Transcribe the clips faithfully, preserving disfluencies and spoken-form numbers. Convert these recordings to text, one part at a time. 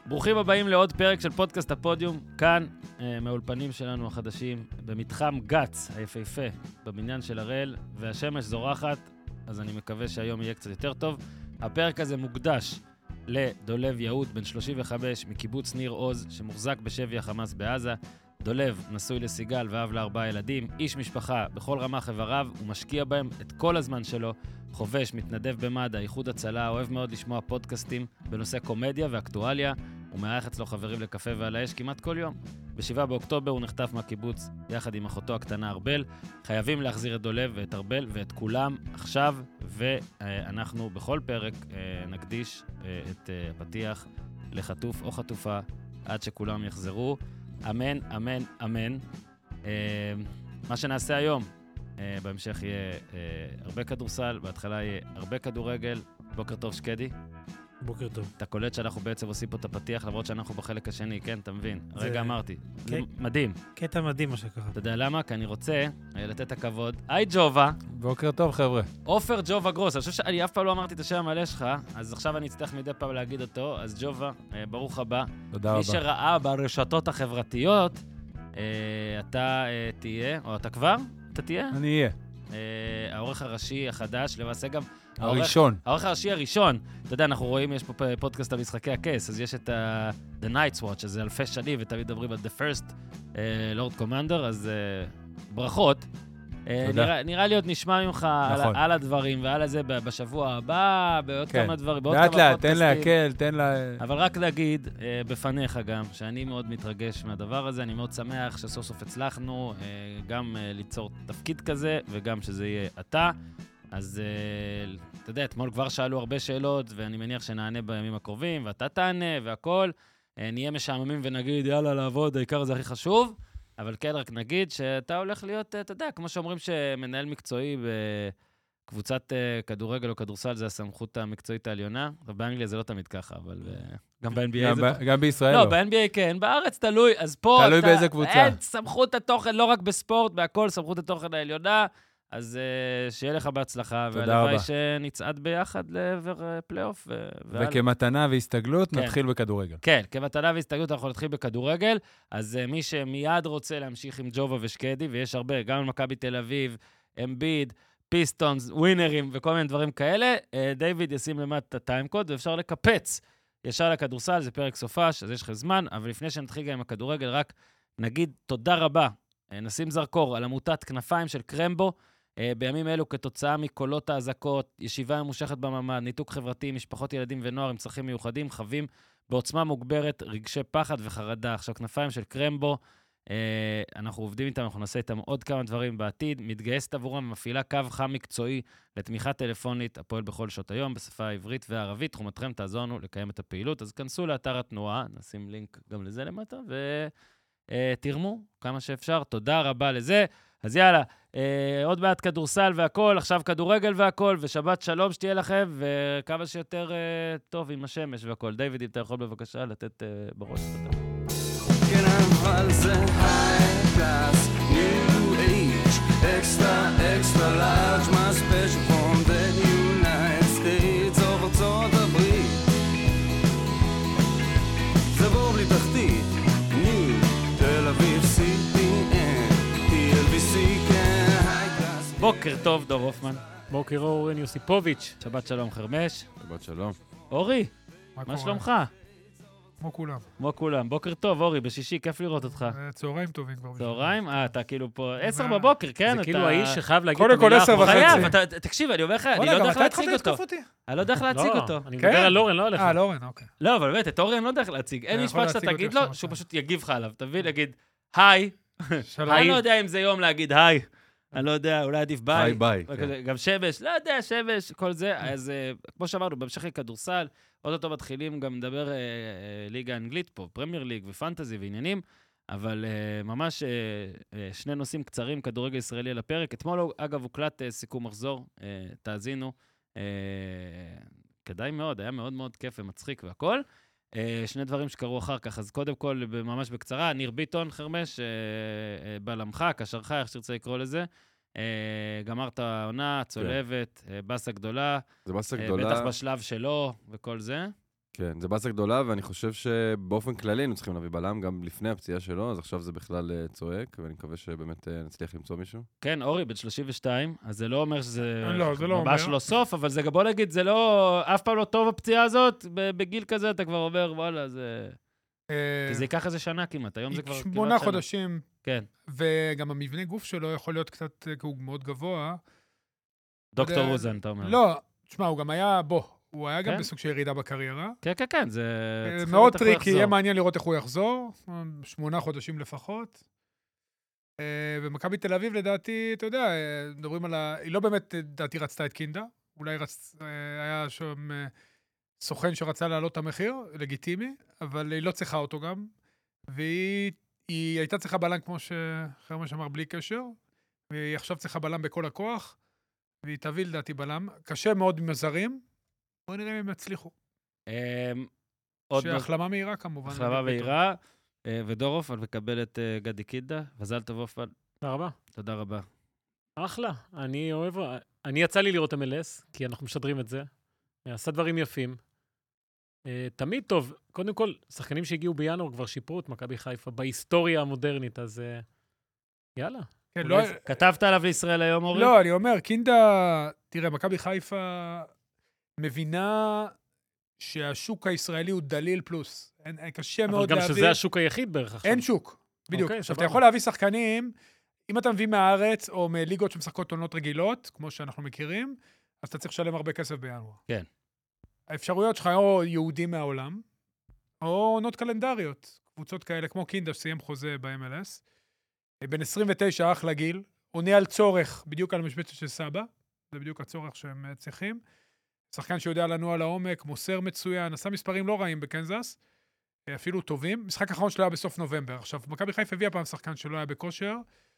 ברוכים הבאים לעוד פרק של פודקאסט הפודיום, כאן אה, מהאולפנים שלנו החדשים, במתחם גץ היפהפה, בבניין של הראל, והשמש זורחת, אז אני מקווה שהיום יהיה קצת יותר טוב. הפרק הזה מוקדש לדולב יהוד, בן שלושים וחמש, מקיבוץ ניר עוז, שמוחזק בשבי החמאס בעזה. דולב נשוי לסיגל ואב לארבעה ילדים, איש משפחה בכל רמ"ח איבריו, הוא משקיע בהם את כל הזמן שלו, חובש, מתנדב במד"א, איחוד הצלה, אוהב מאוד לשמוע פודקאסטים בנושא קומדיה ואקטואליה, הוא מארח אצלו חברים לקפה ועל האש כמעט כל יום. בשבעה באוקטובר הוא נחטף מהקיבוץ יחד עם אחותו הקטנה ארבל. חייבים להחזיר את דולב ואת ארבל ואת כולם עכשיו, ואנחנו בכל פרק נקדיש את הפתיח לחטוף או חטופה עד שכולם יחזרו. אמן, אמן, אמן. מה שנעשה היום, בהמשך יהיה הרבה כדורסל, בהתחלה יהיה הרבה כדורגל. בוקר טוב שקדי. בוקר טוב. אתה קולט שאנחנו בעצם עושים פה את הפתיח, למרות שאנחנו בחלק השני, כן, אתה מבין? זה... רגע אמרתי, ק... זה מדהים. קטע מדהים מה שקרה. אתה יודע למה? כי אני רוצה לתת את הכבוד. היי ג'ובה. בוקר טוב חבר'ה. עופר ג'ובה גרוס. אני חושב שאני אף פעם לא אמרתי את השם המלא שלך, אז עכשיו אני אצטרך מדי פעם להגיד אותו. אז ג'ובה, ברוך הבא. תודה רבה. מי שראה ברשתות החברתיות, אתה תהיה, או אתה כבר? אתה תהיה? אני אהיה. העורך הראשי החדש, למעשה גם... הראשון. העורך הראשי הראשון. אתה יודע, אנחנו רואים, יש פה פודקאסט על משחקי הכס, אז יש את ה- The Night's Watch, שזה אלפי שנים, ותמיד מדברים על The First Lord Commander, אז ברכות. נראה, נראה לי עוד נשמע ממך נכון. על, על הדברים ועל הזה בשבוע הבא, בעוד כן. כמה דברים, בעוד לאט כמה לאט, פודקאסטים. תן להקל, תן לה... אבל רק להגיד בפניך גם, שאני מאוד מתרגש מהדבר הזה, אני מאוד שמח שסוף סוף הצלחנו גם ליצור תפקיד כזה, וגם שזה יהיה אתה. אז אתה יודע, אתמול כבר שאלו הרבה שאלות, ואני מניח שנענה בימים הקרובים, ואתה תענה והכל. נהיה משעממים ונגיד, יאללה, לעבוד, העיקר זה הכי חשוב. אבל כן, רק נגיד שאתה הולך להיות, אתה יודע, כמו שאומרים שמנהל מקצועי בקבוצת כדורגל או כדורסל, זה הסמכות המקצועית העליונה. באנגליה זה לא תמיד ככה, אבל גם ב-אן בי איי זה... גם בישראל לא. לא. לא, ב-אן בי איי כן, בארץ תלוי, אז פה... תלוי באיזה קבוצה. אין סמכות התוכן, לא רק בספורט, בהכל סמכות התוכן העליונה. אז uh, שיהיה לך בהצלחה, והלוואי שנצעד ביחד לעבר uh, פלייאוף. ו- וכמתנה והסתגלות, כן. נתחיל בכדורגל. כן, כמתנה והסתגלות אנחנו נתחיל בכדורגל, אז uh, מי שמיד רוצה להמשיך עם ג'ובה ושקדי, ויש הרבה, גם על מכבי תל אביב, אמביד, פיסטונס, ווינרים וכל מיני דברים כאלה, uh, דיוויד ישים למטה את הטיימקוד, ואפשר לקפץ ישר לכדורסל, זה פרק סופש, אז יש לך זמן, אבל לפני שנתחיל גם עם הכדורגל, רק נגיד תודה רבה, uh, נשים זרקור על עמותת כנפיים של קרמבו, בימים אלו כתוצאה מקולות האזעקות, ישיבה ממושכת בממ"ד, ניתוק חברתי, משפחות ילדים ונוער עם צרכים מיוחדים, חווים בעוצמה מוגברת, רגשי פחד וחרדה. עכשיו, כנפיים של קרמבו, אנחנו עובדים איתם, אנחנו נעשה איתם עוד כמה דברים בעתיד, מתגייסת עבורם, מפעילה קו חם מקצועי לתמיכה טלפונית, הפועל בכל שעות היום, בשפה העברית והערבית, תחומתכם תעזור לנו לקיים את הפעילות, אז כנסו לאתר התנועה, נשים לינק גם לזה למטה, ותרמו כמה שאפשר, תודה רבה לזה. אז יאללה, אה, עוד מעט כדורסל והכל, עכשיו כדורגל והכל, ושבת שלום שתהיה לכם, וכמה שיותר אה, טוב עם השמש והכל. דיוויד, אם אתה יכול בבקשה לתת אה, בראש. תודה. כן, אבל זה high class, new age, extra, extra large, my special from the United States of ארצות הברית. זה בור בלי תחתית, new, תל אביב, סי פי אן. בוקר טוב, דור הופמן. בוקר אורן יוסיפוביץ'. שבת שלום חרמש. שבת שלום. אורי, מה שלומך? כמו כולם. כמו כולם. בוקר טוב, אורי, בשישי, כיף לראות אותך. צהריים טובים כבר. צהריים? אה, אתה כאילו פה עשר בבוקר, כן? זה כאילו האיש שחייב להגיד את המילה. קודם כל עשר חייב, תקשיב, אני אומר לך, אני לא יודע איך להציג אותו. אני לא יודע איך להציג אותו. אני מדבר על אורן, לא עליך. אה, על אורן, אוקיי. לא, אבל באמת, את אורי אני לא יודע איך להציג. אין משפט שאתה תגיד לו, שהוא פשוט יגיב לך עליו. תבין, יגיד, היי. אני לא יודע אם זה יום להגיד היי. אני לא יודע, אולי עדיף ביי. ביי, ביי. גם שמש, לא יודע, שמש, כל זה. אז כמו שאמרנו, בהמשך לכדורסל, עוד אותו מתחילים גם לדבר ליגה אנגלית פה, פרמייר ליג ופנטזי ועניינים, אבל ממש שני נושאים קצרים, כדורגל ישראלי על הפרק. אתמול, אגב, הוקלט סיכום מחזור, תאזינו. כדאי מאוד, היה מאוד מאוד כיף ומצחיק והכל. שני דברים שקרו אחר כך, אז קודם כל, ממש בקצרה, ניר ביטון, חרמש, בלמך, קשרך, איך שרצה לקרוא לזה, גמרת העונה, צולבת, בסה גדולה, זה בסה גדולה. בטח בשלב שלו וכל זה. כן, זה באסה גדולה, ואני חושב שבאופן כללי היינו צריכים להביא בלם, גם לפני הפציעה שלו, אז עכשיו זה בכלל אה, צועק, ואני מקווה שבאמת אה, נצליח למצוא מישהו. כן, אורי, בן שלושים ושתיים, אז זה לא אומר שזה... לא, זה לא ממש אומר. לא סוף, אבל זה גם, בוא נגיד, זה לא... אף פעם לא טוב הפציעה הזאת, ב- בגיל כזה אתה כבר אומר, וואלה, זה... אה, כי זה ייקח איזה שנה כמעט, היום זה כבר... שמונה כמעט שנה. חודשים, כן, וגם המבנה גוף שלו יכול להיות קצת, אה, כי הוא מאוד גבוה. דוקטור יודע- אוזן, אתה אומר. לא, תשמע, הוא גם היה, בוא, הוא היה גם כן? בסוג של ירידה בקריירה. כן, כן, כן, זה... אה, צריך מאוד לראות איך הוא טריקי, יהיה יחזור. מעניין לראות איך הוא יחזור, אה, שמונה חודשים לפחות. אה, ומכבי תל אביב, לדעתי, אתה יודע, אה, מדברים על ה... היא לא באמת, לדעתי, רצתה את קינדה. אולי רצ... אה, היה שם אה, סוכן שרצה להעלות את המחיר, לגיטימי, אבל היא לא צריכה אותו גם. והיא היא הייתה צריכה בלם, כמו שחרמש אמר, בלי קשר, והיא עכשיו צריכה בלם בכל הכוח, והיא תביא, לדעתי, בלם. קשה מאוד עם הזרים. בואו נראה אם הם יצליחו. אמ, עוד נושא- שהחלמה מהירה, כמובן. החלמה נגד בית"ר. מהירה, אה, ודורוף, אני מקבל את אה, גדי קידה, מזל טוב אופן, תודה רבה. תודה רבה. אחלה, אני אוהב... אני יצא לי לראות אם אל אס, כי אנחנו משדרים את זה. עשה דברים יפים. אה, תמיד טוב. קודם כל, שחקנים שהגיעו בינואר כבר שיפרו את מכבי חיפה בהיסטוריה המודרנית, אז אה, יאללה. כן, אולי לא, זה- כתבת עליו לישראל היום, אורי? לא, אני אומר, קינדה, תראה, מכבי חיפה מבינה שהשוק הישראלי הוא דליל פלוס. אין, אין, קשה אבל מאוד גם להביא... שזה השוק היחיד בערך עכשיו. אין שוק, בדיוק. אוקיי, עכשיו, אתה סבבה. יכול להביא שחקנים, אם אתה מביא מהארץ או מליגות שמשחקות עונות רגילות, כמו שאנחנו מכירים, אז אתה צריך לשלם הרבה כסף בינואר. כן. האפשרויות שלך או יהודים מהעולם, או עונות קלנדריות. קבוצות כאלה, כמו קינדה, שסיים חוזה ב-אם אל אס. בן עשרים ותשע, אחלה גיל, עונה על צורך, בדיוק על המשבצת של סבא, זה בדיוק הצורך שהם אה, צריכים. שחקן שיודע לנוע לעומק, מוסר מצוין, עשה מספרים לא רעים בקנזס, אה, אפילו טובים. משחק האחרון שלו היה בסוף נובמבר. עכשיו, מכבי חיפה הביאה פעם שחקן שלא היה בכושר,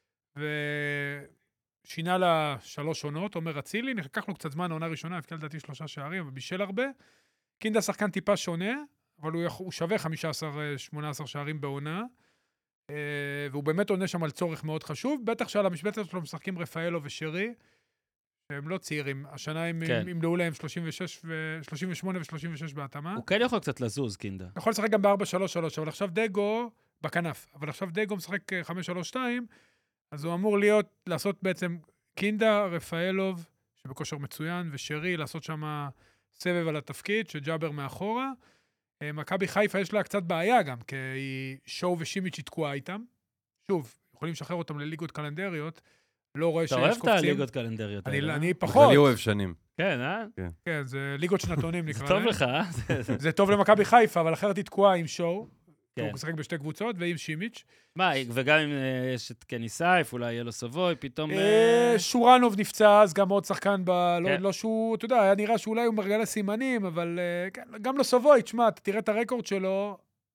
ושינה לה שלוש עונות, עומר אצילי, לקח לו קצת זמן, העונה הראשונה, הבקיע לדעתי שלושה שערים, אבל בישל הרבה. קינדה שחקן טיפה שונה, אבל הוא, יכול- הוא שווה חמישה עשר שמונה עשרה שערים בעונה, אה, והוא באמת עונה שם על צורך מאוד חשוב, בטח שעל המשבצת שלו משחקים רפאלו ושרי, שהם לא צעירים, השנה הם כן. ימלאו להם שלושים ושש ו- שלושים ושמונה ו-שלושים ושש בהתאמה. הוא כן יכול קצת לזוז, קינדה. יכול לשחק גם ב-ארבע שלוש שלוש, אבל עכשיו דגו בכנף, אבל עכשיו דגו משחק אה, חמש שלוש שתיים, אז הוא אמור להיות, לעשות בעצם קינדה, רפאלוב, שבכושר מצוין, ושרי, לעשות שם סבב על התפקיד, שג'אבר מאחורה. אה, מכבי חיפה יש לה קצת בעיה גם, כי שואו ושימיץ' היא תקועה איתם. שוב, יכולים לשחרר אותם לליגות קלנדריות, לא רואה אתה שיש אוהב קופצים. את הליגות קלנדריות אני, האלה, אה? אני פחות. בכללי הוא אוהב שנים. כן, אה? כן, זה ליגות שנתונים זה נקרא טוב להם. לך, אה? זה טוב למכבי חיפה, אבל אחרת היא תקועה עם שואו. כן. הוא משחק בשתי קבוצות, ועם שימיץ'. מה, וגם אם אה, יש את קני סייף, אולי יהיה לו סבוי, פתאום... אה, אה, שורנוב נפצע, אז גם עוד שחקן ב... לא, כן. לא שהוא, אתה יודע, היה נראה שאולי הוא מרגל הסימנים, אבל אה, כן, גם לא סבוי, תשמע, אתה תראה את הרקורד שלו,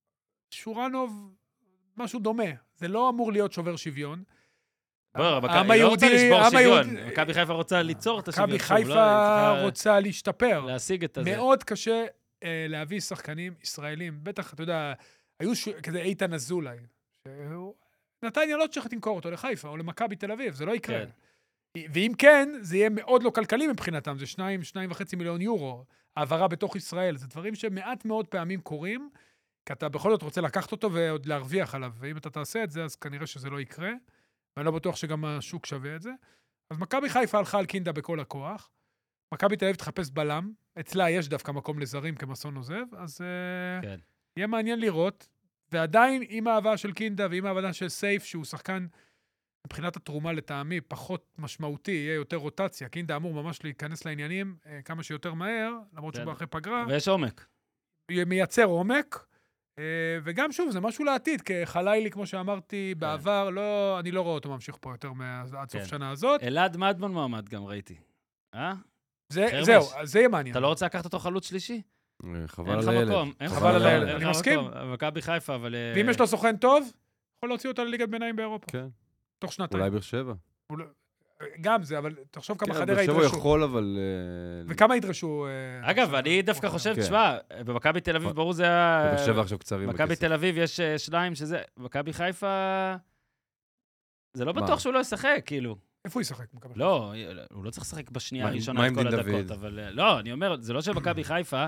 שורנוב, משהו דומה. זה לא אמור להיות שובר שוויון. בוא, מכבי- העם היא לא רוצה היהודי- לשבור העם שוויון. היהודי- מכבי חיפה רוצה ליצור את השוויון. מכבי שוב, לא? היא חיפה צריכה רוצה להשתפר. להשיג את הזה. מאוד קשה אה, להביא שחקנים ישראלים. בטח, אתה יודע, היו ש... כזה איתן אזולאי. שהוא... נתניה לא צריך למכור אותו לחיפה או למכבי תל אביב, זה לא יקרה. כן. ואם כן, זה יהיה מאוד לא כלכלי מבחינתם, זה שניים, שניים וחצי מיליון יורו, העברה בתוך ישראל. זה דברים שמעט מאוד פעמים קורים, כי אתה בכל זאת רוצה לקחת אותו ועוד להרוויח עליו, ואם אתה תעשה את זה, אז כנראה שזה לא יקרה, ואני לא בטוח שגם השוק שווה את זה. אז מכבי חיפה הלכה על קינדה בכל הכוח, מכבי תל אביב תחפש בלם, אצלה יש דווקא מקום לזרים כמסון עוזב, אז אה, כן. יהיה מעניין לראות, ועדיין עם האהבה של קינדה ועם האהבה של סייף, שהוא שחקן מבחינת התרומה לטעמי פחות משמעותי, יהיה יותר רוטציה, קינדה אמור ממש להיכנס לעניינים אה, כמה שיותר מהר, למרות כן. שהוא אחרי פגרה, ויש עומק. מייצר עומק, אה, וגם שוב, זה משהו לעתיד, כחלילי, כמו שאמרתי בעבר, לא, אני לא רואה אותו ממשיך פה יותר מה- עד סוף כן. שנה הזאת. אלעד מדמן מועמד גם ראיתי. אה? זה, חרמש. זהו, אז זה יהיה מעניין. אתה לא רוצה לקחת אותו חלוץ שלישי? אה, אין חבל לך על הילד. מקום. אין לך חבל על מקום, הילד, אין אני לך מסכים. מקום. מכבי חיפה, אבל... אה, ואם יש לו סוכן טוב, יכול להוציא אותו לליגת ביניים באירופה, כן, תוך שנתיים. אולי באר שבע. אולי- גם זה, אבל תחשוב כמה כן, חדרה באר שבע הוא ידרשו. יכול, אבל... אה, וכמה ידרשו... אה, אגב, עכשיו, אני דווקא אה, חושב, כן. תשמע, במכבי תל אביב, ברור זה ה... באר שבע עכשיו קצרים מכבי בכסף. תל אביב יש אה, שניים שזה... מכבי חיפה... זה לא מה? בטוח שהוא לא ישחק, כאילו. איפה הוא ישחק? מכבי חיפה? לא, הוא לא צריך לשחק בשנייה מה- הראשונה מה את עם כל דין הדקות, דוד? אבל... אה, לא, אני אומר, זה לא שמכבי חיפה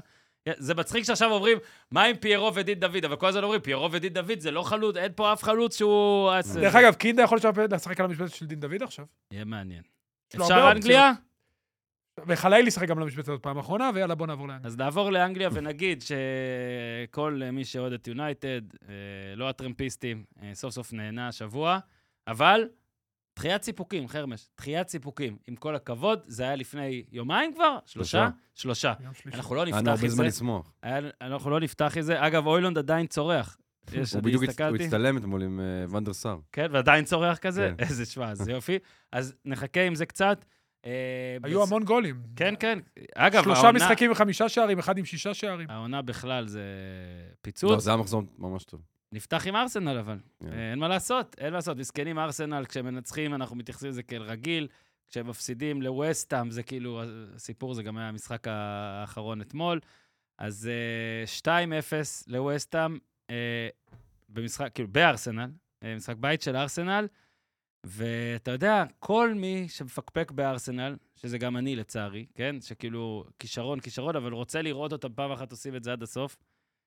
זה מצחיק שעכשיו אומרים, מה עם פיירו ודין דוד? אבל כל הזמן אומרים, פיירו ודין דוד זה לא חלוץ, אין פה אף חלוץ שהוא... דרך אגב, קינדה יכול לשחק על המשבצת של דין דוד עכשיו. יהיה מעניין. יש לו אפשר הרבה אנגליה? וחלילי ישחק גם על המשבצת הזאת פעם אחרונה, ויאללה, בוא נעבור לאנגליה. אז נעבור לאנגליה ונגיד שכל מי שאוהד את יונייטד, לא הטרמפיסטים, סוף סוף נהנה השבוע, אבל דחיית סיפוקים, חרמש, דחיית סיפוקים, עם כל הכבוד, זה היה לפני יומיים כבר? שלושה? שלושה. אנחנו לא נפתח היה הרבה את זמן זה. לשמוח. אנחנו לא נפתח את זה. אגב, אוילונד עדיין צורח. הוא בדיוק הצטלם אתמול עם ונדר סאר. כן, ועדיין צורח כזה? איזה שווה, זה יופי. אז נחכה עם זה קצת. היו המון גולים. כן, כן. אגב, שלושה משחקים עם חמישה שערים, אחד עם שישה שערים. העונה בכלל זה פיצוץ. לא, זה היה מחזור ממש טוב. נפתח עם ארסנל, אבל. אין מה לעשות, אין מה לעשות. מסכנים ארסנל, כשמנצחים, אנחנו מתייחסים לזה כאל רגיל. כשהם מפסידים לווסטהאם, זה כאילו, הסיפור זה גם היה המשחק האחרון אתמול. אז שתיים אפס לווסטהאם, במשחק, כאילו, בארסנל, משחק בית של ארסנל, ואתה יודע, כל מי שמפקפק בארסנל, שזה גם אני לצערי, כן? שכאילו, כישרון, כישרון, אבל רוצה לראות אותם פעם אחת עושים את זה עד הסוף.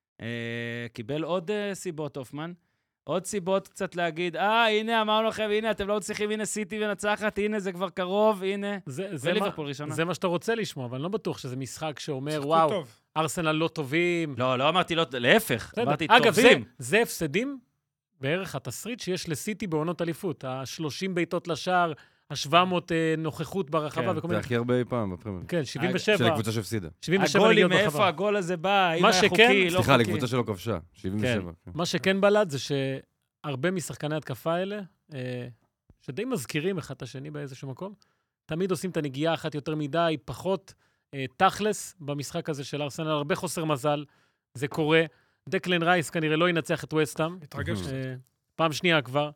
קיבל עוד סיבות, אופמן. עוד סיבות קצת להגיד, אה, הנה, אמרנו לכם, הנה, אתם לא מצליחים, הנה סיטי ונצחת, הנה, זה כבר קרוב, הנה. זה ליברפול ראשונה. זה מה שאתה רוצה לשמוע, אבל אני לא בטוח שזה משחק שאומר, וואו, ארסנל לא טובים. לא, לא אמרתי לא, להפך, אמרתי אגב, טובים. זה הפסדים בערך התסריט שיש לסיטי בעונות אליפות. ה-שלושים בעיטות לשער, ה-שבע מאות נוכחות ברחבה. זה הכי הרבה אי פעם בפרמייר. כן, שבעים ושבע. של הקבוצה שהפסידה. שבעים ושבע הגולים, נגיעות ברחבה. מאיפה הגול הזה בא? האם היה חוקי, לא חוקי? סליחה, לקבוצה שלא כבשה. שבעים ושבע. מה שכן בלט זה שהרבה משחקני התקפה האלה, שדי מזכירים אחד את השני באיזשהו מקום, תמיד עושים את הנגיעה אחת יותר מדי, פחות תכלס במשחק הזה של ארסנל, הרבה חוסר מזל, זה קורה. דקלן רייס כנראה לא ינצח את ווסטהאם. התרגש. פעם שנייה כבר.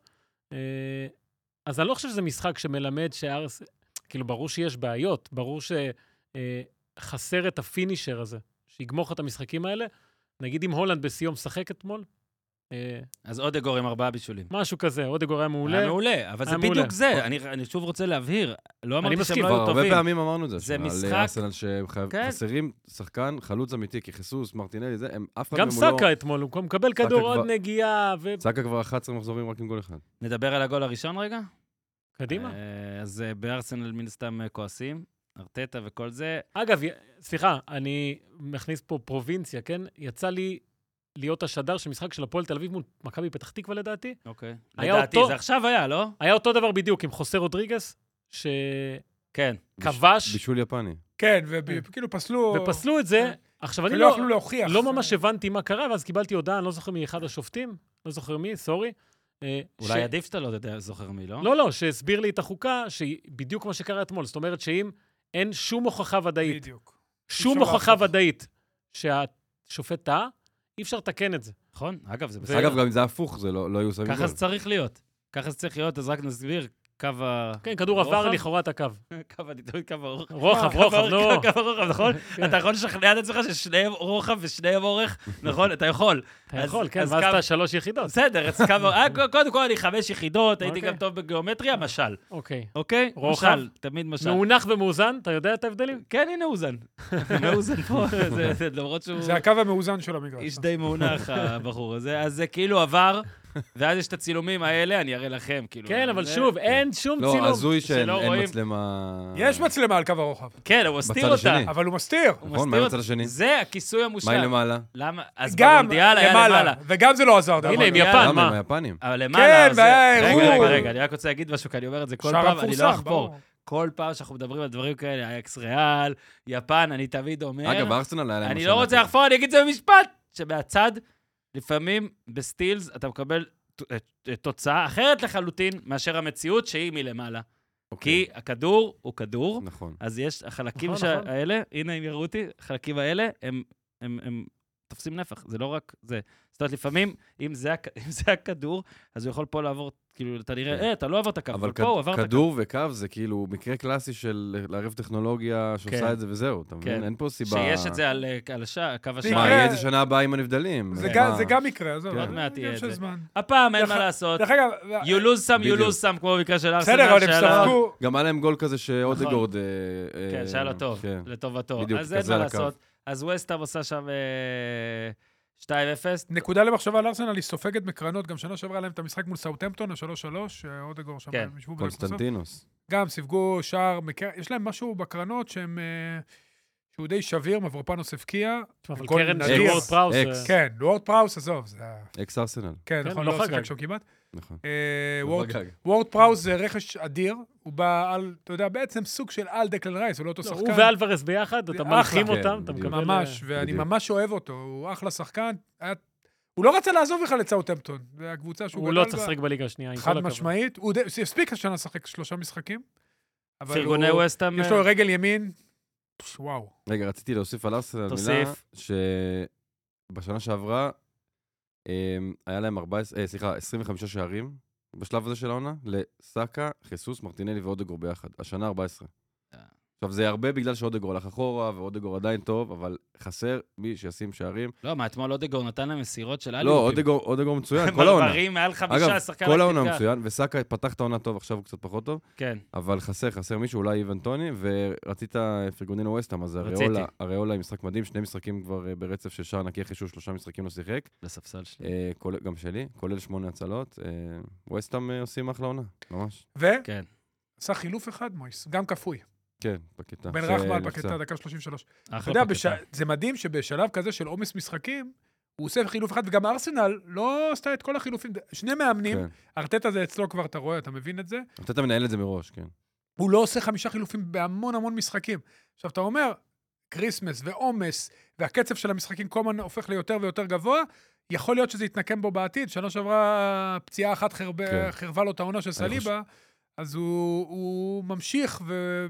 אז אני לא חושב שזה משחק שמלמד שארס... כאילו, ברור שיש בעיות, ברור שחסר את הפינישר הזה, שיגמוך את המשחקים האלה. נגיד אם הולנד בסיום משחק אתמול. אז אודגור עם ארבעה בישולים. משהו כזה, אודגור היה מעולה. היה מעולה, אבל זה בדיוק זה. אני שוב רוצה להבהיר. לא אמרתי שהם לא היו טובים. הרבה פעמים אמרנו את זה. זה משחק... על ארסנל שחסרים שחקן, חלוץ אמיתי, כי חיסוס, מרטינלי, זה, הם אף אחד גם מהם הוא לא... סאקה אתמול, הוא מקבל כדור עוד נגיעה. סאקה כבר אחת עשרה מחזורים רק עם גול אחד. נדבר על הגול הראשון רגע? קדימה. אז בארסנל מן סתם כועסים, ארטטה וכל זה. אגב, סליחה, אני מכניס פה פרובינציה, כן? יצא לי להיות השדר של משחק של הפועל תל אביב מול מכבי פתח תקווה לדעתי. אוקיי. לדעתי, זה עכשיו היה, לא? היה אותו דבר בדיוק עם חוסה רודריגס, ש... כן. כבש. בישול יפני. כן, וכאילו פסלו... ופסלו את זה. עכשיו, אני לא יכלו להוכיח. לא ממש הבנתי מה קרה, ואז קיבלתי הודעה, אני לא זוכר מאחד השופטים, לא זוכר מי, סורי. אולי עדיף שאתה לא יודע, זוכר מי, לא? לא, לא, שהסביר לי את החוקה, שבדיוק מה שקרה אתמול. זאת אומרת שאם אין שום הוכחה ודאית, בדיוק. שום הוכחה ודאית שהשופט טעה, אי אפשר לתקן את זה. נכון? אגב, זה בסדר. אגב, גם אם זה הפוך, זה לא היו שמים גול. ככה זה צריך להיות. ככה זה צריך להיות, אז רק נסביר. קו ה... כן, כדור עבר לכאורה את הקו. קו, אני תמיד קו הרוחב. רוחב, רוחב, נו. קו הרוחב, נכון? אתה יכול לשכנע את עצמך ששניהם רוחב ושניהם אורך, נכון? אתה יכול. אתה יכול, כן, ואז אתה שלוש יחידות. בסדר, קודם כל אני חמש יחידות, הייתי גם טוב בגיאומטריה, משל. אוקיי. אוקיי? משל, תמיד משל. מאונח ומאוזן, אתה יודע את ההבדלים? כן, הנה מאוזן. מאוזן פה, למרות שהוא... זה הקו המאוזן של המגרש. איש די מאונח, הבחור הזה. אז זה כאילו עבר... ואז יש את הצילומים האלה, אני אראה לכם, כאילו. כן, אבל שוב, אין שום צילום. לא, הזוי שאין מצלמה... יש מצלמה על קו הרוחב. כן, הוא מסתיר אותה. אבל הוא מסתיר. נכון, מה בצד השני? זה הכיסוי המושלם. מה למעלה? למה? אז גם במונדיאל היה למעלה. וגם זה לא עזר. הנה, עם יפן, מה? עם היפנים. אבל למעלה... כן, והיה רגע, אירוע. רגע, רגע, אני רק רוצה להגיד משהו, כי אני אומר את זה כל פעם, אני לא אחפור. כל פעם שאנחנו מדברים על דברים כאלה, אייקס ריאל, יפן, אני תמיד אומר... אגב, ארסנל היה להם... אני לא רוצה לחפור, אני אגיד את זה במשפט, שבהצד, לפעמים בסטילס אתה מקבל תוצאה אחרת לחלוטין מאשר המציאות שהיא מלמעלה. כי הכדור הוא כדור, נכון. אז יש החלקים האלה, הנה הם יראו אותי, החלקים האלה הם תופסים נפח, זה לא רק זה. זאת אומרת, לפעמים, אם זה הכדור, אז הוא יכול פה לעבור, כאילו, אתה נראה, אה, אתה לא עבר את הקו, אבל פה הוא עבר את הקו. כדור וקו זה כאילו מקרה קלאסי של לערב טכנולוגיה שעושה את זה וזהו, אתה מבין? אין פה סיבה... שיש את זה על הקו השעה. מה, יהיה את זה שנה הבאה עם הנבדלים? זה גם מקרה, עזוב. עוד מעט יהיה את זה. זמן. הפעם אין מה לעשות. דרך אגב... You lose some, you lose some, כמו במקרה של ארסנל. בסדר, אבל הם שחקו... גם היה להם גול כזה שאודגורד... כן, שהיה לו טוב, לטובתו. אז אין מה לעשות. אז ווסטהאם עושה שם אה, שתיים אפס. נקודה למחשבה על ארסנל, היא סופגת מקרנות, גם שנה שעברה להם את המשחק מול סאוטהמפטון, ה-שלוש שלוש, אודגור שם, כן. הם ישבו בלקוסוף. קונסטנטינוס. גם סיווגו שער, מקר... יש להם משהו בקרנות שהם, אה, שהוא די שביר, מברופנוס הבקיע. תשמע, אבל גול קרן נדיר. של וורד פראוס... אקס. אה, כן, וורד פראוס, עזוב, זה... ה- אקס ארסנל. כן, כן, נכון, לא לא חגג. שיחק שם כמעט. נכון. אה, וורד בגג. וורד פראוס זה רכש אדיר, הוא בא על, אתה יודע, בעצם סוג של על דקלן רייס, הוא לא אותו לא, שחקן. הוא ואלוורס ביחד, אתה אחלה. מלחים כן, אותם, אתה בדיוק. מקבל... ממש, אה, ואני בדיוק. ממש אוהב אותו, הוא אחלה שחקן. היה- הוא לא רצה לעזוב בכלל את סאוטהמפטון, זה הקבוצה שהוא הוא גדל לא בה. צריך לשחק בליגה השנייה, עם כל חד הכבוד. משמעית, הוא די- הספיק השנה לשחק שלושה משחקים. אבל פרגוני הוא- ווסטהאם. יש לו רגל ימין, פש, וואו. רגע, רציתי להוסיף על ארסנל מילה, תוסיף. שבשנה שעברה אמ, היה להם ארבע עשרה, אה, סליחה, עשרים וחמישה שערים בשלב הזה של העונה, לסאקה, חיסוס, מרטינלי ואודגור ביחד. השנה ארבע עשרה. עכשיו, זה הרבה בגלל שאודגור הלך אחורה, ואודגור עדיין טוב, אבל חסר מי שישים שערים. לא, מה, אתמול אודגור נתן להם מסירות של אלי. לא, אודגור, אודגור מצוין, כל העונה. ברברים מעל חמישה, אגב, שחקן כל העונה הקדקה. מצוין, וסאקה פתח את העונה טוב, עכשיו הוא קצת פחות טוב, כן. אבל חסר, חסר מישהו, אולי איוון טוני, ורצית פרגונינו ווסטהאם, אז רציתי. הריאולה, הריאולה עם משחק מדהים, שני משחקים כבר אה, ברצף של שער נקי, אחרי שהוא שלושה משחקים לא שיחק, לספסל שלי. אה, כולל- גם שלי, כולל שמונה הצלות, אה, ווסטהאם אה, עושים אחלה עונה, ממש. ועשה כן. חילוף אחד, מויס, גם כפוי. כן, בקטע. בן שנפצע. רחמן בקטע, דקה שלושים ושלוש. אתה אחלה יודע, פקטה. בש- זה מדהים שבשלב כזה של עומס משחקים, הוא עושה חילוף אחד, וגם ארסנל לא עשתה את כל החילופים. שני מאמנים, כן. ארטטה זה אצלו כבר, אתה רואה, אתה מבין את זה? אתה מנהל את זה מראש, כן. הוא לא עושה חמישה חילופים בהמון המון משחקים. עכשיו, אתה אומר, קריסמס ועומס, והקצב של המשחקים כל הזמן הופך ליותר ויותר גבוה, יכול להיות שזה יתנקם בו בעתיד. שנה שעברה פציעה אחת חרבה, כן. חרבה לו את העונה של סליבה, אז הוא, הוא ממשיך, ו...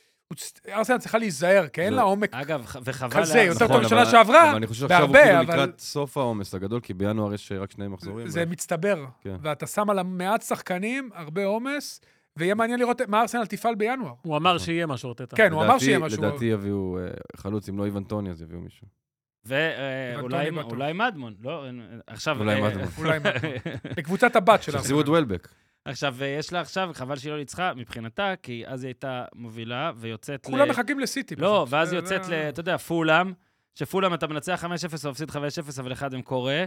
ארסנל צריכה להיזהר, כי אין זה- לה עומק אגב, ח- וחבל... כזה, להז- יותר נכון, טוב משנה אבל- שעברה, אבל אני חושב שעכשיו הוא בהרבה, כאילו אבל- לקראת סוף העומס הגדול, כי בינואר יש רק שני מחזורים. זה ו- מצטבר. כן. ואתה שם על מעט שחקנים, הרבה עומס, ויהיה מעניין לראות מה ארסנל תפעל בינואר. הוא אמר שיהיה משהו, ארטטה. כן, הוא אמר לדעתי- שיהיה משהו. לדעתי יביאו אה, חלוץ, אם לא איוון טוני, אז יביאו מישהו. ואולי בטוח. אולי מדמון, לא? אין- עכשיו... אולי אה, מדמון. אולי מה. לקבוצת הבת של שיחזירו את ארסנל. וולבק. עכשיו, אה, יש לה עכשיו, חבל שהיא לא ניצחה מבחינתה, כי אז היא הייתה מובילה ויוצאת ל... כולם מחכים לסיטי. לא, פשוט. ואז זה- היא יוצאת זה- ל... אתה יודע, פולאם, שפולאם אתה מנצח חמש אפס או מפסיד חמש אפס, אבל אחד הם קורה,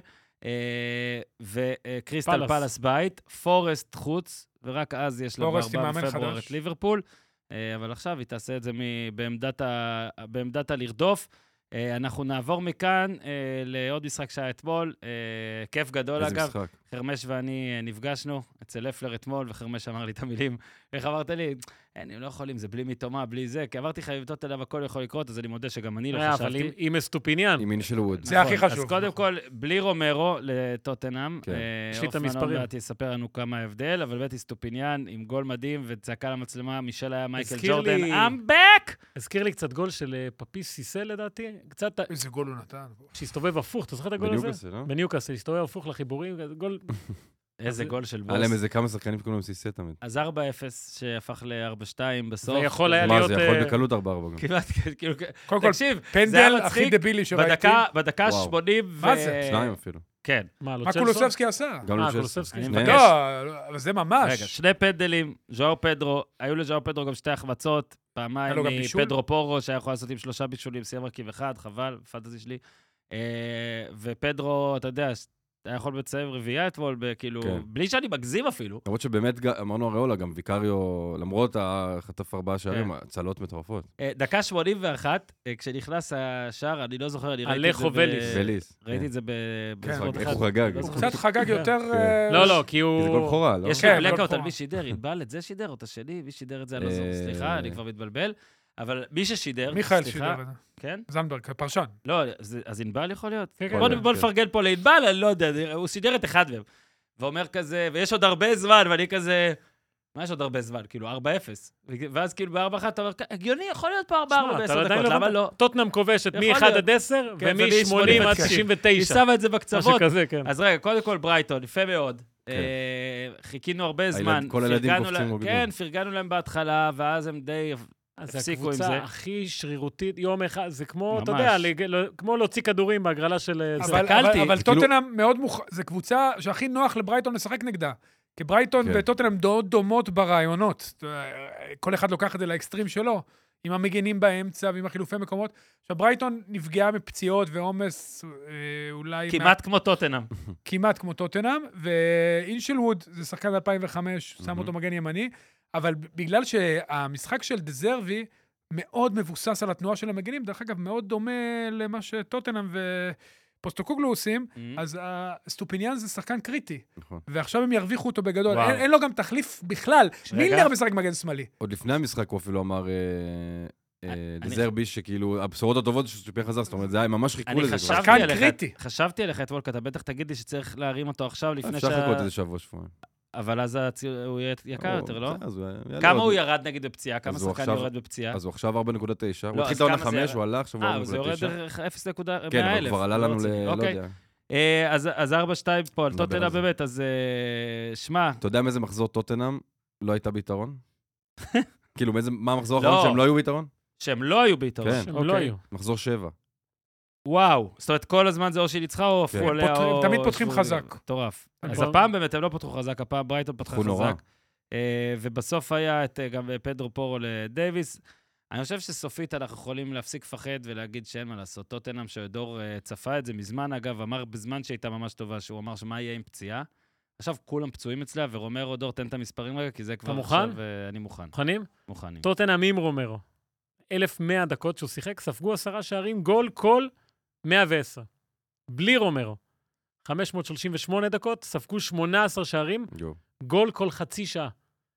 אה, וקריסטל פלאס. פלאס בית, פורסט חוץ, ורק אז יש לה פורסט עם ב-ארבעה מאמן בפברואר חדש. את ליברפול, אה, אבל עכשיו היא תעשה את זה מ- בעמדת ה- בעמדת הלרדוף. אה, אנחנו נעבור מכאן אה, לעוד משחק שהיה אתמול, אה, כיף גדול איזה אגב. משחק. חרמש ואני אה, נפגשנו אצל לפלר אתמול, וחרמש אמר לי את המילים, איך אמרת לי? אין, הם לא יכולים, זה בלי מתומה, בלי זה, כי אמרתי לך, לבטות אליו הכל יכול לקרות, אז אני מודה שגם אני לא אה, אבל חשבתי. עם- עם אסטופיניאן. ימין של ווד. זה הכי נכון. חשוב. אז קודם כל, בלי רומרו לטוטנאם, כן. אה, יש לי את הופמן המספרים. עוד מעט יספר לנו כמה ההבדל, אבל בטי סטופיניאן עם גול מדהים וצעקה למצלמה, מישל היה מייקל הזכיר ג'ורדן, לי- I'm back! הזכיר לי קצת גול של אה, פפיס סיסל לדעתי, קצת איזה גול הוא נתן. שהסתובב הפוך, אתה זוכר את הגול הזה? בניוקאסל, לא? בניוקאסל, הסתובב הפוך לחיבורים, גול... איזה גול של היה להם בוס. איזה כמה שחקנים שקוראים להם סיסא תמיד. אז ארבע אפס שהפך ל-ארבע שתיים בסוף. ויכול היה כזה. מה, להיות, זה יכול אה, בקלות ארבע ארבע גם. כמעט, כאילו, קודם כל, תקשיב, זה היה פנדל הכי מצחיק. דבילי שראיתי. בדקה, בדקה וואו. שמונים ו... מה זה? שניים אפילו. כן. מה, מה לוצ'לסון? קולוסבסקי עשה? גם אה, לצ'לסי. קולוסבסקי. אני מבקש. מבקש. לא, אבל זה ממש. רגע, שני פנדלים, ז'או פדרו, היו לז'או פדרו גם שתי החמצות, פעמיים היה לו גם בישול? מפדרו פורו, שהיה יכול לעשות עם שלושה בישולים, סיים מרכיב אחד, חבל, פנטזי שלי. אה, ופדרו, אתה יודע, היה יכול לציין רביעייה אתמול, ב- כאילו, כן. בלי שאני מגזים אפילו. למרות שבאמת, ג- אמרנו הריאולה, גם ויקריו, למרות החטף ארבעה שערים, כן. הצלות מטורפות. אה, דקה שמונים ואחת, אה, כשנכנס השער, אני לא זוכר, אני ראיתי את זה אלכו ב... וליס. וליס. ראיתי כן. את זה ב... כן. בספורט איך אחד. הוא חגג. לא הוא זוכר. קצת חגג יותר... כן. אה, לא, לא, כי הוא... כי זה גול בכורה, לא? יש כן, לי גול בלקאוט על בכורה. מי שידר, ענבל את זה שידר, או את השני, מי שידר את זה, אני לא זוכר, אה, סליחה, אני כבר מתבלבל. אבל מי ששידר, מיכאל סליחה, שידר. כן? זנדברג, פרשן. לא, זה- אז ענבל יכול להיות? כן, כן. בוא כן. בוא נפרגן פה לענבל, אני לא יודע, הוא שידר את אחד מהם. ואומר כזה, ויש עוד הרבה זמן, ואני כזה, מה יש עוד הרבה זמן? כאילו, ארבע אפס. ואז כאילו ב-ארבע אחת אתה אומר, הגיוני, יכול להיות פה ארבע ארבע שמע, אתה בעשר עדיין דקות, לא למה הבנת? לא? טוטנאם כובשת יכול מ-אחד להיות. עד עשר, כן, ומ-שמונים עד כן. תשעים היא ותשע. שמה את זה משהו בקצוות. כזה, כן. אז רגע, קודם כל ברייטון, יפה מאוד. אה, חיכינו הרבה זמן. כל הילדים פרגנו קופצים להם- רוקדים. כן, פרגנו להם בהתחלה, ואז הם די... אז הפסיקו עם הקבוצה זה. הכי שרירותית, יום אחד, זה כמו, אתה ממש. יודע, לג- לא- כמו להוציא כדורים בהגרלה של... אה, זה. אבל- הסתכלתי, אבל- אבל זה כאילו- טוטנאם מאוד מוכ... זו קבוצה שהכי נוח לברייטון לשחק נגדה. כי ברייטון כן. וטוטנאם מאוד דומות ברעיונות. כל אחד לוקח את זה לאקסטרים שלו. עם המגנים באמצע ועם החילופי מקומות. עכשיו, ברייטון נפגעה מפציעות ועומס, אה, אולי... כמעט כמו טוטנאם. כמעט כמו טוטנאם, ואינשלווד, זה שחקן ב-אלפיים וחמש, שם אותו מגן ימני, אבל בגלל שהמשחק של דזרבי מאוד מבוסס על התנועה של המגנים, דרך אגב, מאוד דומה למה שטוטנאם ופוסטוקוגלו עושים, אז סטופיניאן זה שחקן קריטי, ועכשיו הם ירוויחו אותו בגדול. אין לו גם תחליף בכלל. מילנר משחק מגן שמאלי. עוד לפני המשחק הוא אפילו אמר... דזרבי, שכאילו, הבשורות הטובות ששופי חזר, זאת אומרת, זה היה ממש חיכו לזה. אני שחקן קריטי. חשבתי עליך אתמול, כי אתה בטח תגיד לי שצריך להרים אותו עכשיו לפני אפשר לחכות איזה שבוע שבועיים. אבל אז הוא יהיה יקר יותר, לא? אז הוא- כמה הוא ירד נגיד בפציעה? כמה אז הוא שחקן עכשיו- יורד בפציעה? אז הוא עכשיו ארבע נקודה תשע, הוא לא, התחיל אז את העונה כמה זה חמש, ירד? הוא עלה, עכשיו הוא אה, ארבע אבל זה נקודה יורד תשע. דרך אפס נקודה מאה כן, אבל אלף. כבר עלה לא לנו ל... רציני. לא אוקיי. יודע. אה, אז- אז ארבע שתיים פה על נדבר טוטנאם על זה. באמת, אז אה, שמע, אתה יודע מאיזה מחזור טוטנאם לא הייתה ביתרון? כאילו, מאיזה- מה המחזור לא. האחרון שהם לא היו ביתרון? שהם לא היו ביתרון. כן. הם לא אוקיי. היו. מחזור שבע. וואו, זאת אומרת, כל הזמן זה או שהיא ניצחה או כן. עפו עליה פותחים- או... תמיד פותחים שבו- חזק. מטורף. הם אז כבר- הפעם באמת הם לא פתחו חזק, הפעם ברייטון פתחה פתחו נורא. חזק. אה, ובסוף היה את אה, גם פדרו פורו לדייביס. אני חושב שסופית אנחנו יכולים להפסיק לפחד ולהגיד שאין מה לעשות. טוטנאם שדור אה, צפה את זה מזמן, אגב, אמר בזמן שהייתה ממש טובה, שהוא אמר שמה יהיה עם פציעה. עכשיו כולם פצועים אצלה, ורומרו, דור, תן את המספרים רגע, כי זה כבר מוכן? עכשיו, אה, אני מוכן. מוכנים? מוכנים. טוטנאם עם רומרו. אלף ומאה דקות שהוא שיחק, ספגו עשרה שערים, גול כל מאה ועשר. בלי רומרו. חמש מאות שלושים ושמונה דקות, ספגו שמונה עשרה שערים, יו. גול כל חצי שעה.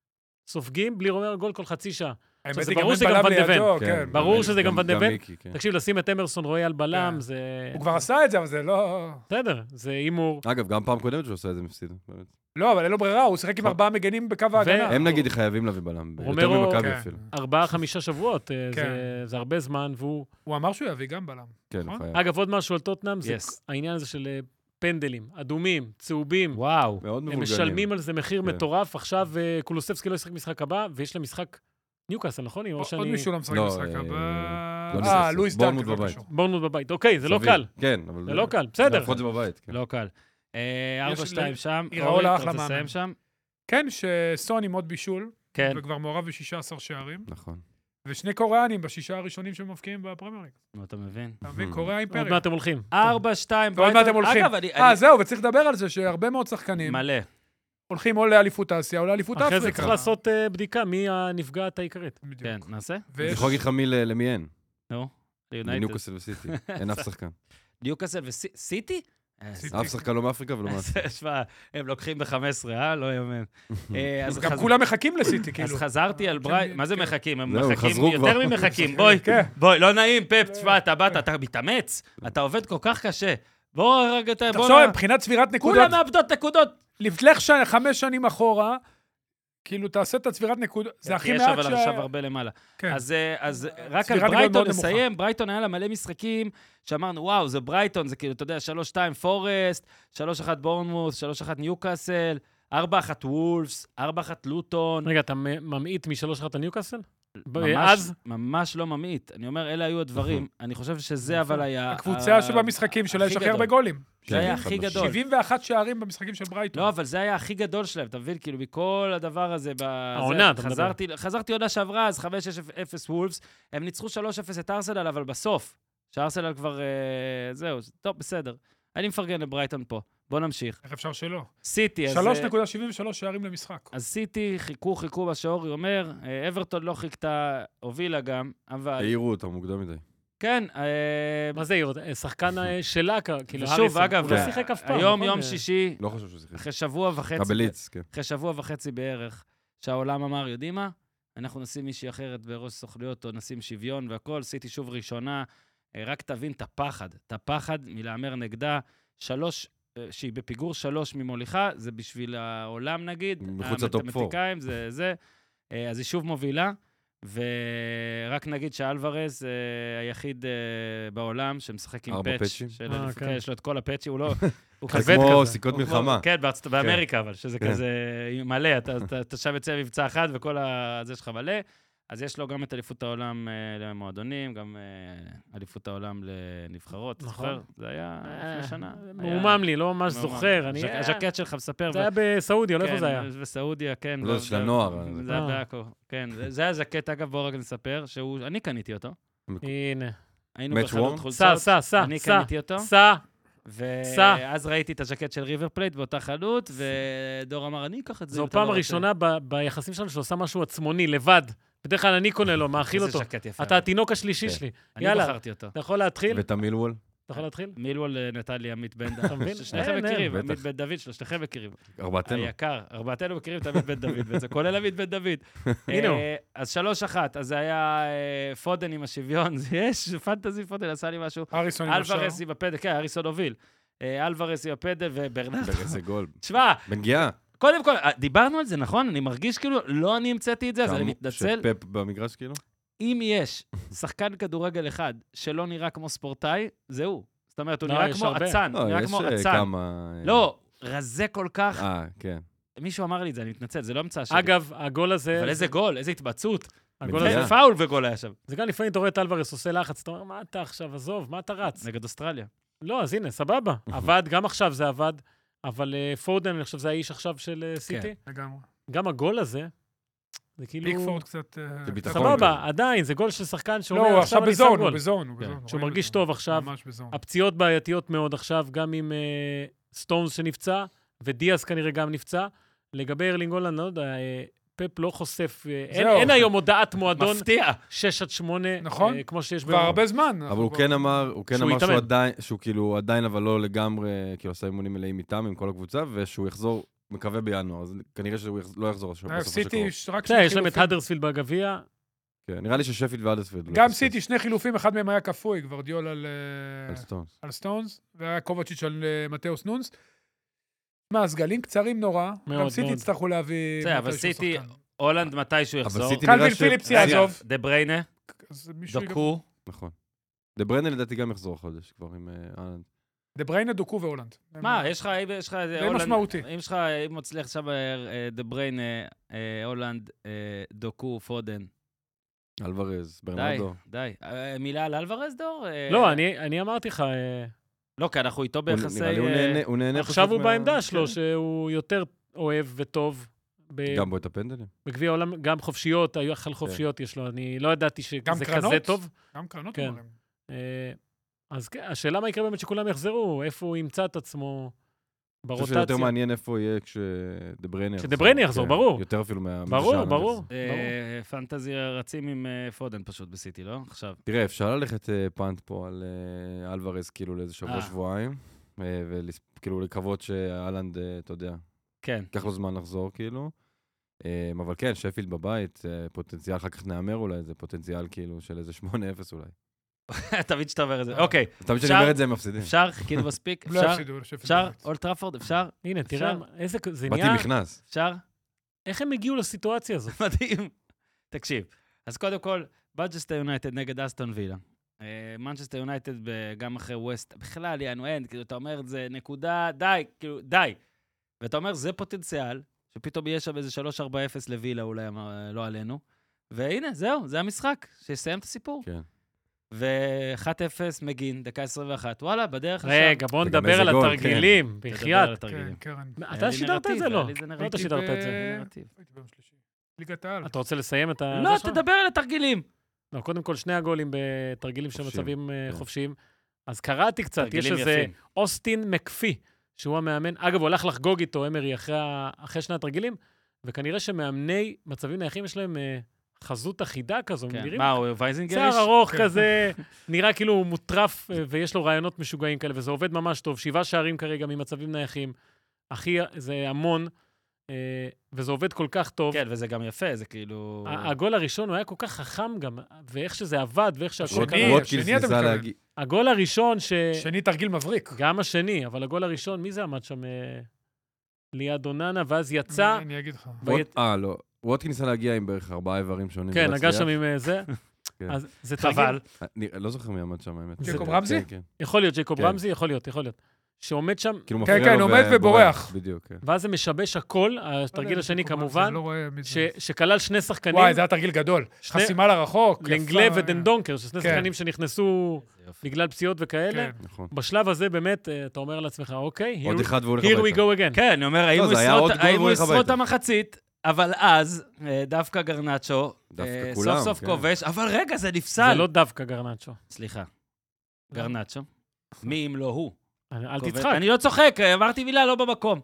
סופגים בלי רומרו, גול כל חצי שעה. האמת זה היא, גם ברור אין שזה גם בלם ון דה לידו, כן. כן. ברור שזה גם ון דה ון. מיקי, כן. תקשיב, לשים את אמרסון רועי על בלם, כן. זה... הוא כבר עשה את זה, אבל זה לא... בסדר, זה הימור. אגב, גם פעם קודמת שהוא עושה את זה מפסיד. באמת. לא, אבל אין לו ברירה, הוא שיחק עם ארבעה מגנים בקו ההגנה. הם נגיד חייבים להביא בלם. יותר רומרו- ממכבי כן. אפילו. ארבעה, חמישה שבועות, אה, כן. זה- זה הרבה זמן, והוא... הוא אמר שהוא יביא גם בלם. כן, נכון? הוא חייב. אגב, עוד משהו על טוטנאם, זה Yes. העניין הזה של אה, פנדלים, אדומים, צהובים. וואו. מאוד הם מבולגנים. משלמים על זה מחיר כן. מטורף. עכשיו אה, קולוספסקי לא ישחק משחק הבא, ויש להם משחק ניוקאסל, נכון? או עוד שאני... מישהו לא משחק לא, משחק אה, הבא. לא אה, ניסס. לואיס בורנמוט דנק, לא בבית. קשור. בורנמוט בבית. אוקיי, זה לא סביר. קל. כן, אבל... זה לא קל, בסדר. לפחות זה בבית. כן. לא קל. אה, ארבע שתיים שם. יראו אורי, לה אתה אחלה רוצה מאמן. לסיים שם? כן, שסון עם עוד בישול, כן. וכבר מעורב ב-שישה עשר שערים, נכון. ושני קוריאנים בשישה הראשונים שמבקיעים בפרמייר ליג. נו, אתה מבין? אתה מבין? Hmm. קוריאה עוד אימפריה. מעט אתם הולכים. ארבע, שתיים, ועוד מעט אתם הולכים. אגב, אני... אה, אני- זהו, וצריך לדבר על זה שהרבה מאוד שחקנים מלא. הולכים או לאליפות אסיה או לאליפות אפריקה. אחרי זה צריך לעשות אה, בדיקה מי הנפגעת העיקרית. בדיוק. כן, נעשה? אני ויש- יכול להגיד לך מי ל- למי אין. נו, ליונייטד. בניוקאסל וסיטי. אין אף שחקן. ניוקאסל וסיטי? סיטי. אף שחקן לא מאפריקה ולא מאפריקה. שמע, הם לוקחים ב-חמש עשרה, אה? לא יאמן. אה, אז גם חז- כולם מחכים לסיטי, כאילו. אז חזרתי על ברי... כן, מה זה כן. מחכים? הם זהו, מחכים חזרו יותר כבר. ממחכים. בואי, כן. בואי, לא נעים, פפ, תשמע, אתה באת, אתה מתאמץ, אתה עובד כל כך קשה. בוא רגע, בוא... תחשוב, מבחינת צבירת נקודות, כולם מאבדות נקודות. לך ש- חמש שנים אחורה, כאילו, תעשה את הצבירת נקודות, זה הכי יש מעט אבל ש... עכשיו הרבה למעלה. כן. אז, אה, אז רק על ספירת גול ברייטון מאוד נמוכה. נסיים, ברייטון היה לה מלא משחקים שאמרנו, וואו, זה ברייטון, זה כאילו, אתה יודע, שלוש שתיים פורסט, שלוש אחת בורנמוס, שלוש אחת ניוקאסל, ארבע אחת וולפס, ארבע אחת לוטון. רגע, אתה מ- ממעיט משלוש אחת הניוקאסל? ממש, אז? ממש לא ממעיט. אני אומר, אלה היו הדברים. אני חושב שזה אבל היה... הקבוצה ה- שבמשחקים שלה יש הכי הכי הרבה גדול. גולים. זה היה כן, הכי חד גדול. שבעים ואחת שערים במשחקים של ברייטון. לא, אבל זה היה הכי גדול שלהם, אתה מבין? כאילו, מכל הדבר הזה... ב- העונה, זה- אתה מדבר. חזרתי, חזרתי עונה שעברה, אז חמש שש אפס וולפס, הם ניצחו שלוש אפס את ארסנל, אבל בסוף, שארסנל כבר... אה, זהו, טוב, בסדר. אני מפרגן לברייטון פה. בוא נמשיך. איך אפשר שלא? סיטי, אז... שלוש אה, נקודה שבעים ושלוש שערים למשחק. אז סיטי, חיכו, חיכו בשאורי אומר, אה, אברטון לא חיכתה, הובילה גם, אבל... העירו אותם מוקדם מדי. כן, אה, מה זה יורד? שחקן אה, שלה, כאילו, ושוב, הריסון. אגב, הוא לא כן. שיחק אף פעם. היום נכון? יום אה, שישי, לא חושב שהוא שיחק. אחרי שבוע וחצי... קבליץ, כן. אחרי שבוע וחצי בערך, שהעולם אמר, יודעים מה? אנחנו נשים מישהי אחרת בראש סוכנויות, או נשים שוויון והכל, סיטי שוב ראשונה, אה, רק תבין את הפחד, את הפחד מלאמר נגדה, שלוש, אה, שהיא בפיגור שלוש ממוליכה, זה בשביל העולם נגיד, מחוץ לטופ פור. המתמטיקאים, זה זה, אה, אז היא שוב מובילה, ורק נגיד שאלוורז אה, היחיד אה, בעולם שמשחק עם ארבע פאץ', פאצ'ים? של- אה, כן, כן. יש לו את כל הפאצ'י, הוא לא... הוא זה כבד כמו כזה. סיכות הוא כמו- מלחמה. כן, בארצות- באמריקה, אבל שזה כן. כזה מלא, אתה- אתה אתה שם יוצא מבצע אחד וכל ה- זה שלך מלא. אז יש לו גם את אליפות העולם אה, למועדונים, גם אה, אליפות העולם לנבחרות. נכון. זוכר? זה היה לפני שנה. מעומם לי, לא ממש זוכר. אני- הז'קט שלך מספר. זה היה בסעודיה, לא איפה זה היה? בסעודיה, כן. לא, זה של הנוער. זה היה בעכו, כן. זה היה ז'קט, אגב, בואו רק נספר, שאני קניתי אותו. הנה. היינו Match בחנות worn? חולצות. סע, סע, סע, אני סע, קניתי אותו. סע. סע. ואז ראיתי את הז'קט של ריבר פלייט באותה חנות, ודור אמר, אני אקח את זה. זו אם אתה פעם לא רוצה." הראשונה ב- ביחסים שלנו שעושה משהו עצמוני, לבד. בדרך כלל אני קונה לו, מאכיל איזה אותו. ז'קט יפה. אתה התינוק השלישי כן. שלי. אני יאללה. בחרתי אותו. אתה יכול להתחיל? ואת המילוול. אתה יכול להתחיל? מילוול נתן לי עמית בן דוד. אתה מבין? שניכם אין, מכירים, אין, עמית בטח. בן דוד שלו, שניכם מכירים. ארבעתנו. היקר, ארבעתנו מכירים את עמית בן דוד, וזה כולל עמית בן דוד. הנה הוא. אה, אז שלוש אחת, אז זה היה אה, פודן עם השוויון, יש, פנטזי פודן עשה לי משהו. אריסון עם השער. אלוורס עם הפדל, כן, אריסון הוביל. אה, אלוורס עם הפדל וברנרדו. איזה גול. תשמע, בנגיעה. קודם כל, דיברנו על זה, נכון? אני מרגיש כאילו, לא אני המצאתי את זה, אז אני מתנצל. שפפ במגרש כאילו? אם יש שחקן כדורגל אחד שלא נראה כמו ספורטאי, זה הוא. זאת אומרת, הוא לא, נראה יש כמו הרבה. אצן, לא, נראה יש כמו אה, אצן. כמה... אה, לא, רזה כל כך. אה, כן. מישהו אמר לי את זה, אני מתנצל, זה לא המצאה שלי. אגב, הגול הזה... אבל איזה גול, איזה התבצעות. הגול מגיע. הזה... איזה פאול וגול היה שם. זה גם לפעמים אתה רואה את אלוורס עושה לחץ, אתה אומר, מה אתה עכשיו, עזוב, מה אתה רץ? נגד אוסטרליה. לא, אז הנה, סבבה. עבד, גם עכשיו זה עבד, אבל אה, פודן, אני חושב, זה האיש עכשיו של אה, סיטי. לגמרי. גם הגול הזה, זה כאילו... פיקפורד קצת... אה, זה ביטחון. סבבה, עדיין, זה גול של שחקן לא, שאומר, הוא עכשיו עכשיו אני שם בזון, הוא גול. בזון, הוא כן. בזון. שהוא רואים מרגיש את זה. טוב עכשיו. ממש בזון. הפציעות בעייתיות מאוד עכשיו, גם עם אה, סטונס שנפצע, ודיאז כנראה גם נפצע. לגבי ארלינג הולנד, לא יודע, אה, פפ לא חושף, אה, אין, זהו. אין היום הודעת מועדון מפתיע. שש עד שמונה, נכון. אה, כמו שיש כבר הרבה זמן. אבל הוא כן אמר, הוא כן שהוא אמר שהוא יתאמן. עדיין, שהוא כאילו עדיין אבל לא לגמרי, כאילו עשה אימונים מלאים איתם, עם כל הקבוצה, ושהוא יחזור, מקווה בינואר, אז כנראה שהוא יחז- לא יחזור בסופו של סיטי, קרוב. יש רק בסדר, שני יש להם את חילופים. הדרספילד בגביע, כן, נראה לי ששפילד ואלדספילד. לא גם פספס. סיטי, שני חילופים, אחד מהם היה כפוי, גוורדיול על אה, על סטונס. על סטונס, והיה קובצ'יץ' על אה, מתאוס נונס. מה, סגלים קצרים נורא, מאוד, גם סיטי מאוד. יצטרכו להביא... בסדר, אבל מתישהו סיטי, שחקן. הולנד מתישהו יחזור. סיטי קלווין נראה ש- פיליפס רגע, יעזוב. דה בריינה, אז מישהו יגמר. דוקו. נכון. דה בריינה לדעתי גם יחזור החודש, כבר עם אה, אהלנד. דה בריינה, דוקו והולנד. מה, יש לך, יש לך, די משמעותי. אם יש לך, אם מצליח עכשיו אה, דה בריינה, אה, הולנד, אה, דוקו, פודן. אלוורז, די, ברנרדו. די. אה, מילה על אלוורז, דור? אה, לא, אני אני אמרתי לך, אה, לא, כי אנחנו איתו הוא- ביחסי... נראה לי הוא אה, נהנה- הוא נהנה עכשיו פשוט הוא מה- בעמדה שלו, כן. שהוא יותר אוהב וטוב. ב- גם בו את הפנדלים. בגביע העולם, גם חופשיות, היו אכל חופשיות יש לו, אני לא ידעתי גם שזה קרנות? כזה טוב. גם קרנות כן. אומרים. אה, אז כן, השאלה מה יקרה באמת שכולם יחזרו, איפה הוא ימצא את עצמו אני חושב שזה יותר ברוטציה. מעניין איפה יהיה כשדה בריינה יחזור. כשדה בריינה יחזור, כן, ברור. יותר אפילו מה... ברור, מהשאר ברור. הזה. אה, פנטזי רצים עם אה, פודן פשוט בסיטי, לא? עכשיו. תראה, אפשר ללכת אה, פאנט פה על אה, אלוורז כאילו לאיזה אה. שבוע, שבועיים, וכאילו לקוות שאלנד, אה, אתה יודע, כן. ייקח לו זמן לחזור כאילו. אה, אבל כן, שפילד בבית, אה, פוטנציאל, אחר כך נאמר אולי, זה פוטנציאל כאילו של איזה שמונה אפס אולי. תמיד שאתה אומר את זה. אוקיי, תמיד אפשר? שאני אומר את זה, הם מפסידים. אפשר? חיכינו מספיק? הם לא אפשר? יפסידו לשפט אפשר? בבית. אולט טראפורד, אפשר? הנה, תראה, אפשר? איזה, זה באתי נהיה, מכנס. אפשר? איך הם הגיעו לסיטואציה הזאת? מדהים. תקשיב, אז קודם כל, מנצ'סטר יונייטד נגד אסטון וילה. מנצ'סטר יונייטד גם אחרי ווסט, בכלל, יענו אין, כאילו, אתה אומר, זה נקודה, די, כאילו, די. ואתה אומר, זה פוטנציאל, שפתאום יהיה שם איזה שלוש ארבע אפס לווילה, אולי לא עלינו. והנה, זהו, זה המשחק, שיסיים את הסיפור. כן. ו-אחת אפס מגין, דקה עשרים ואחת, וואלה, בדרך לשם. רגע, בואו וגם נדבר איזה על גול, התרגילים, תדבר על בחייאת. התרגילים. כן, קרן. היה אתה לי שידרת את נרטיב, זה? היה לא. לי איזה לא נרטיב. אתה שידרת את זה. ב- נרטיב. הייתי ביום שלישי. ליגת העל. אתה רוצה לסיים את ה... לא, זה שלך? תדבר על התרגילים. לא, קודם כל, שני הגולים בתרגילים של חופשיים, מצבים אה, כן. חופשיים. אז קראתי קצת, יש תרגילים איזה יפים. אוסטין מקפי, שהוא המאמן. אגב, הוא הלך לחגוג איתו, אמרי, אחרי, ה- אחרי שני התרגילים, וכנראה שמאמני מצבים נייחים יש להם אה, חזות אחידה כזו. הם כן. נראים מה, הוא וייזינגריש? שיער ארוך כן. כזה, נראה כאילו הוא מוטרף, אה, ויש לו רעיונות משוגעים כאלה, וזה עובד ממש טוב. שבעה שערים כרגע ממצבים נייחים. הכי, זה המון, אה, וזה עובד כל כך טוב. כן, וזה גם יפה, זה כאילו... ה- הגול הראשון הוא היה כל כך חכם גם, ואיך שזה עבד, ואיך שהכל השני, קרה. ווטקינס השני אתה ניסה מתכוון. להגיד... הגול הראשון ש... שני תרגיל מבריק. גם השני, אבל הגול הראשון, מי זה עמד שם? אה, ליד אוננה, ואז יצא, אני אגיד לך. ויצ- אה, לא. ווטקינס ניסה להגיע עם בערך ארבעה איברים שונים. כן, ולא נגע הצליח. שם עם אה, זה. כן. אז זה חבל. תרגיל. אני לא זוכר מי עמד שם, האמת. ג'ייקוב כן, רמזי? כן. יכול להיות ג'ייקוב כן. רמזי, יכול להיות, יכול להיות. שעומד שם, כאילו כן, מפריע כן, לו עומד ובורח. בדיוק, כן. ואז זה משבש הכל, התרגיל השני כמובן, לא רואה מי ש- זה. שכלל שני שחקנים, וואי, זה היה תרגיל גדול. שני- חסימה לרחוק. לנגלה יפה. ודנדונקר, ששני כן. שחקנים שנכנסו איזה יופי. בגלל פציעות וכאלה. כן. נכון. בשלב הזה באמת, אה, אתה אומר לעצמך, אוקיי, עוד here- אחד והוא הולך here we הביתה. go again. כן, אני אומר, האם לא, הוא זה היה ישרוד- עוד גול האם הוא והוא הולך ישרוד את הביתה. המחצית, אבל אז, אה, דווקא גרנצ'ו, דווקא אה, כולם, סוף סוף כן. כובש, אבל רגע, זה זה נפסל. לא דווקא גרנצ'ו. סליחה, גרנצ'ו. מי אם לא הוא? אל כובש- תצחק. אני לא צוחק, אמרתי מילה לא במקום.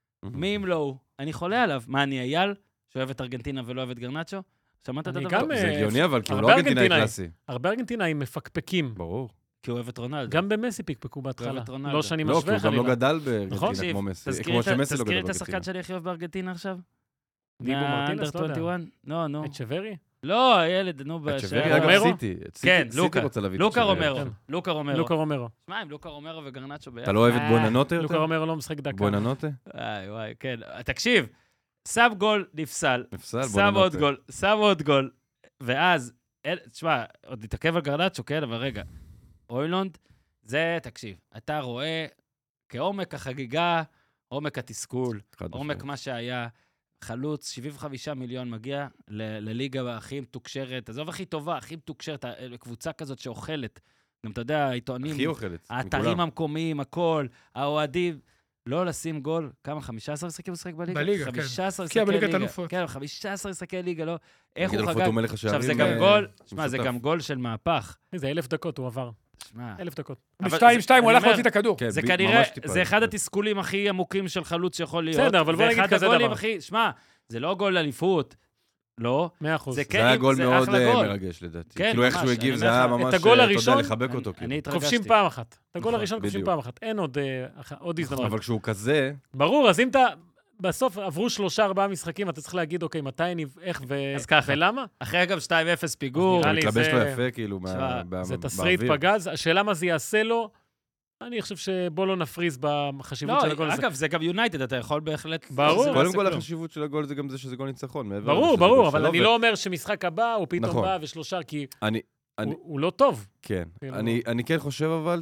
מי אם לא הוא? אני חולה עליו. מה, אני אייל, שאוהב את ארגנטינה ולא אוהב את גרנצ'ו? שמעת את אני הדבר? גם, הזה? זה אה, הגיוני, אבל כי הוא הרבה לא ארגנטינאי ארגנטינאים. קלאסי. הרבה ארגנטינאים מפקפקים. ברור. כי הוא אוהב את רונלדו. גם במסי פקפקו בהתחלה. את רונלדו. לא שאני לא, כי משווה הוא גם לא חלילה. גדל נכון. בארגנטינה תקשיב, כמו מסי. תזכיר כמו את ה- שמסי לא תזכיר גדל את השחקן בארגנטינה. שאני הכי אוהב בארגנטינה עכשיו? דיגו מרטינס, לא יודע. מה-Under עשרים ואחת? לא, נו. את שווי? לא, הילד, נו, את בשער. שווי, אגב, רומרו? סיטי. את סיטי- כן, סיטי לוקה. רוצה להביא את לוקה שווי. רומרו. כן. לוקה רומרו. לוקה רומרו. שמע, עם לוקה רומרו וגרנצ'ו ביחד. אתה לא אוהב את אה, בואננוטה יותר? לוקה רומרו לא משחק דקה. בואננוטה? וואי, וואי, כן. תקשיב, שם גול, נפסל. נפסל, שם עוד בואננוטה. גול, שם עוד גול. ואז, אל- תשמע, עוד נתעכב על גרנצ'ו, כן, אבל רגע. אוילונד, זה, תקשיב, אתה רואה כעומק החגיגה, עומק התסכול, חד עומק משמעית. מה שהיה. חלוץ, שבעים וחמישה מיליון מגיע ל- לליגה הכי מתוקשרת, עזוב הכי טובה, הכי מתוקשרת, ה- קבוצה כזאת שאוכלת. גם אתה יודע, העיתונים, הכי אוכלת. האתרים מכולם. המקומיים, הכל, האוהדים, לא לשים גול, כמה? חמישה עשר משחקים הוא משחק בליגה? בליגה, כן. חמישה עשר הבקיע משחקי בליגת ליגה. אלופות. כן, חמישה עשר משחקי ליגה, לא? איך נגיד הוא אלופות חגג? הוא מלך השערים. עכשיו, זה גם אה, גול, שמע, זה משותף. גם גול של מהפך. זה אלף דקות הוא עבר. שמע, אלף דקות. אבל בשתיים זה- שתיים הוא אני הלך אומר, להוציא את הכדור. כן, זה ב- כנראה, ממש טיפה. זה אחד התסכולים הכי עמוקים של חלוץ שיכול להיות. בסדר, אבל בוא נגיד ואחד כזה הגולים דבר. הכי, שמע, זה לא גול אליפות, לא. מאה אחוז. זה זה כן, היה גול זה מאוד אחלה אה, גול. מרגש לדעתי. כן, כאילו איך ממש, שהוא אני הגיב, אומר זה היה לך, ממש, את הגול אה, הראשון, אתה יודע, לחבק אני- אותו. כאילו. אני התרגשתי. כובשים פעם אחת. את הגול נכון, הראשון כובשים בדיוק. פעם אחת. אין עוד אה, אח- עוד הזדמנות. אבל כשהוא כזה, ברור, אז אם אתה... בסוף עברו שלושה, ארבעה משחקים, אתה צריך להגיד, אוקיי, מתי אני... איך ו... אז ככה. ולמה? אחרי אגב שתיים אפס פיגור, נראה הוא לי מתלבש זה- לו יפה, כאילו, מה- תשמע, ב- זה באוויר. תסריט פגז. השאלה מה זה יעשה לו, אני חושב שבוא לא נפריז בחשיבות של הגול לא, הזה. אגב, זה גם יונייטד, אתה יכול בהחלט... ברור. זה לא קודם יעשה כל, כלום. החשיבות של הגול זה גם זה שזה גול ניצחון. מעבר לזה ברור, שזה ברור, גול אבל שלו, אני ו- לא אומר שמשחק הבא הוא פתאום נכון. בא ושלושה, כי אני- אני- הוא הוא לא טוב. כן. כאילו- אני, אני כן חושב אבל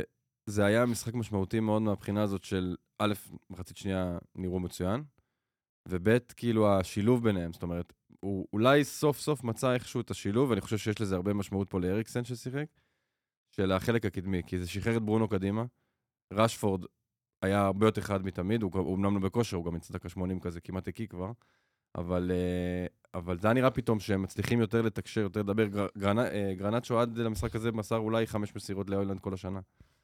שזה היה משחק משמעותי מאוד מהבחינה הזאת של א', מחצית שנייה נראו מצוין, וב', כאילו השילוב ביניהם, זאת אומרת, הוא אולי סוף סוף מצא איכשהו את השילוב, ואני חושב שיש לזה הרבה משמעות פה לאריקסן ששיחק, של החלק הקדמי, כי זה שחרר את ברונו קדימה, רשפורד היה הרבה יותר חד מתמיד, הוא, הוא אמנם לא בכושר, הוא גם יצא דקה שמונים כזה, כמעט הקיא כבר, אבל, אה, אבל זה היה נראה פתאום שהם מצליחים יותר לתקשר, יותר לדבר. גר, גרנ, אה, גרנצ'ו עד למשחק הזה מסר אולי חמש מסירות לאוילנד כל השנה.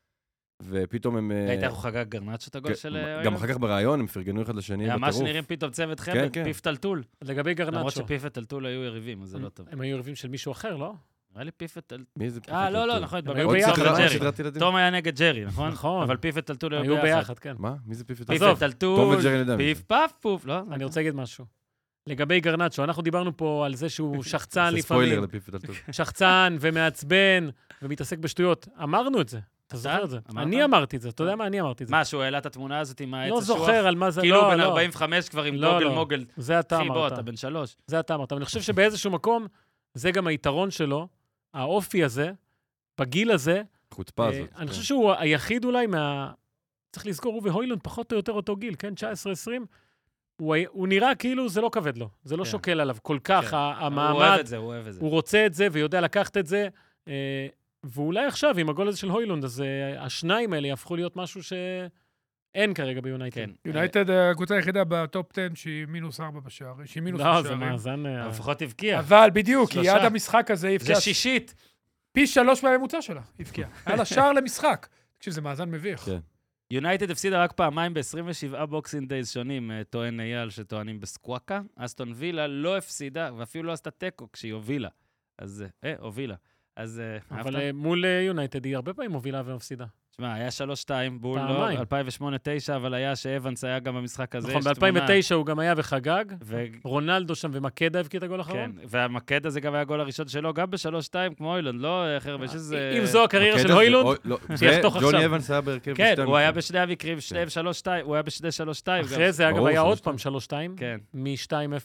ופתאום הם... אה, ראית איך הוא חגג גרנצ'ו את הגול כן, של... גם אוילנד? אחר כך ברעיון, הם פרגנו אחד לשני היה בטירוף. ממש נראים פתאום צוות כן, חמד, כן. פיף טלטול. לגבי למרות גרנצ'ו, שפיף וטלטול היו יריבים, אז זה לא טוב. הם היו יריבים של מישהו אחר, לא? נראה לי פיף וטלטול... מי זה? אה, לא, לא, נכון, הם היו התבלבלתי. ביחד, תום סדרה- וג'רי. סדרת ילדים? תום היה נגד ג'רי, נכון? נכון. אבל פיף וטלטול היו היו ביחד. ביחד, כן. מה? מי זה פיף פיף וטלטול? עזוב. וטלטול, תום וג'רי נדע. פיף פף פוף, לא? אני רוצה להגיד משהו. לגבי גרנצ'ו, אנחנו דיברנו פה על זה שהוא שחצן זה ספוילר לפעמים, לפיף וטלטול. שחצן ומעצבן ומתעסק בשטויות. אמרנו את זה. אתה זוכר את זה? אמרת? אני אמרתי את זה. אתה יודע מה? אני אמרתי את זה. מה, שהוא העלה את התמונה הזאת עם העץ לא השוח? זוכר על מה זה... כאילו לא, הוא בן לא. ארבעים וחמש כבר עם לא, גוגל לא. מוגל. זה אתה אחי, בוא, אמרת. אתה בן שלוש. זה אתה אמרת. אבל אני חושב שבאיזשהו מקום, זה גם היתרון שלו, האופי הזה, בגיל הזה, חוצפה אה, הזאת. אני כן. חושב שהוא היחיד אולי מה... צריך לזכור, הוא והוילנד פחות או יותר אותו גיל, כן? תשע עשרה עשרים. הוא, היה- הוא נראה כאילו זה לא כבד לו, זה לא כן. שוקל עליו כל כך, כן. ה- הוא אוהב המעמד, את זה, הוא אוהב את זה. הוא רוצה את זה ויודע לקחת את זה, אה, ואולי עכשיו, עם הגול הזה של הוילונד, אז אה, השניים האלה יהפכו להיות משהו שאין כרגע ביונייטד. כן. יונייטד הקבוצה היחידה בטופ עשר שהיא מינוס ארבע בשער, שהיא מינוס לא, זה בשערים. מאזן... אה, אבל לפחות הבקיע. אבל בדיוק, כי שלושה. עד המשחק הזה היא זה הבקיעה שישית. פי שלוש מהממוצע שלה, היא הבקיעה. היה לה שער למשחק. תקשיב, זה מאזן מביך. כן. יונייטד הפסידה רק פעמיים ב-עשרים ושבעה בוקסינג דייז שונים, אה, טוען אייל שטוענים בסקוואקה. אסטון וילה לא הפסידה, ואפילו לא עשתה תיקו כשהיא הובילה. אז, אה, הובילה. אז, אה, אבל אהבת? אה, מול אה, יונייטד היא הרבה פעמים מובילה ומפסידה. תשמע, היה שלוש שתיים, בול לא, פעמיים. אלפיים ושמונה תשע, אבל היה שאבנס היה גם במשחק הזה. נכון, יש תמונה. ב-אלפיים ותשע הוא גם היה וחגג, ו... רונלדו שם ומקדה הבקיע את הגול כן, האחרון. והמקד הזה גם היה הגול הראשון שלו, גם ב-שלוש שתיים, כמו אוילנד, לא אחר, ויש איזה... אם זו הקריירה של הקטע זה- הוילונד, אוי, לא, שיחתוך וג'וני עכשיו. אבנס היה בהרכב כן, בשתי הוא היה המקרים. בשני המקרים, שניהם שלוש שתיים, הוא היה בשני שלוש שתיים. אחרי זה, אגב, ברור, היה שלוש עוד שתיים. פעם שלוש שתיים, כן. מ-שתיים אפס,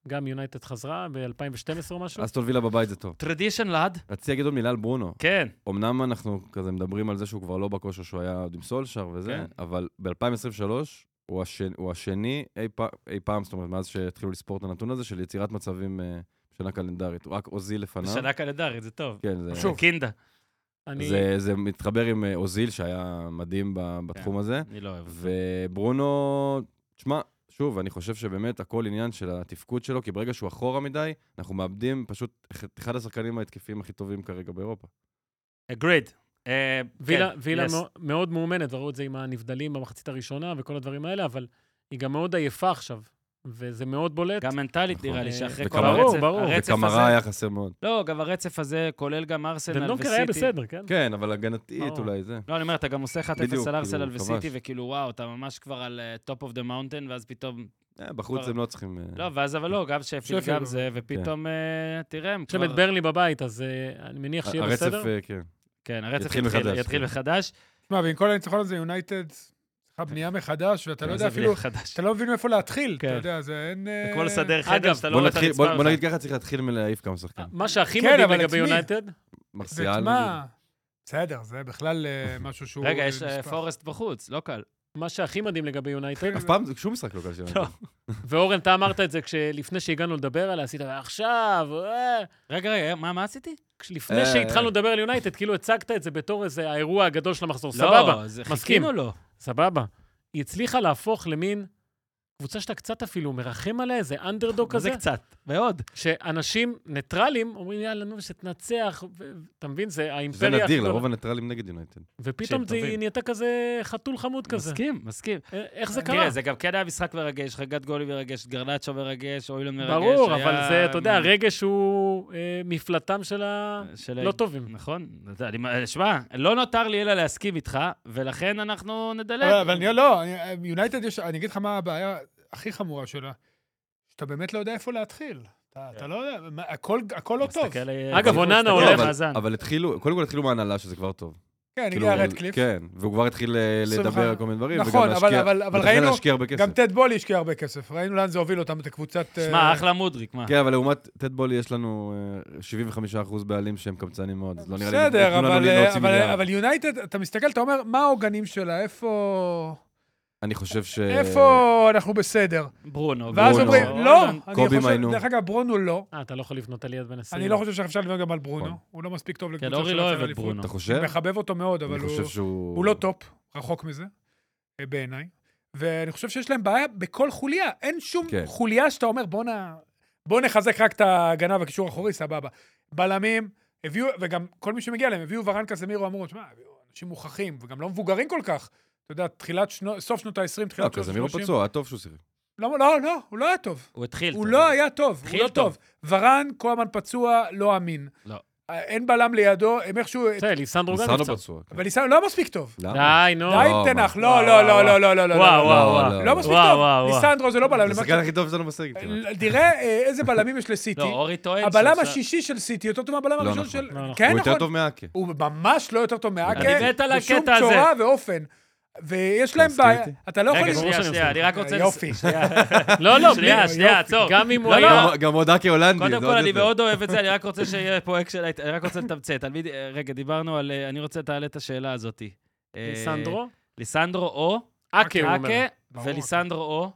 גם יונייטד חזרה ב-אלפיים ושתים עשרה או משהו. אסטון וילה בבית זה טוב. טרדישן לאד. רציתי להגיד עוד מילה על ברונו. כן. אמנם אנחנו כזה מדברים על זה שהוא כבר לא בכושר שהוא היה עוד עם סולשר וזה, כן. אבל ב-אלפיים עשרים ושלוש הוא השני, הוא השני אי, פ... אי פעם, זאת אומרת, מאז שהתחילו לספור את הנתון הזה, של יצירת מצבים אה, בשנה קלנדרית. הוא רק אוזיל לפניו. בשנה קלנדרית, זה טוב. כן, זה... שוב. קינדה. אני... זה, זה מתחבר עם אה, אוזיל, שהיה מדהים ב- בתחום הזה. אני לא אוהב. וברונו, תשמע, שוב, אני חושב שבאמת הכל עניין של התפקוד שלו, כי ברגע שהוא אחורה מדי, אנחנו מאבדים פשוט את אחד השחקנים ההתקפיים הכי טובים כרגע באירופה. אגריד. וילה, וילה מאוד, מאוד מאומנת, וראו את זה עם הנבדלים במחצית הראשונה וכל הדברים האלה, אבל היא גם מאוד עייפה עכשיו, וזה מאוד בולט. גם מנטלית נכון. נראה לי, שאחרי כל וקמרה- הרצף, ברור. הרצף וקמרה הזה... היה חסר מאוד. לא, גם הרצף הזה כולל גם ארסנל דנדונקר היה וסיטי. בסדר, כן? כן, אבל הגנתית ברור. אולי זה. לא, אני אומר, אתה גם עושה אחת בדיוק, אפס על ארסנל כאילו, וסיטי, כבש. וכאילו, וואו, אתה ממש כבר על טופ אוף דה מאונטן, ואז פתאום... אה, בחוץ כבר- הם לא צריכים... אה, לא, ואז אבל לא, גם שפילד, שפילד, גם זה, ופתאום, אה, תראה, הם יש להם כבר... את ברלי בבית, אז אה, אני מניח שיהיה הרצף, בסדר. אה, כן. כן, הרצף יתחיל יתחיל מחדש, יתחיל כן. מחדש. תשמע, ועם כל הניצחון הזה, יונייטד, צריכה בנייה מחדש, ואתה לא יודע זה אפילו, בלי חדש. אתה לא מבין מאיפה להתחיל, כן. אתה יודע, זה אין... זה אה, כמו לסדר חדר אגב, שאתה לא בוא רואה את נתחיל- הרצפה בוא בוא בכלל. נגיד ככה, צריך להתחיל מלהעיף כמה שחקנים. מה שהכי כן, מדהים אבל לגבי את מי? יונייטד, מרסיאל, נגיד. ותשמע, בסדר, זה בכלל אה, משהו שהוא... רגע, אה, יש אה, נספח. פורסט בחוץ, לא קל. מה שהכי מדהים לגבי יונייטד, אף פעם, שום משחק לא קל שלנו. לא. ואורן, אתה אמרת את זה לפני שהגענו לדבר עליה, עשית עכשיו, אה, רגע, רגע, מה מה עשיתי? לפני אה. שהתחלנו לדבר על יונייטד, כאילו הצגת את זה בתור איזה האירוע הגדול של המחזור. סבבה, לא, זה מסכים. חיכינו לו. סבבה. היא הצליחה להפוך למין קבוצה שאתה קצת אפילו מרחם עליה, איזה אנדרדוג מה זה כזה, קצת? מאוד. שאנשים ניטרלים אומרים, יאללה, נו, שתנצח, ו- אתה מבין, זה זה האימפריה... נדיר, הכי גדולה. לרוב הניטרלים נגד יונייטד. ופתאום שהם זה טובים. נהייתה כזה חתול חמוד כזה. מסכים, מסכים. א- איך זה תראה, קרה? זה גם כן היה משחק מרגש, חגיגת גולי מרגש, גרנצ'ו מרגש, אוילון מרגש. ברור, היה- אבל זה, אתה יודע, הרגש הוא אה, מפלטם של של הלא טובים. נכון. אתה יודע, אני- שמע, לא נותר לי אלא להסכים איתך, ולכן אנחנו נדלג. אבל אבל אני לא, אני- יונייטד יש, אני אגיד לך מה הבעיה הכי חמורה שלה, שאתה באמת לא יודע איפה להתחיל. אתה אתה לא יודע, מה- הכל הכל לא טוב. מסתכל, אה, אגב, אבל- אוננה מסתכל הולך- על אבל- מאזן. אבל התחילו, קודם כל התחילו מהנהלה, שזה כבר טוב. כן, כאילו, הגיע רדקליף. כן, והוא כבר התחיל אה, עשרים לדבר וחמש. על כל מיני דברים, נכון, וגם אבל- להשקיע, אבל- אבל מתחיל ראינו- להשקיע הרבה כסף. גם טד בולי השקיע הרבה כסף. ראינו לאן זה הוביל אותם, את הקבוצת... שמע, אה, אחלה מודריק, מה? כן, אבל לעומת טד בולי יש לנו אה, שבעים וחמישה אחוז בעלים שהם קמצנים מאוד, אז לא נראה לי... בסדר, ייתנו לנו אבל, להוציא אבל, מיליארד. אבל יונייטד, אתה מסתכל, אתה אומר, מה העוגנים שלה? איפה... אני חושב ש... איפה אנחנו בסדר? ברונו. ואז ברונו. אומרים, לא, אוילון. אני קובי חושב, מיינו. דרך אגב, ברונו לא. אה, אתה לא יכול לבנות על יד בן עשרים. אני לא חושב שאפשר לבנות גם על ברונו. נכון. הוא לא מספיק טוב כן, לקבוצה אורי של לא אוהב עשרה את אליפות. ברונו. אתה אני חושב? מחבב אותו מאוד, אבל אני הוא... חושב שהוא... הוא לא טופ, רחוק מזה, אה, בעיניי. ואני חושב שיש להם בעיה בכל חוליה. אין שום כן. חוליה שאתה אומר, בוא, נ... בוא נחזק רק את ההגנה והקישור האחורי, סבבה. בלמים, הביאו, וגם כל מי שמגיע להם, הביאו ורן קזמירו, אמרו, תשמע, הביאו אנשים מוכחים, וגם לא מבוגרים כל כך. אתה יודע, תחילת שנו... סוף שנות ה-עשרים, לא, תחילת שנות קזמירו ה-שלושים. פצוע, היה טוב שהוא שיחק. לא, לא, לא, הוא לא היה טוב. הוא התחיל. הוא טוב. לא היה טוב, הוא התחיל לא טוב. טוב. ורן, כל הזמן פצוע, לא אמין. לא. אין בלם לידו, הם איכשהו... בסדר, ליסנדרו גם ניסנו נפצע. פצוע. כן. אבל ניסן לא מספיק טוב. למה? די, נו. די, לא, תנח, מה? לא, וואו, לא, וואו, לא, לא, לא, לא, לא. וואו, לא. וואו, לא, וואו. לא. לא מספיק וואו, טוב. וואו, וואו. ליסנדרו זה לא בלם. זה למה השחקן הכי טוב שלנו בסגל. כמעט. תראה אה, איזה בלמים יש לסיטי. לא, אורי טוען הבלם שאפשר- השישי של סיטי יותר טוב מהבלם לא הראשון נכון. של... לא נכון. כן, הוא נכון. יותר טוב מאקה. הוא ממש לא יותר טוב מאקה. אני מת על בשום הקטע הזה. צורה ואופן. ויש להם מסכים בעיה. איתי? אתה לא יכול... רגע, לסמוך- שנייה, שאני שנייה, מסכים. אני רק רוצה... יופי. שנייה, לא, לא, שנייה, בלי- שנייה, יופי. עצור. גם אם הוא לא, לא. היה... גם- גם עוד אקה הולנדי. קודם זה כל, עוד אני יותר. מאוד אוהב את זה, אני רק רוצה שיהיה פה אקשן, אני רק רוצה לתמצת. על מי- רגע, דיברנו על... אני רוצה תעלה את השאלה הזאת. אה, ליסנדרו? ליסנדרו או... אקה, הוא אומר. אקה, ברור. וליסנדרו או...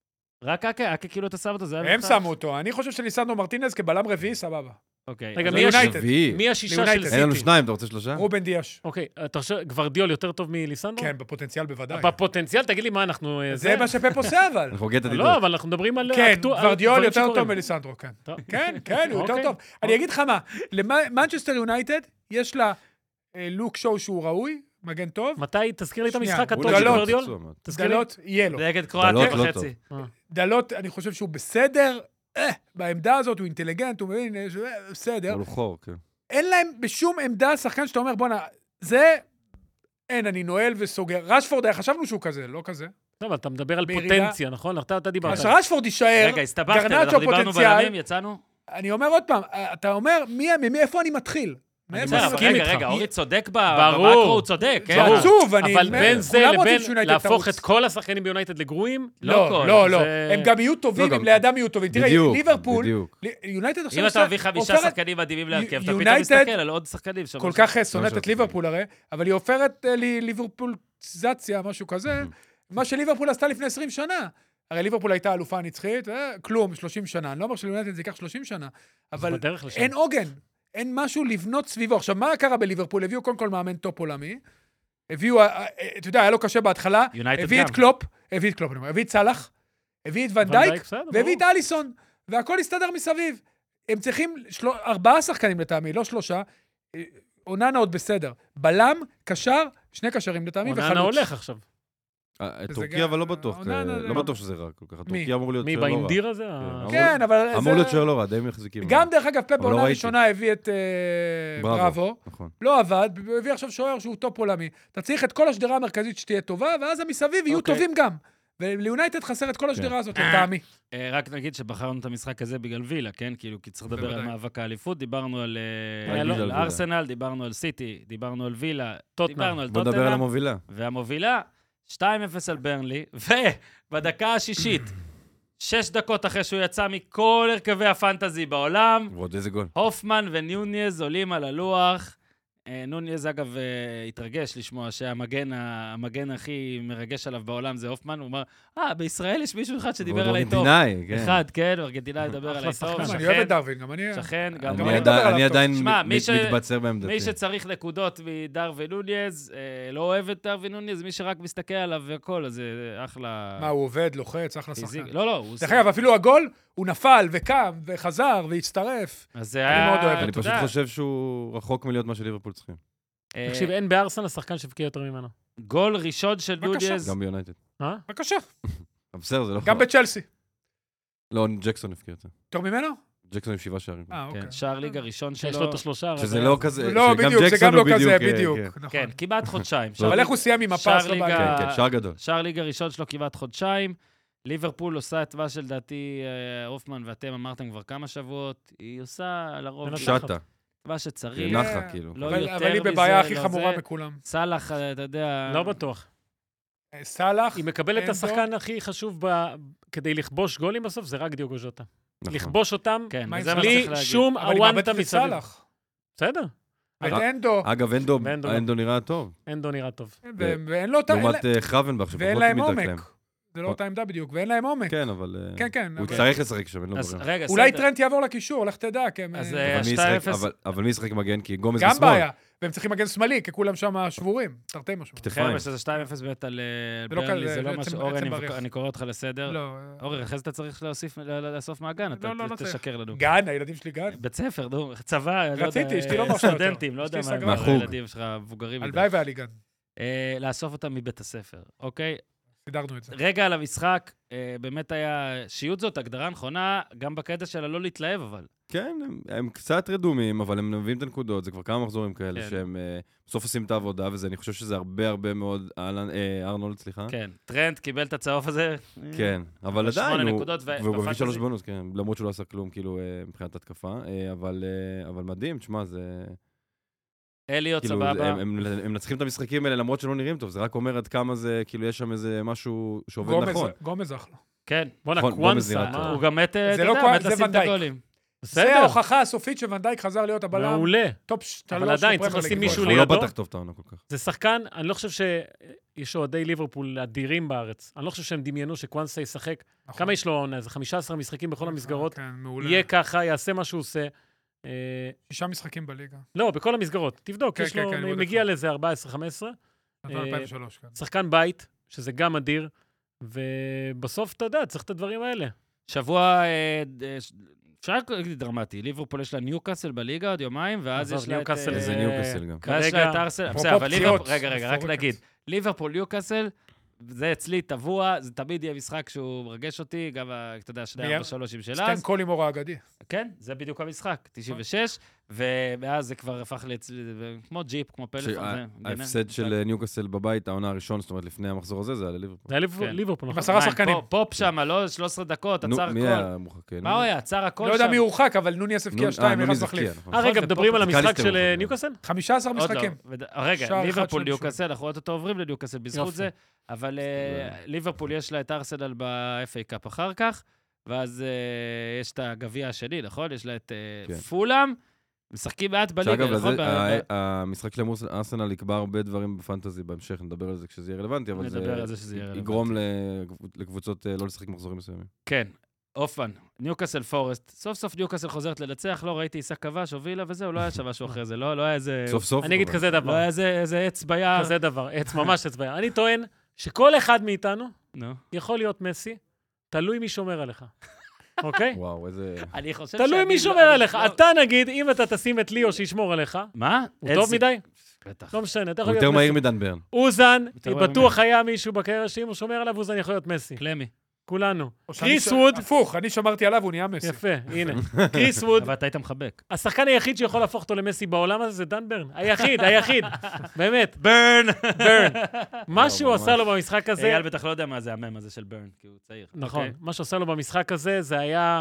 רק אקה? אקה כאילו אתה שם אותו, זה היה הם לך- שמו אותו. אני חושב שליסנדרו מרטינז כבלם רביעי, סבבה. אוקיי. רגע, אז מי לא- יש- יונייטד. שביעי. מי השישה של ליונייטד. אין לנו סיטי? שניים, אתה רוצה שלושה? רובן דיאש. אוקיי, אתה חושב, גוורדיול יותר טוב מליסנדרו? כן, בפוטנציאל בוודאי. בפוטנציאל, תגיד לי מה אנחנו... אה, זה מה שפפ עושה, אבל. אנחנו הוגן את הדידות. לא, אבל אנחנו מדברים על... כן, אקטו- על גוורדיול דברים יותר שקורים. טוב מליסנדרו, כן. טוב. כן, כן, הוא יותר אוקיי. טוב. אני אגיד לך מה, למנצ'סטר יונייטד יש לה אה, לוק שואו שהוא ראוי, מגן טוב, מתי, תזכיר לי את שנייה, המשחק הוא הטוב נגד של דלות. גוורדיול? פצוע מאוד. תזכיר לי. דלות, יהיה לו. נגד דלות קרואטיה לא וחצי. דלות, אני חושב שהוא בסדר, אה, בעמדה הזאת הוא אינטליגנט, הוא מבין, אה, בסדר. אבל הוא חור, כן. אין להם בשום עמדה שחקן שאתה אומר, בואנה, זה, אין, אני נועל וסוגר. רשפורד, היה חשבנו שהוא כזה, לא כזה. טוב, אתה מדבר על בירידה. פוטנציה, נכון? אתה אתה דיברת. אז שרשפורד יישאר, רגע, הסתבכתם, גרנצ'ו אנחנו דיברנו פוטנציאל. בלמים, יצאנו? אני אומר עוד פעם, אתה אומר, מי, מי, איפה אני מתחיל? מאיפה מסכים אני אבל מכיר? רגע, איתך. רגע, אורי צודק ב- ברור. במקרו, הוא צודק, כן. זה עצוב, אני... אבל בין זה כולם רוצים לבין שיונייטד להפוך תרוץ. את כל השחקנים ביונייטד לגרועים, לא לא, כל, לא, לא. זה- הם גם יהיו טובים, לא, אם גם- לידם יהיו טובים. תראה, בדיוק, ליברפול, בדיוק. יונייטד עכשיו אם אתה עושה- מביא חמישה הופכת- שחקנים מדהימים להרכב, אתה פתאום יונייטד מסתכל על עוד שחקנים. שם כל משהו. כך שונאת לא את חשבתי. ליברפול הרי, אבל היא הופכת אה, לי- ליברפוליזציה, משהו כזה, מה שליברפול עשתה לפני עשרים שנה. הרי ליברפול הייתה אלופה נצחית, אה, כלום, שלושים שנה. אני לא אומר שליונייטד זה ייקח שלושים שנה, אבל בדרך לשם. אין עוגן, אין משהו לבנות סביבו. עכשיו, מה קרה בליברפול? הביאו קודם כל מאמן טופ עולמי, הביאו, אה, אה, אתה יודע, היה לו קשה בהתחלה, יונייטד הביא גם. את קלופ, הביא את קלופ, אני אומר, הביא את סלאח, הביא את ונדייק, בסדר, והביא את ברור. אליסון, והכל הסתדר מסביב. הם צריכים של... ארבעה שחקנים לטעמי, לא שלושה. אה, אוננה עוד בסדר. בלם, קשר, שני קשרים לטעמי, וחלוץ. אוננה הולך עכשיו. אה, וזה טורקיה, גם- אבל לא בטוח, העונה, אה, לא, לא לא. בטוח שזה רע כל כך. מי? טורקיה אמור להיות מי, שוער לא רע. באינדיר הזה? אמור- כן, אבל... אמור זה- להיות שוער לא רע, די מחזיקים. גם, דרך אגב, פפ אבל לא בעונה ראיתי. הראשונה הביא את אה, בראבו. בראבו. נכון. לא עבד, הוא הביא עכשיו שוער שהוא טופ עולמי. אתה צריך את כל השדרה המרכזית שתהיה טובה, ואז המסביב יהיו אוקיי. טובים גם. וליונייטד חסר את כל השדרה הזאת, לטעמי. אה, רק נגיד שבחרנו את המשחק הזה בגלל וילה, כן? כאילו, כי צריך לדבר על בוודאי. מאבק האליפות, דיברנו על אה, רק על בגלל וילה. ארסנל, דיברנו על סיטי, דיברנו על וילה, טוטנהאם. דיברנו על בוא נדבר על טוטנהאם, המובילה. והמובילה, שתיים אפס על ברנלי, ובדקה השישית, שש דקות אחרי שהוא יצא מכל הרכבי הפנטזי בעולם, ועוד איזה גול. הופמן וניוניז עולים על הלוח. אה, נוניז, אגב, אה, התרגש לשמוע שהמגן ה- המגן הכי מרגש עליו בעולם זה הופמן. הוא אמר, אה, בישראל יש מישהו אחד שדיבר ועוד עליי טוב. ארגנטינאי, כן. אחד, כן, ארגנטינאי מדבר אחלה עליי שחקן. טוב. אני שכן, אוהב את דרווין, גם אני... שכן, גם אני גם אני אני. מדבר עדיין- עליו אני טוב. עדיין שמע, מי מת- ש- מתבצר בעמדתי. מי שצריך נקודות מדרווין נוניז, אה, לא אוהב את דרווין נוניז, מי שרק מסתכל עליו והכל, אז זה אחלה... מה, הוא עובד, לוחץ, אחלה פיזיק. שחקן. לא, לא, הוא... דרך אגב, אפילו הגול, הוא נפל וקם וחזר והצטרף. אז זה אני היה... מאוד אוהב אני אתה פשוט יודע, חושב שהוא רחוק מלהיות מה שליברפול צריכים. אה, תקשיב, אין בארסנל השחקן שהבקיע יותר ממנו. גול ראשון של בבקשה. נוניז. גם ביונייטד. אה? בבקשה, אבל בסדר, זה לא... גם בצ'לסי. לא, ג'קסון הפקיר את זה. יותר ממנו? ג'קסון עם שבעה שערים. אה, אוקיי. כן, שער ליגה ראשון שיש לו שלו. את השלושה. שזה אבל- לא כזה... לא, שגם בדיוק, זה ג'קסון גם לא הוא כזה, בדיוק, בדיוק. כן, נכון. כן, כמעט חודשיים. לא, אבל איך הוא סיים עם הפס שער בבית? ליגה- כן, כן, שער גדול. שער ליגה ראשון שלו כמעט חודשיים. ליברפול עושה את מה שלדעתי אה, הופמן ואתם אמרתם כבר כמה שבועות. היא עושה לרוב מנצחת. שטה. מה שצריך. היא נחה, כאילו. לא אבל יותר אבל היא מזה, בבעיה הכי לא חמורה זה. מכולם. סאלח, אה, אתה יודע... לא בטוח. אה, סאלח, היא מקבלת את אנדו. השחקן הכי חשוב ב- כדי לכבוש גולים בסוף, זה רק דיוגו ז'וטה. נכון. לכבוש אותם, כן, מה עם וזה מה סאלח? שצריך בלי להגיד. שום אבל היא מאבדת הוואנטה את מסביב. סאלח. בסדר, ואת רק- אנדו, אגב, אנדו ואנדו גם. אנדו נראה טוב. אנדו נראה טוב. ו- ואין לו... את ה- אין לעומת לה- אה, חרבנבך, שפחות ואין להם מתדק להם. עומק. זה לא אותה עמדה בדיוק, ואין להם עומק. כן, אבל... אה, כן, כן. הוא אבל- יצטרך לשחק שם, אין לו אז ברירה. רגע, אולי בסדר. טרנט יעבור לקישור, לך תדע, כי הם... אז, אה, אה, אבל מי שתיים ישחק- אפס. אבל- אבל מי ישחק מגן? כי גומז גם בשמאל. בעיה. והם צריכים מגן שמאלי, כי כולם שם שבורים. תרתי משמע. כתפיים. חבר'ה, שזה שתיים אפס באמת על אה, זה לא ברנלי, כזה, זה לא זה מה ש... עצם- אורן, עצם אני בריח. מבק- אני קורא אותך לסדר. לא. אורן, אחרי זה אתה צריך להוסיף, ל- ל- לאסוף מהגן, אתה לא, לא, ת- לא צריך. תשקר לנו. גן, הילדים שלי גן. בית ספר, נו, צבא, לא יודע, רציתי, אשתי לא אה, מרשה יותר. סטודנטים, לא יודע אשתי מה, סגרה. מה, מהחוג. הילדים שלך מבוגרים מדי. הלוואי והיה לי גן. אה, לאסוף אותם מבית הספר, אוקיי? סידרנו את זה. רגע על המשחק, אה, באמת היה... שיעוט זאת הגדרה נכונה, גם בקטע של הלא להתלהב, אבל. כן, הם, הם קצת רדומים, אבל הם מביאים את הנקודות, זה כבר כמה מחזורים כאלה כן. שהם אה, בסוף עושים את העבודה, וזה, אני חושב שזה הרבה הרבה מאוד, אהלן, אה, ארנולד, סליחה. כן, טרנט קיבל את הצהוב הזה. כן, אבל שמונה עדיין, הוא, נקודות ו- והוא מביא בפנטזי. שלוש בונוס, כן, למרות שהוא לא עשה כלום, כאילו, אה, מבחינת התקפה, אה, אבל, אה, אבל מדהים, תשמע, זה... אליוט כאילו, סבבה. הם, הם, הם מנצחים את המשחקים האלה למרות שהם לא נראים טוב, זה רק אומר עד כמה זה, כאילו, יש שם איזה משהו שעובד גומז- נכון. גומז אחלה. כן. בואנה, נכון, גומז קוואנסה, נראה מה? טוב. הוא גם מת, אתה זה לא יודע, קוואן- מת זה לשים את ונדייק. הגולים. זה בסדר, ההוכחה הסופית שוונדייק חזר להיות הבלם. מעולה. טופ שלוש. אבל עדיין, צריך בפרמייר לשים ליג. מישהו הוא לא לידו. פתח טוב את העונה כל כך. זה שחקן, אני לא חושב שיש אוהדי ליברפול אדירים בארץ. אני לא חושב שהם דמיינו שקוואנסה ישחק. נכון. כמה יש לו העונה? זה חמישה עשר משחקים בכל המסגרות. כן, מעולה. יהיה ככה, יעשה מה שהוא עושה. אה, שישה משחקים בליגה. לא, בכל המסגרות. תבדוק, כן, יש כן, לו, כן, אני בודק מגיע לך. לזה ארבע עשרה חמש עשרה. נתן אה, אלפיים ושלוש, כן. שחקן בית, שזה גם אדיר, ובסוף, אתה יודע, צריך את הדברים האלה. שבוע, אה, אה, ש- אפשר להגיד דרמטי, ליברפול יש לה ניוקאסל בליגה עוד יומיים, ואז עזוב, יש לה את... ניוקאסל אה, איזה זה- ניוקאסל גם. ואז יש כרגע- לה את ארסנל, אפרופו בסדר, אבל פציעות, ליברפול, רגע, רגע, רק מפורקת. נגיד, ליברפול ניוקאסל, זה אצלי טבוע, זה תמיד יהיה משחק שהוא מרגש אותי, גם, ה- אתה יודע, שני מי- ארבע שלושים של סטן אז. קולימור האגדי. כן, זה בדיוק המשחק, תשעים ושש, ומאז זה כבר הפך לצ... כמו ג'יפ, כמו פלאפון. זה- ההפסד של ניוקאסל בבית, העונה הראשון, זאת אומרת, לפני המחזור הזה, זה היה לליברפול. זה היה ליברפול- כן. ליברפול, עם נכון? עשרה מה, שחקנים. פופ- פופ שם, לא שלוש עשרה דקות, נו, עצר מי הכל. היה מורחק? מה הוא היה? עצר הכל לא יודע שם. מי הורחק, אבל נוניס הבקיע נו- שתיים, אה, נכנס נוניס מחליף. הבקיע, נכון. אה, רגע, נכון, מדברים זה על המשחק קליסטר של הוא אה, חוזר. ניוקאסל? חמישה עשר עוד לא. משחקים. וד- רגע, שער אחד ליברפול של ניוקאסל, אנחנו עוד אותו עוברים לניוקאסל בזכות יופי. זה, אבל אה, ליברפול יש לה את ארסנל ב-אף איי קאפ אחר כך, ואז אה, יש את הגביע השני, נכון? יש לה את אה, כן. פולאם, משחקים מעט בליגה, שאגב, נכון? לזה- ב- ה- ב- המשחק של ארסנל יקבע הרבה דברים בפנטזי בהמשך, נדבר על זה כשזה יהיה רלוונטי, אבל זה נדבר על זה שזה יהיה רלוונטי. יגרום לקבוצ- לקבוצות אה, לא לשחק מחזורים מסוימים. כן, אופן, ניוקאסל פורסט, סוף סוף ניוקאסל חוזרת לנצח, לא ראיתי עיסק כבש, הובילה וזהו, לא היה שם משהו אחרי זה, לא לא היה איזה... סוף סוף. אני אגיד אבל- כזה לא דבר. היה איזה איזה עץ ביער. כזה דבר, עץ ממש עץ בעיה. אני טוען שכל אחד מאיתנו נו. יכול להיות מסי, תלוי מי שומר עליך. אוקיי? וואו, איזה... אני חושב תלוי שאני מי לא- שומר אני עליך. לא- אתה נגיד, אם אתה תשים את ליאו שישמור עליך, מה? הוא טוב איזה- מדי? בטח. לא משנה, אתה הוא יכול יותר להיות מהיר מסי. מדן ברן. אוזן, יותר מהיר בטוח היה מישהו בקריירה שאם הוא שומר עליו, אוזן יכול להיות מסי. קלמי. כולנו. או שאני קריס ש- ווד, הפוך, אני שמרתי עליו, הוא נהיה מסי. יפה, הנה. קריס ווד, אבל אתה היית מחבק. השחקן היחיד שיכול להפוך אותו למסי בעולם הזה זה דן ברן. היחיד, היחיד. באמת. ברן! ברן. מה שהוא ממש. עשה לו במשחק הזה, אייל בטח לא יודע מה זה המם הזה של ברן, כי הוא צעיר. נכון, אוקיי? מה שעושה לו במשחק הזה, זה היה,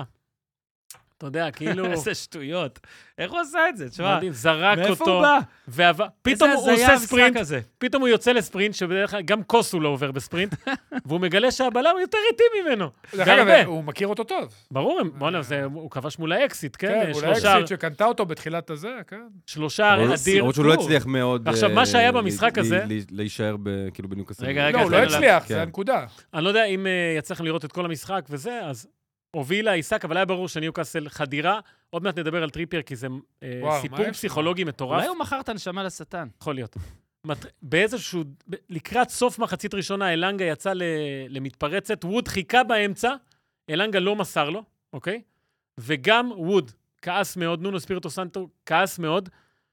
אתה יודע, כאילו, איזה שטויות. איך הוא עשה את זה? תשמע, מדהים, זרק מאיפה אותו, הוא בא? ועבר, פתאום איזה הוא הזיה עושה המשחק ספרינט, הזה. פתאום הוא יוצא לספרינט, שבדרך כלל גם כוס הוא לא עובר בספרינט, והוא מגלה שהבלם יותר איטי ממנו. דרך בהרבה. אגב, הוא מכיר אותו טוב. ברור, בוא'נה, זה- הוא כבש מול האקסיט, כן? כן, אולי שלושה- אקסיט שקנתה אותו בתחילת הזה, כן. שלושה למרות- אדיר. למרות שהוא לא הצליח מאוד... עכשיו, אה, מה שהיה ל- במשחק ל- הזה- ל- להישאר ב- כאילו בניוקאסל. רגע, רגע, לא, הוא לא תן לו הצליח, כן. זה הנקודה. אני לא יודע אם אה, יצא לכם לראות את כל המשחק וזה, אז הובילה עיסק, אבל היה ברור שניוקאסל חדירה. עוד מעט נדבר על טריפייר, כי זה אה, וואו, מה סיפור יש פסיכולוגי מטורף. אולי הוא מכר את הנשמה לשטן. יכול להיות. מת- באיזשהו... ב- לקראת סוף מחצית ראשונה, אלנגה יצא ל- למתפרצת, ווד חיכה באמצע, אלנגה לא מסר לו, אוקיי? וגם ווד כעס מאוד, נונו ספיריטו סנטו כעס מאוד,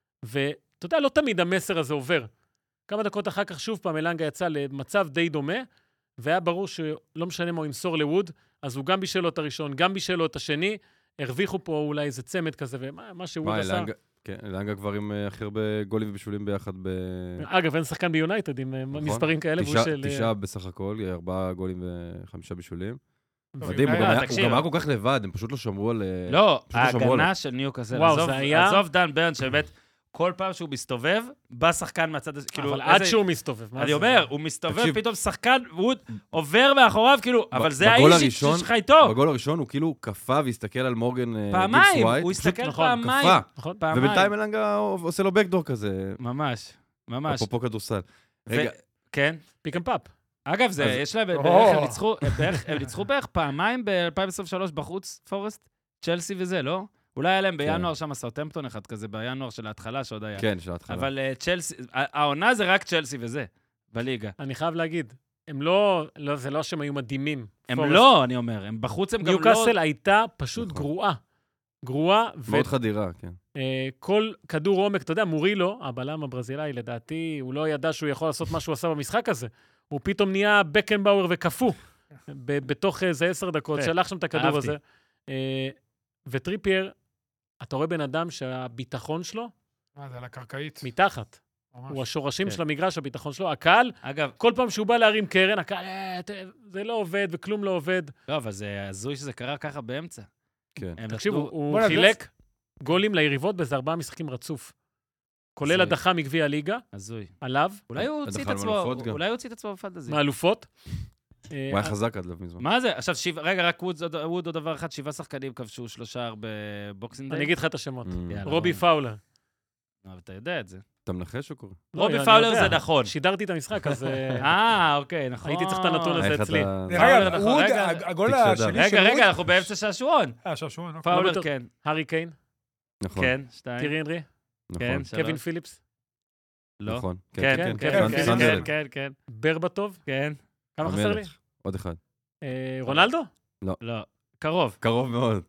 ואתה יודע, לא תמיד המסר הזה עובר. כמה דקות אחר כך שוב פעם אלנגה יצא למצב די דומה, והיה ברור שלא משנה מה הוא ימסור לווד, אז הוא גם בישל לו את הראשון, גם בישל לו את השני, הרוויחו פה אולי איזה צמד כזה, ומה מה שווד מה, עשה... אלנגה- כן, אלנגה כבר עם אה, הכי הרבה גולים ובישולים ביחד ב... אגב, אין שחקן ביונייטד עם אה, נכון. מספרים כאלה, והוא תשעה- של... אה, תשעה בסך הכל, ארבעה גולים וחמישה בישולים. טוב, מדהים, הוא גם אה, היה- הוא תקשיב. גם היה כל כך לבד, הם פשוט לא שמרו על... אה, לא, פשוט לא שמרו ההגנה עליו. של ניוקאסל, וואו, עזוב- זה היה- עזוב דן ברן, שבאמת, כל פעם שהוא מסתובב, בא שחקן מהצד הזה, כאילו... אבל איזה- עד שהוא מסתובב. מה אני זה? אומר, הוא מסתובב, תקשיב. פתאום שחקן, והוא עובר מאחוריו, כאילו, אבל זה בגול האיש הראשון- שלך איתו. בגול הראשון הוא כאילו קפא והסתכל על מורגן אה, גיבס פעמיים, ווייט. הוא פשוט הסתכל נכון, פעמיים. קפא. נכון? פעמיים. ובינתיים אלנגה עושה לו בקדור כזה, ממש, ממש. אפרופו כדורסל. ו- רגע, כן. פיק אנד פאפ. אגב, זה, אז- יש להם, או. בערך, הם ניצחו, בערך- הם ניצחו בערך פעמיים ב-אלפיים עשרים ושלוש בחוץ, פורסט, צ'לסי וזה, לא? אולי היה להם בינואר שם סאוטהמפטון אחד כזה, בינואר של ההתחלה שעוד היה. כן, של ההתחלה. אבל אה, צ'לסי, העונה זה רק צ'לסי וזה, בליגה. אני חייב להגיד, הם לא, לא, זה לא שהם היו מדהימים. הם פורסט. לא, אני אומר, הם בחוץ הם גם לא... ניוקאסל הייתה פשוט נכון. גרועה. גרועה, מאוד חדירה, כן. וכל כדור עומק, אתה יודע, מורילו, הבלם הברזילאי, לדעתי, הוא לא ידע שהוא יכול לעשות מה שהוא עשה במשחק הזה. הוא פתאום נהיה בקנבאואר וקפוא. ב- בתוך איזה עשר דקות, כן, שלח שם את הכדור אהבתי. הזה. אה, וטריפייר, אתה רואה בן אדם שהביטחון שלו מה זה, על הקרקעית? מתחת. ממש. הוא השורשים כן. של המגרש, הביטחון שלו. הקהל, אגב, כל פעם שהוא בא להרים קרן, הקהל, "אה, ת- זה לא עובד וכלום לא עובד. לא, אבל זה הזוי שזה קרה ככה באמצע. כן. הם תקשיבו, נתנו- הוא בוא'נה, חילק גולים ליריבות באיזה ארבעה משחקים רצוף. כולל הזוי. הדחה מגביע הליגה, הזוי. עליו, אולי הוא הוציא את הדחה עצמו, מאלופות גם. אולי הוא הוציא את עצמו בפנטזי. מאלופות. הוא היה חזק עד לא מזמן. מה זה? עכשיו, שבע- רגע, רק ווד עוד- ווד עוד דבר אחד, שבעה שחקנים כבשו שלושה בבוקסינג אני דיי. אגיד לך את השמות. Mm. יאללה. רובי בוא. פאולר. אבל אתה יודע את זה. אתה מנחש או קורא? לא, רובי אני פאולר יודע. זה נכון. שידרתי את המשחק, אז אה, אה, אוקיי, נכון. הייתי צריך את הנתון הזה. איך אתה- אצלי. דרך פאולר, אגב, נכון, ווד, רגע. הג- הגול תיק שידע. השני של רגע, ווד... רגע, אנחנו באמצע שעשועון. אה, שעשועון, אוקיי. פאולר, בטוח. כן. הארי קיין, נכון, כן, שתיים. טירי הנרי, נכון, כן, קווין שלוש. פיליפס, לא. נכון. כן, כן, כן, כן, כן, כן, כן, סנדרלנד. כן, כן, ברבטוב, כן. כמה חסר לי? המלך. עוד אחד. אה, רונלדו? לא, קרוב. קרוב מאוד.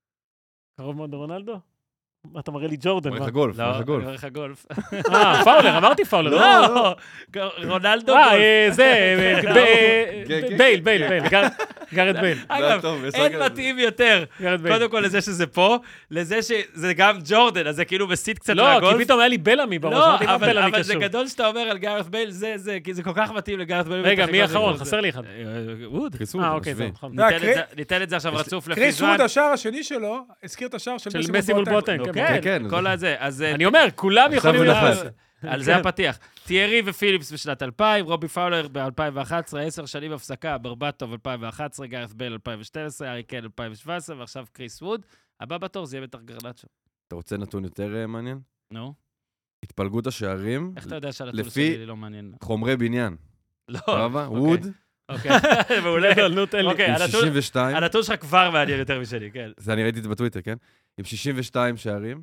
קרוב מאוד לרונלדו? מה, אתה מראה לי ג'ורדן? מראה מה? לך גולף, לא, מראה לך אני גולף. אומר לך גולף. אה, פאולר, אמרתי פאולר. לא, רונלדו אה, גולף. אה, זה, אה, ב- כן, כן. בייל, בייל, בייל. גם- גארד בייל. אגב, טוב, יש אין רק- מתאים יותר. גארד בייל. קודם כל לזה שזה פה, לזה שזה גם ג'ורדן, אז זה כאילו מסיט קצת לא, מהגולף. כי פתאום היה לי בלמי בראש, לא, אמרתי, מה אבל, בלמי אבל זה קשור? גדול שאתה אומר על גארת בייל, זה, זה, כי זה כל כך מתאים לגארת בייל. רגע, בטח מי כל אחרון? זה- חסר לי אחד. אה, ווד. חיסון, אה, אוקיי, תשבי. זהו, נכון. זה ניתן הקרי- את זה- ניתן את זה עכשיו יש- רצוף לפי קריס זמן. ווד, השער השני שלו, הזכיר את השער של של מסי מול בוטנג. נו, כן, כן, כן, כל זה- הזה. אז אה, אני אומר, כולם עכשיו יכולים הוא להיות... נפל. על זה הפתיח. תיארי ופיליפס בשנת אלפיים, רובי פאולר ב-אלפיים ואחת עשרה, עשר שנים הפסקה, ברבטוב אלפיים ואחת עשרה, גארת בייל אלפיים ושתים עשרה, ארי קיין אלפיים שבע עשרה, ועכשיו קריס ווד. הבא בתור זה יהיה בטח גרנצ'ו. אתה רוצה נתון יותר אה, מעניין? נו, התפלגות השערים, איך אתה יודע שהנתון לפי- שלי לא מעניין? חומרי בניין. לא. סבבה? אוקיי. ווד, אוקיי, מעולה. גדול, נו, תן לי. אוקיי, עם הנתון- שישים ושתיים, הנתון שלך כבר מעניין יותר משלי, כן. זה אני ראיתי את זה בטוויטר, כן? עם שישים ושתיים שערים.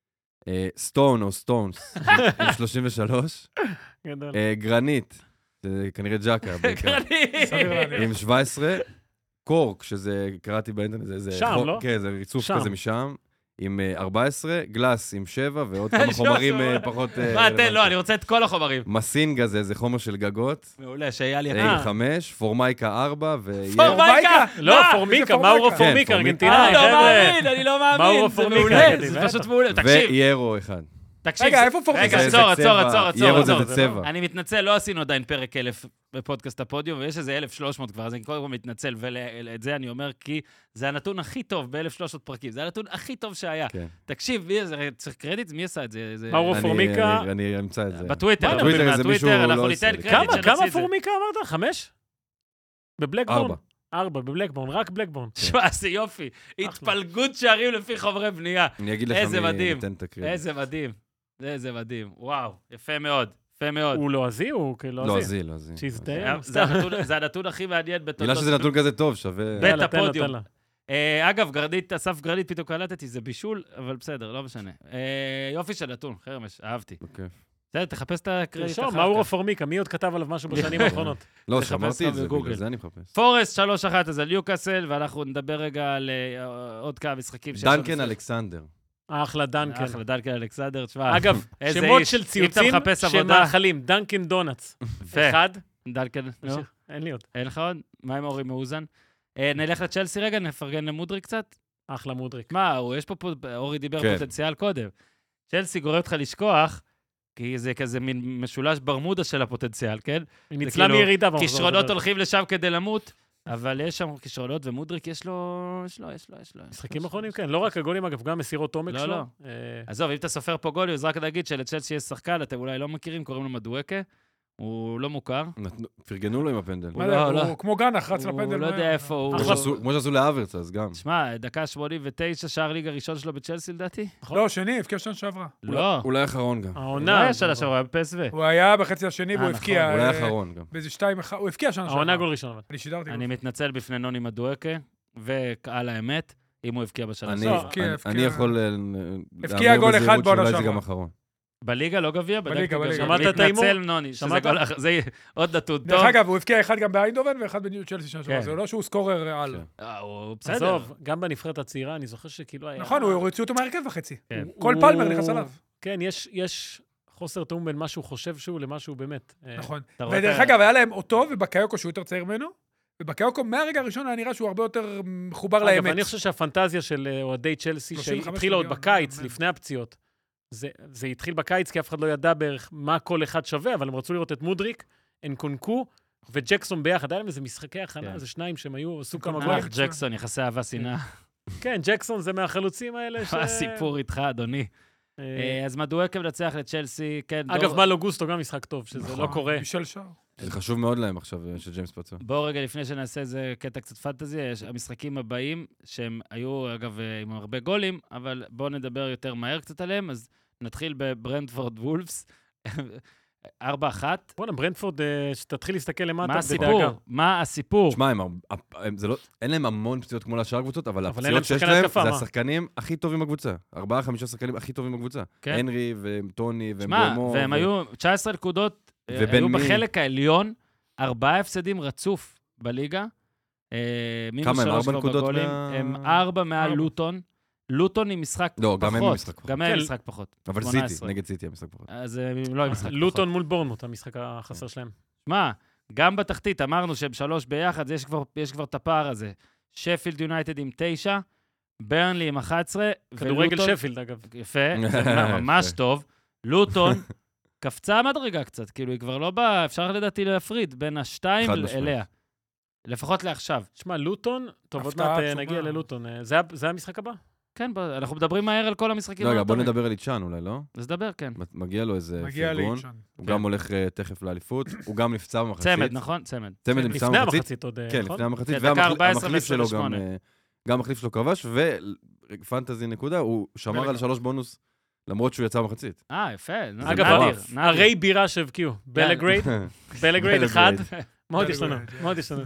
אה, סטון או סטונס, עם שלושים ושלוש. גדול. אה, גרנית, זה כנראה ג'קה בעיקר. סביר להניח. עם שבע עשרה. קורק, שזה, קראתי באינטרנט, זה... זה שם, חו- לא? כן, זה ריצוף שם. כזה משם. עם אה, ארבע עשרה, גלאס עם שבע, ועוד כמה שמע, חומרים שמע. אה, פחות... אה, מה, תן, רלוונטיים. לא, אני רוצה את כל החומרים. מסינג הזה, זה חומר של גגות. מעולה, שהיה לי... אה, אה, עם חמש, פורמייקה ארבע, ויהיה... פורמייקה! לא, מה? פורמיקה, מי זה מאורו פורמיקה? פורמיקה, כן, ארגנטינאי, אני לא חבר'ה. מאמין, אני לא מאורו מאמין, זה פורמיקה, מעולה, כזה, זה בטח. פשוט מעולה. תקשיב, ויירו אחד. תקשיב. רגע, זה- איפה פורמיקה? רגע, זה עצור, עצור, צבע, עצור, עצור. יירו זה עצור. בצבע. אני מתנצל, לא עשינו עדיין פרק אלף בפודקאסט הפודיום, ויש איזה אלף ושלוש מאות כבר, אז אני קודם כל מתנצל, ואת זה אני אומר כי זה הנתון הכי טוב ב-אלף ושלוש מאות פרקים, זה הנתון הכי טוב שהיה. כן. תקשיב, מי זה, צריך קרדיט? מי עשה את זה? זה- מאורו אני- פורמיקה. אני- אני אמצא את זה. בטוויטר, מה, בטוויטר, בטוויטר איזה מישהו אנחנו לא ניתן עושה לי. קרדיט כמה, שנוציא כמה את זה. פורמיקה אמרת? חמש? בבלקבורן? ארבע. ארבע, בבלקבורן, רק בלקבורן. שמע, זה יופי. התפלגות שערים לפי חומרי בנייה. אני אגיד לך איזה מי מדהים. נותן את הקרדיט. איזה מדהים. איזה מדהים. וואו, יפה מאוד. יפה מאוד. הוא לא הזי? הוא כאילו לא, הזי? זי, לא, זי. שיזדיין. זה הנתון- זה הנתון הכי מעניין מילה בתולדות... שזה נתון כזה טוב, שווה... בטח. יאללה, תן לה, הפודיום. תן לה. אה, אגב, גרנית, אסף גרנית, פתאום קלטתי, זה בישול, אבל בסדר, לא משנה. אה, יופי של נתון, חרמש, אהבתי. אוקיי. בסדר, תחפש את הקרדיט אחר תרשום, כך. מאורו פורמיקה, מי עוד כתב עליו משהו בשנים האחרונות? לא, תחפש שמרתי את אותו זה, בגוגל. בגלל זה אני מחפש. פורסט שלוש אחת, אז על ניוקאסל, ואנחנו נדבר רגע על אה, עוד כמה משחקים. שיש לנו דנקן בסוף. אלכסנדר. אחלה דנקן. אחלה, דנקן אלכסנדר, תשמע. אגב, איזה שמות איש. של אם אתה ציוצים מחפש עבודה- שמאכלים, דנקין דונלדס. יפה. אחד? דנקן, נו, נמשיך. אין לי עוד. אין לך עוד? מה עם אורי מאוזן? אה, נלך לצ'לסי רגע, נפרגן למודרי קצת? אחלה מודריק. מה, הוא, יש פה, פה, אורי דיבר כן. פוטנציאל קודם. צ'לסי גורם אותך לשכוח, כי זה כזה מין משולש ברמודה של הפוטנציאל, כן? היא ניצלה כאילו, מירידה במחזור. כישרונות הזה. הולכים לשם כדי למות, אבל יש שם כישרונות, ומודריק יש לו, יש לו, יש לו, יש לו. משחקים יש לו, אחרונים, יש לו. כן. לא רק הגולים, אגב, גם מסירות עומק לא, שלו. לא. אה, עזוב, אם אתה סופר פה גולים, אז רק נגיד שלצ'לסי יש שחקן, אתם אולי לא מכירים, קוראים לו מדואקה, הוא לא מוכר. נתנו- פרגנו לו עם הפנדל. הוא מה לא, זה, לא. הוא כמו גנח, רץ לפנדל. הוא לא יודע מהר. איפה הוא. כמו שעשו- כמו שעשו לאברץ, אז גם. שמע, דקה שמונים ותשע, שער ליגה ראשון שלו בצ'לסי לדעתי? לא, שני, הבקיע שנה שעברה. לא. אולי אחרון גם. הוא לא העונה. היה שנה שעברה, היה בפסו. הוא היה בחצי השני אה, והוא נכון. הבקיע. אולי אה, אחרון גם. באיזה שתיים אחד, הוא הבקיע שנה שעברה. העונה גול ראשון. אבל. אני שידרתי. אני לו. מתנצל בפני נוני מדואקה, וקהל האמת, אם הוא הבקיע בשנה אני- שעברה. הבקיע, אני- הבקיע. אני יכול... אה, הבקיע להמר גול אחד בזהירות בעונה שאולי זה שעברה. גם אחרון. בליגה, לא גביע? בליגה, בדקתי בליגה. גביע. שמעת את ההימור? להתנצל, נוני, שזה שמעת? גול אח- זה עוד נתון טוב. דרך אגב, הוא הבקיע אחד גם באיינדובן ואחד בניו צ'לסי שנה שעברה. כן. זה לא שהוא סקורר על. כן. אה, הוא בסדר. עזוב, גם בנבחרת הצעירה, אני זוכר שכאילו היה... נכון, הוא הוציאו אותו מהרכב בחצי. כן. כל הוא- פלמר נכנס עליו. כן, יש- יש חוסר תאום בין מה שהוא חושב שהוא למה שהוא באמת. אה, נכון. אתה רואה ודרך את ה- אגב, היה להם אותו ובקיוקו שהוא יותר צעיר ממנו, ובקיוקו מהרגע הראשון היה נראה שהוא הרבה יותר מחובר אגב, לאמת. אני חושב שהפנטזיה של אה, אוהדי צ'לסי, שלושים וחמש שהתחילה עוד מיליון, בקיץ, אמן. לפני הפציעות, זה, זה התחיל בקיץ כי אף אחד לא ידע בערך מה כל אחד שווה, אבל הם רצו לראות את מודריק, אנקונקו וג'קסון ביחד. היה להם איזה משחקי הכנה, כן. איזה שניים שהם היו, עשו כמה אנקונקו. גולים. אח, ג'קסון, יחסי אהבה שנאה. כן, ג'קסון זה מהחלוצים האלה ש... מה הסיפור איתך, אדוני? אה, אה, אז מדואקה מנצח לצ'לסי, כן. אגב, דור- מלו גוסטו גם משחק טוב, שזה נכון, לא קורה. בישל שער. זה חשוב מאוד להם עכשיו אה, שג'יימס פצוע. בואו רגע, לפני שנעשה איזה קטע קצת פנטזי, יש המשחקים הבאים, שהם היו, אגב, אה, עם הרבה גולים, אבל בואו נדבר יותר מהר קצת עליהם, אז נתחיל בברנדפורד וולפס, ארבע אחת. בוא'נה, ברנדפורד, אה, שתתחיל להסתכל למטה מה בדאגה. הסיפור? מה הסיפור? שמע, הם, הר- הם, זה לא, אין להם המון פציעות כמו לשאר הקבוצות, אבל אבל אין להם הפציעות שיש שחקני להם, התקפה, זה מה? השחקנים הכי טובים בקבוצה. ארבעה, חמישה שחקנים הכי טובים בקבוצה. כן. הנרי וטוני שמע, ומבומו. והם היו תשע עשרה נקודות, אה, ובן היו מי? בחלק העליון, ארבעה הפסדים רצוף בליגה. אה, מינוס כמה הם? שלוש ארבע כבר נקודות בגולים. מה- הם ארבע מעל ארבע. לוטון. לוטון עם משחק פחות. לא, גם הם עם משחק פחות. גם הם כן. משחק פחות. אבל שמונה סיטי, עשרה. נגד סיטי המשחק פחות. אז הם לא עם משחק פחות. לוטון מול בורנמוט, המשחק החסר שלהם. שמע, גם בתחתית, אמרנו שהם שלוש ביחד, יש כבר, יש כבר את הפער הזה. שפילד יונייטד עם תשע, ברנלי עם אחת עשרה, כדורגל ולוטון- שפילד, אגב. יפה, זה ממש טוב. לוטון קפצה מדרגה קצת, כאילו היא כבר לא באה, אפשר לדעתי להפריד בין השתיים חד משמעית. אליה. לפחות לעכשיו. תשמע, לוטון, טוב, עוד הפתעה מעט אה, עצומה. נגיע ללוטון. אה, זה ה- זה המשחק הבא? כן, בוא, אנחנו מדברים מהר על כל המשחקים. לא, רגע, הלא בוא טובים. נדבר על איצ'אן אולי, לא? אז דבר, כן. מגיע לו איזה מגיע פרגון. לאיצ'ן. הוא כן. גם הולך אה, תכף לאליפות, הוא גם נפצע במחצית. צמד, נכון? צמד. צמד נפצע לפני במחצית. המחצית עוד, אה, כן, נכון? לפני המחצית, כן, דקה ארבע עשרה והמחליף שלו גם, ו-עשרים ושמונה. אה, גם המחליף שלו כבש, ופנטזי נקודה, הוא שמר בלגרד. על שלוש בונוס, למרות שהוא יצא במחצית. אה, יפה. נו, אגב, נדיר, מטורף. נדיר. הרי בירה שהבקיעו. בלגרייד, בלגרייד אחד. מה עוד יש לנו? בלגרייד, מה עוד יש לנו?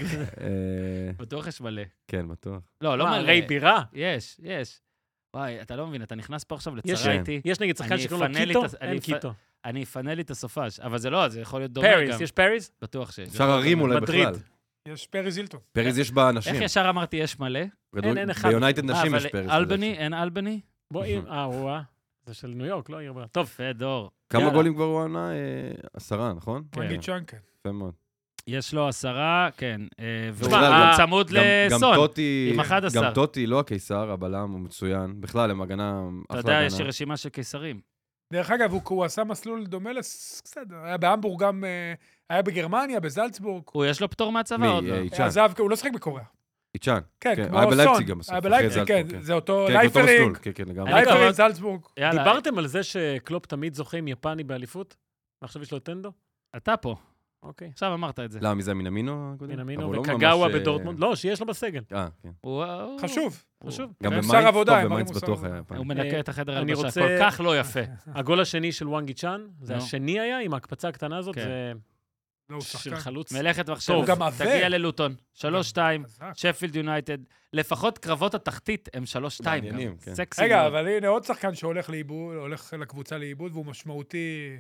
אה, בטוח יש מלא. כן, בטוח. לא, לא מה, מלא. הרי בירה? יש, יש. וואי, אתה לא מבין, אתה נכנס פה עכשיו יש- לצרה איתי. יש נגיד שחקן אני שקוראים אפנה לו לי קיטו? את ה- אני אין אפ- קיטו. אני אפנה לי את הסופש, אבל זה לא, זה יכול להיות דומה גם. פריז, יש פריז? בטוח שיש. אפשר הרים אולי מדריד. בכלל. יש פרי זילטון. פריז יש בה אנשים. איך ישר אמרתי יש מלא? אין, אין אחד. ביונייטד נשים אה, יש אבל פריז. אלבני, אין אלבני? בוא, אם... אה, הוא אה. זה של ניו יורק, לא עיר ברה. טוב, יפה, דור. כמה יאללה. גולים כבר הוא ענה? אה, עשרה, נכון? כן. מנגי צ'אנקן. יפה מאוד. יש לו עשרה, כן. אה, והוא תשמע, גם אה, צמוד גם- גם לסון. טוטי, עם אחד עשר. גם טוטי, לא הקיסר, הבלם, הוא מצוין. בכלל, הם הגנה, אתה אחלה יודע, יש הגנה. רשימה של קיסרים. דרך אגב, הוא- הוא עשה מסלול דומה לס... בסדר, היה בהמבורג גם... אה, היה בגרמניה, בזלצבורג. הוא, יש לו פטור מהצבא מי? עוד לא. אה, איצ'אן. עזב, הוא לא שחק בקוריאה. איצ'אן. כן, כן, כמו היה סון. בלייפציג גם בסוף, היה אחרי בלייפציג, כן. זלצבורג, כן. זה אותו כן, אותו מסלול. לייפרינג. כן, כן, לגמרי. אני גם- לייפרינג, אבל- זלצבורג. יאללה, דיברתם על זה שקלופ תמיד זוכה עם יפני באליפות? ועכשיו יש לו טנדו? אתה פה. אוקיי. עכשיו אמרת את זה. למה, מי זה מינמינו? הקודם? מינמינו אבל הוא לא וקגאווה ממש, אה, בדורטמונד. לא, שיש לו בסגל. אה, כן. הוא- הוא- חשוב. חשוב. גם מוסר במיינדס, עבודה, טוב, הם במיינדס מראים מוסר בטוח עבודה. היה פעם. הוא מנקה את החדר אני הלבשה, רוצה- כל כך לא יפה. הגול השני של וואנגי צ'אן, זה נו. השני היה, עם ההקפצה הקטנה הזאת, כן. זה לא, הוא של שחקן. חלוץ. מלאכת מחשב. טוב. הוא גם עבה. תגיע ללוטון. שלוש שתיים, חזק. שפילד יונייטד. לפחות קרבות התחתית הם שלוש שתיים. מעניינים, כן. סקסי רגע, מאוד. אבל הנה עוד שחקן שהולך לאיבוד, הולך לקבוצה לאיבוד, והוא משמעותי,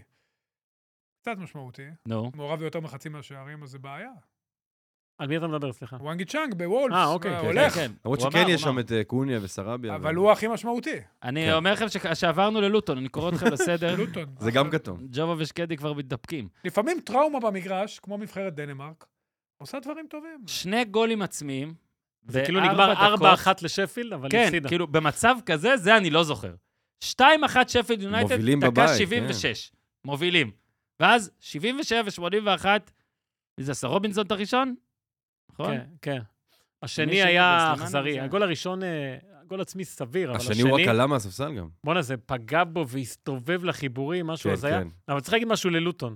קצת משמעותי. נו. מעורב ביותר מחצי מהשערים, אז זה בעיה. על מי אתה מדבר, סליחה? וואנגי צ'אנג בוולפס, אה, אוקיי, אה, כן, הולך, כן. למרות הוא שכן אמר, יש הוא שם אמר. את אה, קוניה וסרביה. אבל הוא הכי משמעותי. אני כן. אומר לכם ש- שעברנו ללוטון, אני קורא אתכם לסדר. לוטון. זה גם כתום. ג'ובה ושקדי כבר מתדפקים. לפעמים טראומה במגרש, כמו מבחרת דנמרק, עושה דברים טובים. שני גולים עצמיים. זה כאילו בארבע נגמר דקות. ארבע אחת לשפילד, אבל כן, הפסידה. כאילו, במצב כזה, זה אני לא זוכר. שתיים אחת שפילד יונייטד, מובילים דקה בבית, שבעים ושש. מובילים. ואז שבעים ושבע ו-שמונים ואחת, מי זה עשה? רובינסון את הראשון? נכון? כן, כן. מי השני שני היה בסלימאן אכזרי. וזה. הגול הראשון, אה, הגול עצמי סביר, אבל השני הוא רק השני, עלה מהספסל גם. בואנה, זה פגע בו והסתובב לחיבורים, משהו כן, הזיה. כן. אבל צריך להגיד משהו ללוטון,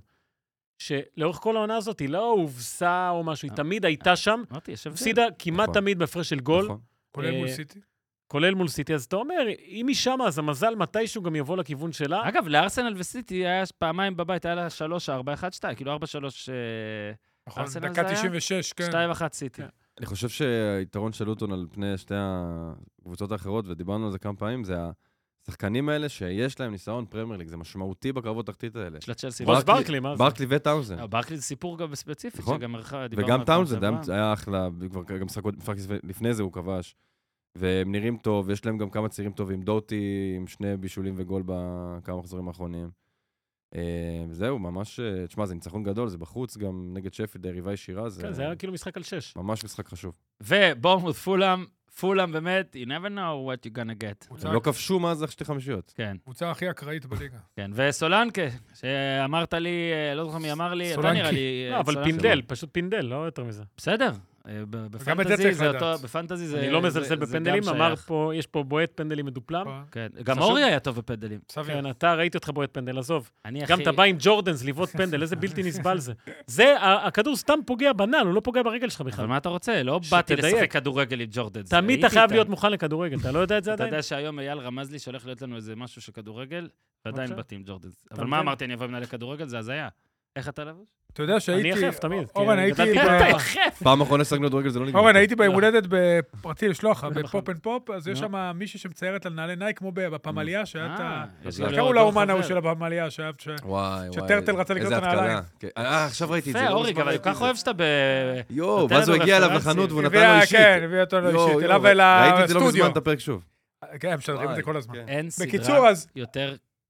שלאורך כל העונה הזאת היא לא הובסה או משהו, היא אה. תמיד הייתה שם, אמרתי, יש הבדל. הפסידה כמעט נכון. תמיד בהפרש של גול, נכון. כולל מול אה, סיטי. כולל מול סיטי. אז אתה אומר, אם היא שמה, אז המזל מתישהו גם יבוא לכיוון שלה. אגב, לארסנל וסיטי היה פעמיים בבית, היה לה שלוש ארבע, אחד שתיים, כאילו ארבע שלוש, נכון, ארסנל דקה זה היה? תשעים ושש, כן. שתיים אחת סיטי. כן. אני חושב שהיתרון של לוטון על פני שתי הקבוצות האחרות, ודיברנו על זה כמה פעמים, זה השחקנים האלה שיש להם ניסיון פרמייר ליג, זה משמעותי בקרבות התחתית האלה. יש לה צ'לסי. רוס ברקלי- ברקלי, מה זה? ברקלי וטאוזן. אה, ברקלי זה סיפור גם ספציפי, נכון. שגם ערכה, דיברנו וגם על פעם טאוזן, שעברה. היה אחלה, כבר גם משחק משחק לפני זה הוא כבש. והם נראים טוב, יש להם גם כמה צעירים טובים, דוטי עם שני בישולים וגול בכמה מחזורים האחרונים. אה, וזהו, ממש, אה, תשמע, זה ניצחון גדול, זה בחוץ, גם נגד שפילד, היריבה ישירה, זה כן, זה היה כאילו משחק על שש. ממש משחק חשוב. ובורמוט פולאם, פולאם באמת, you never know what you're gonna get. קבוצה- הם לא כבשו מאז איך שתי חמישיות. כן, קבוצה הכי אקראית בליגה. כן. וסולנקה, שאמרת לי, אה, לא זוכר מי אמר לי, אתה סולנקי. נראה לי... לא, אה, אבל סולנקי. פינדל, פשוט פינדל, לא יותר מזה. בסדר. אה, ב- את זה בפנטזי צריך זה אותו, לדעת. בפנטזי זה... אני לא זה- מזלזל זה בפנדלים, גם אמר שייך. פה, יש פה בועט פנדלים מדופלם. כן, גם חשוב. אורי היה טוב בפנדלים. סביר. כן, אתה, ראיתי אותך בועט פנדל, עזוב. אני גם הכי... אתה בא עם ג'ורדנס לבעוט פנדל, איזה בלתי נסבל זה. זה, ה- הכדור סתם פוגע בנעל, הוא לא פוגע ברגל שלך אבל בכלל. מה אתה רוצה? לא באתי שתדייק. לשחק כדורגל עם ג'ורדן. תמיד אתה חייב להיות מוכן לכדורגל, אתה לא יודע את זה אתה עדיין? יודע שהיום אייל רמז לי שהולך להיות לנו איזה משהו של כדורגל, ועדיין בבקשה. באתי עם ג'ורדן. אבל מבין? מה אמרתי, אני אבוא עם מנהלי כדורגל? זה הזיה. איך אתה לבוש? אתה יודע שהייתי... אני יחף תמיד. אורן, כי הייתי... גדלתי ב- ככה. יחף! פעם אחרונה שחקנו כדורגל זה לא נגמר. אורן, הייתי ביום הולדת בפרטי לשלוח לך, נכון. בפופ אנד פופ, אז יש נו. שם מישהי שמציירת על נעלי נייק, כמו בפמליה, שהיה את ה... אה, יש אז לי איך איך עוד קראו לאומן חבר. ההוא של הפמליה, שהיה... ש- וואי, וואי. שטרטל רצה לקנות איזה את הנעליים. התקלה. כן. אה, עכשיו ראיתי את זה. יפה, לא אורי, מזמן אבל אני ראיתי כל את כך זה. אוהב שאתה ב... יואו, נותן ואז הוא לנו הגיע אליו רפרנסים. לחנות והוא נתן הביא- לו אישית. כן, הביא אותו יואו, אישית, יואו, אליו ראיתי את זה לא לסטודיו. מזמן את הפרק שוב. כן, הם משדרים את זה כל הזמן. אין בקיצור, סדרה אז- יותר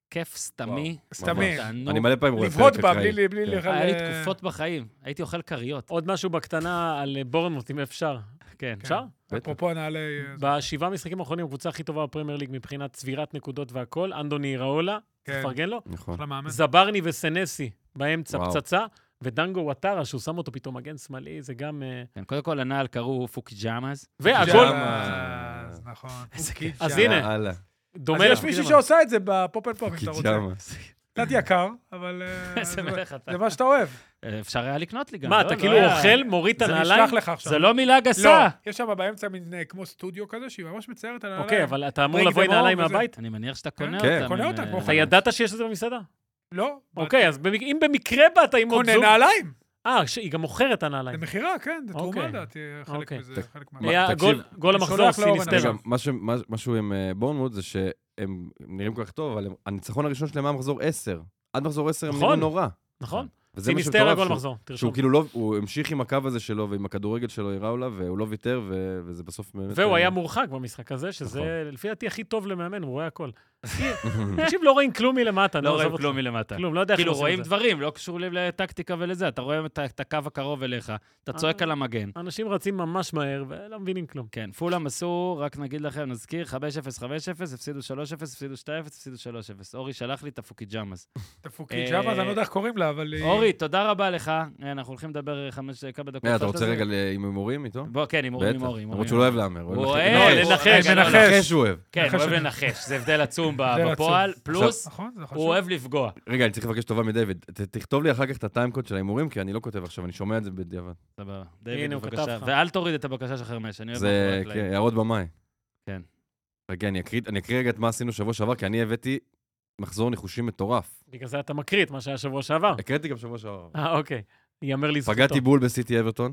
כיף סתמי. סתמי. תענוג. אני מלא פעמים רואה לבהות פרק בה, אקראי. בלי בלי כן. לאכול... היה לי אה, תקופות בחיים, הייתי אוכל כריות. עוד משהו בקטנה על בורנמוט, אם אפשר. כן. אפשר? אפרופו נעלי... בשבעה משחקים האחרונים, הקבוצה הכי טובה בפרמייר ליג מבחינת צבירת נקודות והכל, אנדוני ראולה, כן. תפרגן לו, נכון. אחלה מאמן. זברני וסנסי באמצע וואו. פצצה, ודנגו וואטרה, שהוא שם אותו פתאום מגן שמאלי, זה גם... אה, כן, קודם כל, הנעל קראו פוקי ג'אמאז. והגול, ג'אמאז, נכון. איזה פוקי כיף. אז ג'אמאז. הנה. יאללה. דומה אז יש לפוקי מישהו ג'אמאז. שעושה את זה בפופ אנד פופ, אם אתה רוצה. קיג'אמה. קצת יקר, אבל אה, איזה זה- מלך אתה. זה מה שאתה אוהב. אפשר היה לקנות לי גם. מה, לא? אתה לא כאילו היה- אוכל, מוריד את זה הנעליים? נשלח לך עכשיו. זה לא מילה לא, גסה. יש שם באמצע מין אה, כמו סטודיו כזה, שהיא ממש מציירת על הנעליים. אוקיי, אבל אתה אמור ריק לבוא עם דמור נעליים וזה. מהבית? אני מניח שאתה קונה כן. אותם. קונה עם, אותם, אה, כמו אתה ידעת שיש את זה במסעדה? לא. אוקיי, אז במק- אם במקרה באת עם עוד קונה זוג... נעליים. אה, שהיא גם מוכרת את זה הנעליים. מכירה, כן, זה תרומה אוקיי. לדעתי, חלק אוקיי. מזה, ת- חלק מה... מה, היה תקשיב, גול- גול אני המחזור, שולח לאורן סיניסטרה. רגע, משהו- מה- משהו עם אה, בורנמוט זה שהם נראים כל כך טוב, אבל הם- הניצחון הראשון שלהם היה מחזור עשר. עד מחזור עשר הם נכון. נראו נורא. נכון? וזה מה סיניסטרה שמטורף, גול שהוא- מחזור, תרשום. שהוא כאילו לא, הוא המשיך עם הקו הזה שלו ועם הכדורגל שלו, הראולה, והוא לא ויתר, ו- וזה בסוף באמת... והוא אה, היה מורחק במשחק הזה, שזה נכון. לפי דעתי הכי טוב למאמן, הוא רואה הכל. תקשיב, לא רואים כלום מלמטה, לא עזוב רואים אותך. כלום מלמטה. כלום, לא יודע איך כאילו הם עושים רואים את זה. דברים, לא קשורים לטקטיקה ולזה. אתה רואה את ה- את הקו הקרוב אליך, אתה צועק אה. על המגן. אנשים רצים ממש מהר ולא מבינים כלום. כן, פולאם עשו, רק נגיד לכם, נזכיר, חמש אפס חמש אפס, הפסידו שלוש אפס, הפסידו שתיים אפס, הפסידו שלוש אפס. אורי שלח לי את הפוקי ג'אמאז. את הפוקי אה, ג'אמאז, אני לא יודע איך קוראים לה, אבל... היא- אורי, תודה רבה לך. אנחנו הולכים לדבר חמש, כמה דקות. אה, אתה אחת רוצה על רגע זה. ל- עם הימורים איתו? בוא, כן, הימורים, בטח. הימורים. למרות שהוא לא אוהב להמר. הוא לנחש. אוהב לא, לנחש. רגע, רגע, לא, מנחש. לנחש הוא אוהב. כן, הוא מנחש אוהב אני- לנחש, זה הבדל עצום הבדל בפועל, עצום. פלוס נכון, זה חשוב. הוא אוהב לפגוע. רגע, אני צריך לבקש טובה מדייוויד. ת- תכתוב לי אחר כך את הטיימקוד של ההימורים, כי אני לא כותב עכשיו, אני שומע את זה בדיעבד. סבבה. דיוויד, הנה, הוא בבקשה. כתב לך. ואל תוריד את הבקשה של חרמש, אני אוהב זה מאחורי כן, הקלעים. הערות במאי. כן. רגע, אני אקריא אני אקריא רגע את מה עשינו שבוע שעבר, כי אני הבאתי מחזור ניחושים מטורף. בגלל זה אתה מקריא את מה שהיה שבוע שעבר. הקראתי גם שבוע שעבר. אה, אוקיי. ייאמר לזכותו. פגעתי בול בסיטי אברטון.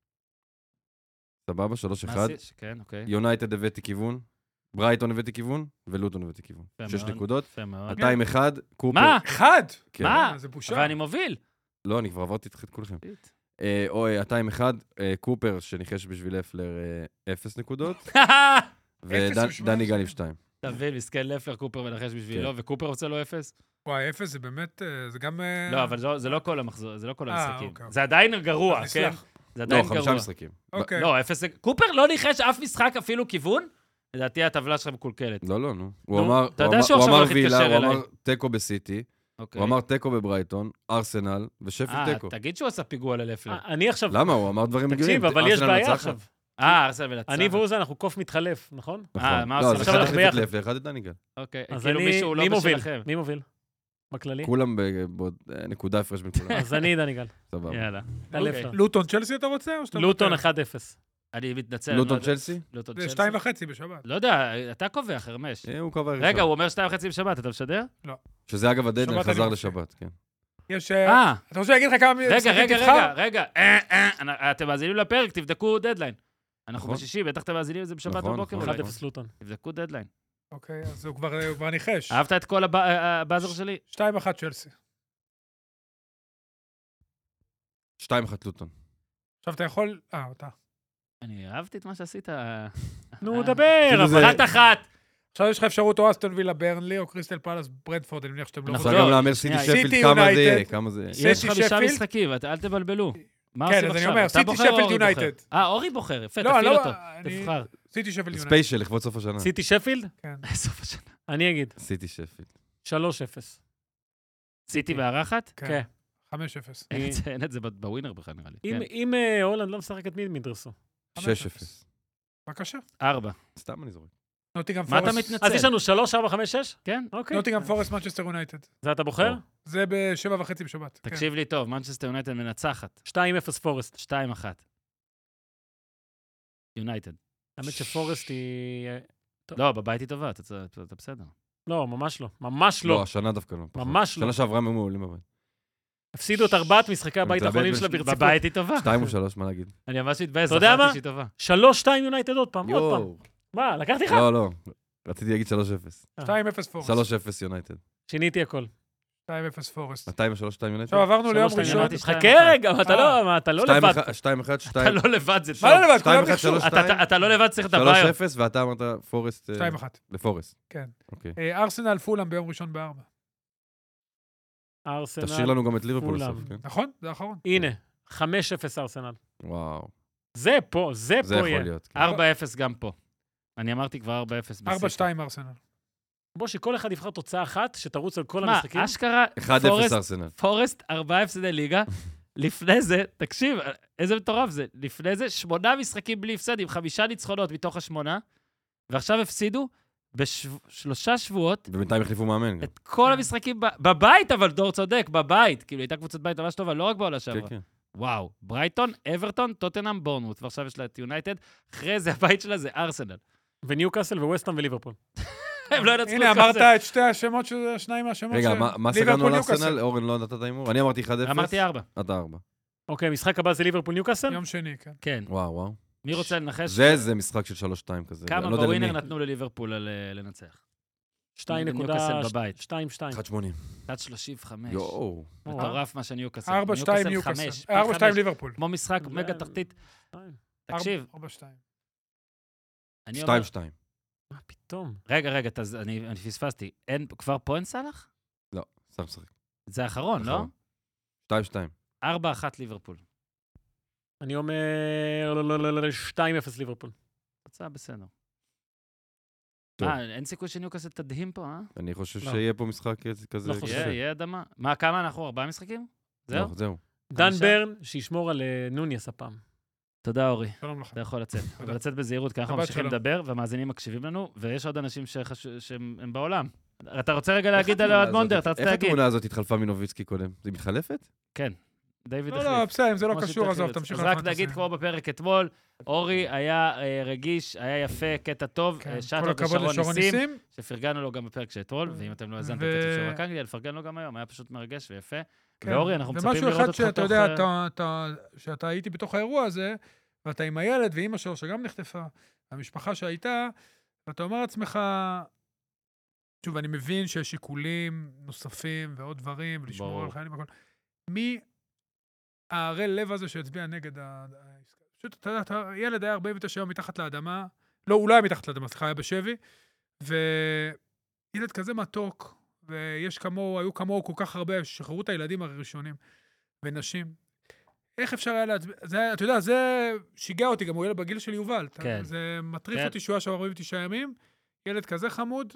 סבבה, שלוש מה אחד. עשית? כן, אוקיי. יונייטד הבאתי כיוון, ברייטון הבאתי כיוון, ולוטון הבאתי כיוון. יפה שש מאוד. נקודות, יפה מאוד. מאתיים אחד, קופר. מה? אחד! כן. מה? זה בושה. ואני מוביל. לא, אני כבר עברתי את כולכם. אה, או אה, מאתיים אחד, אה, קופר שניחש בשביל אפלר אה, אפס נקודות, אפס ושמונה. ודני גל עם שתיים. אתה מבין, מסכן לפלר, קופר מנחש בשבילו, וקופר רוצה לו אפס? וואי, אפס זה באמת, אה, זה גם... אה, לא, אבל זו- זה לא כל המחזור, זה לא כל אה, המשחקים. אוקיי, זה עדיין גרוע, אז כן? נסלח. זה לא, עדיין חמישה גרוע. משחקים. אוקיי. לא, אפס זה... קופר לא ניחש אף משחק, אפילו כיוון? לדעתי הטבלה שלך מקולקלת. לא, לא, נו. הוא נו, אמר, אתה הוא יודע אמר- שהוא הוא עכשיו אמר הולך וילה, להתקשר הוא אמר אליי. תיקו בסיטי, אוקיי. הוא אמר תיקו בברייטון, ארסנל ושפילד אה, תיקו. תגיד שהוא עשה פיגוע ללפלר. אה, אני עכשיו... למה? הוא אמר דברים הגיוניים. תקשיב, אבל יש ארסנל בעיה מנצחת. עכשיו. אה, ארסנל ונצח. אני והוא זה, אנחנו קוף מתחלף, נכון? נכון. אה, מה לא, עושים? אז עכשיו אחד אנחנו החליף את ביחד. לפלר, אחד את דניגל. אוקיי, אז כאילו אני... מישהו מי לא מוביל? בשלכם. מי מוביל? בכללי? כולם ב- בעוד אה, נקודה הפרש בין כולם. אז אני דניגל. סבבה. יאללה. טל אוקיי. לפלר. לוטון צ'לסי אתה רוצה? או שאתה לוטון מוותר? אחד אפס. אני מתנצל. אני לא לוטון יודע. צ'לסי? לוטון זה צ'לסי. שתיים וחצי בשבת. לא יודע, אתה קובע, חרמש. אה, הוא קבע ראשון. רגע, הוא אומר שתיים וחצי בשבת, אתה משדר? שזה אגב הדדליין שבת אני חזר מופיע. לשבת, כן. יש... אה, אה, אתה רוצה להגיד לך כמה רגע, משחקים רגע, תבחר? רגע, רגע. אה, אה, אנ- אתם מאזינים לפרק, תבדקו דדליין. אנחנו נכון. בשישי, בטח אתם מאזינים לזה בשבת נכון, בבוקר. נכון. אולי. אחד אפס לוטון. תבדקו דדליין. אוקיי, אז הוא כבר הוא כבר ניחש. אהבת את כל הב- הבאזר שלי? שתיים אחת צ'לסי. שתיים אחת לוטון. עכשיו אתה יכול... אה, אתה. אני אהבתי את מה שעשית. נו, אה. דבר, כאילו אבל... זה- אחת אחת. עכשיו יש לך אפשרות או אסטון וילה ברנלי או קריסטל פלאס ברנדפורד, אני מניח שאתם לא אנחנו אפשר רוצים. לא, גם להמר סיטי שנייה, שפילד, סיטי כמה זה יונייטד. יהיה, כמה זה... סיטי יש חמישה שפילד? משחקים, את- אל תבלבלו. מה כן, עושים אז אני עכשיו? אומר, אתה סיטי בוחר או שפילד אורי יונייטד. בוחר? אה, אורי בוחר, יפה, לא, תפעיל לא, אותו. אני- תבחר. סיטי שפילד יונייטד. ספיישל לכבוד סוף השנה. סיטי שפילד? כן. סוף השנה. אני אגיד. סיטי שפילד. שלוש אפס. סיטי מארחת? כן. חמש אפס. אין את זה- אין את זה ב- בווינר בכלל, נראה לי. אם- כן. אם אה, הולנד לא משחקת, מי מדרסו? שש אפס. בבקשה. ארבע. סתם אני זורק. נוטינגהam מה אתה פורסט. מתנצל? אז יש לנו שלוש, ארבע, חמש, שש? כן. אוקיי. נוטינגהam פורסט מנצ'סטר יונייטד. זה אתה בוחר? או. זה בשבע וחצי בשבת. כן. תקשיב לי טוב, מנצ'סטר יונייטד מנצחת. שתיים אפס פורסט. שתיים אחת. יונייטד. האמת שפורסט היא... אה, לא, בבית היא טובה, אתה אתה- אתה בסדר. לא, ממש לא. ממש לא, לא. השנה דווקא לא. פחות. ממש לא. שנה שעברה הם היו מעולים בבית. הפסידו את ארבעת משחקי הבית מתלבט האחרונים בין שלה ש- ברציפות. בבית היא טובה. שתיים או שלוש, מה להגיד? אני ממש מתבאס, אתה יודע זכרתי מה? שהיא טובה. שלוש, שתיים יונייטד עוד פעם, עוד פעם. יואו. מה, לקחתי לך? לא, לא. רציתי להגיד שלוש אפס. שתיים אפס פורסט. שלוש אפס יונייטד. שיניתי הכל. שתיים אפס פורסט. מאתיים ושלוש, שתיים יונייטד? עכשיו עברנו ליום שלוש, ראשון. אמרתי שתיים חכה אחת. רגע, אבל אתה אה. לא, מה, אתה לא שתיים לבד. אחד, שתיים אחד, אתה שתיים. לא לבד, זה טוב. מה לא לבד? שתיים כולם אחת, ניחשו. שלוש, אתה- שתיים. אתה לא לבד, צריך את שלוש הביו. אפס, ואתה אמרת פורסט... אה, שתיים אחת. לפורסט. כן. אוקיי. אה, ארסנל פולאם ביום ראשון בארבע. ארסנל. תשאיר לנו גם את ליברפול פולאם. בסוף, כן? נכון? זה האחרון. הנה, חמש אפס ארסנל. וואו. זה פה, זה זה פה יכול יהיה. להיות. כן. ארבע אפס גם פה. אני אמרתי כבר ארבע אפס בסיטי. ארבע שתיים ארסנל. בוא, שכל אחד יבחר תוצאה אחת, שתרוץ על כל מה, המשחקים. אשכרה, אחד אפס פורסט- ארסנל. פורסט, ארבעה הפסדי ליגה. לפני זה, תקשיב, איזה מטורף זה. לפני זה, שמונה משחקים בלי הפסד, עם חמישה ניצחונות מתוך השמונה, ועכשיו הפסידו בשלושה שבועות ובינתיים החליפו מאמן גם. את כל המשחקים ב- בבית, אבל דור צודק, בבית. כאילו, הייתה קבוצת בית ממש טובה, לא רק בעונה כן, שעברה. כן. וואו, ברייטון, אברטון, טוטנהאם, בורנמוט, ועכשיו יש לה את יונייטד. אחרי זה, הבית שלה זה ארסנל. וניוקאסל וווסטהאם וליברפול. הם לא ינצחו הנה, את כל אמרת זה. את שתי השמות, שזה שניים מהשמות רגע, של- מה- מה ליברפול, סגרנו על ניוקאסל. ארסנל? אורן לא נתת את ההימור? אני אמרתי אחד אפס. אמרתי ארבע. אתה ארבע. אוקיי, משחק הבא זה ליברפול ניוקאסל? יום שני, כן. כן. וואו, וואו. מי רוצה לנחש? זה, זה משחק של שלוש שתיים כזה. כמה לא יודע בווינר למי. נתנו לליברפול על אה, לנצח? שתיים נקודה ניוקאסל בבית. שתיים שתיים. אחד שמונים. עד שלושים וחמש. יואו. מטורף מה שניוקאסל. ארבע שתיים ניוקאסל ניוקאסל. חמש, פי ארבע שתיים חמש. ליברפול. כמו משחק זה- מגה תחתית. שתיים. תקשיב, ארבע שתיים. אני אומר... שתיים שתיים. מה פתאום? רגע, רגע, תז- אני אני פספסתי. אין, כבר פה אין סלאח? לא, סתם משחק. זה האחרון, לא? נכון. שתיים שתיים. ארבע אחת ליברפול. אני אומר לא, לא, לא, לא, שתיים אפס ליברפול. תוצאה בסדר. טוב. מה, אין סיכוי שניוקאסל תדהים פה, אה? אני חושב לא. שיהיה פה משחק כזה. לא חושב. יהיה, יהיה אדמה. מה, כמה אנחנו? ארבעה משחקים? זהו? לא, זהו. דן חמישה? ברן, שישמור על אה, נוניס הפעם. תודה, אורי. שלום לכם. אתה יכול לצאת. אבל לצאת בזהירות, כי אנחנו שבת ממשיכים שלום. לדבר, והמאזינים מקשיבים לנו, ויש עוד אנשים שחש- שהם הם בעולם. אתה רוצה רגע להגיד על אוהד מונדר? אתה רוצה איך להגיד? התמונה הזאת התחלפה מנוביצקי קודם? היא מתחלפת? כן. דיוויד לא, החליף. לא, בסדר, אם זה לא כמו קשור, עזוב, שתחליט. תמשיך. אז רק נגיד, כמו בפרק אתמול, אורי היה אה, רגיש, היה יפה, קטע טוב, כן, אה, כל שאטות הכבוד לשרון לשרון ניסים, ניסים. שפרגנו לו גם בפרק שאתמול, ואם אתם לא האזנתם ו- את שיעור אנגליה, לפרגן לו גם היום, היה פשוט מרגש ויפה. כן. ואורי, אנחנו מצפים ומשהו לראות אחד אותך שאתה תוך... יודע, אה, אתה- אתה- שאתה הייתי בתוך האירוע הזה, ואתה עם הילד ואימא שלו שגם נחטפה, המשפחה שהייתה, ואתה אומר לעצמך, שוב, אני מבין שיש שיקולים נוספים ועוד דברים, ולשמור ברור. על חיילים והכל. מי הערל לב הזה שהצביע נגד ה- העסקה? פשוט, אתה יודע, אתה- ילד היה ארבעים ותשע יום מתחת לאדמה, לא, הוא לא היה מתחת לאדמה, סליחה, היה בשבי, וילד כזה מתוק, ויש כמוהו, היו כמוהו כל כך הרבה, שחררו את הילדים הראשונים, ונשים. איך אפשר היה להצביע? זה, אתה יודע, זה שיגע אותי, גם הוא ילד בגיל של יובל. אתה- כן. זה מטריף כן. אותי שהוא היה שם ארבעים ותשעה ימים, ילד כזה חמוד,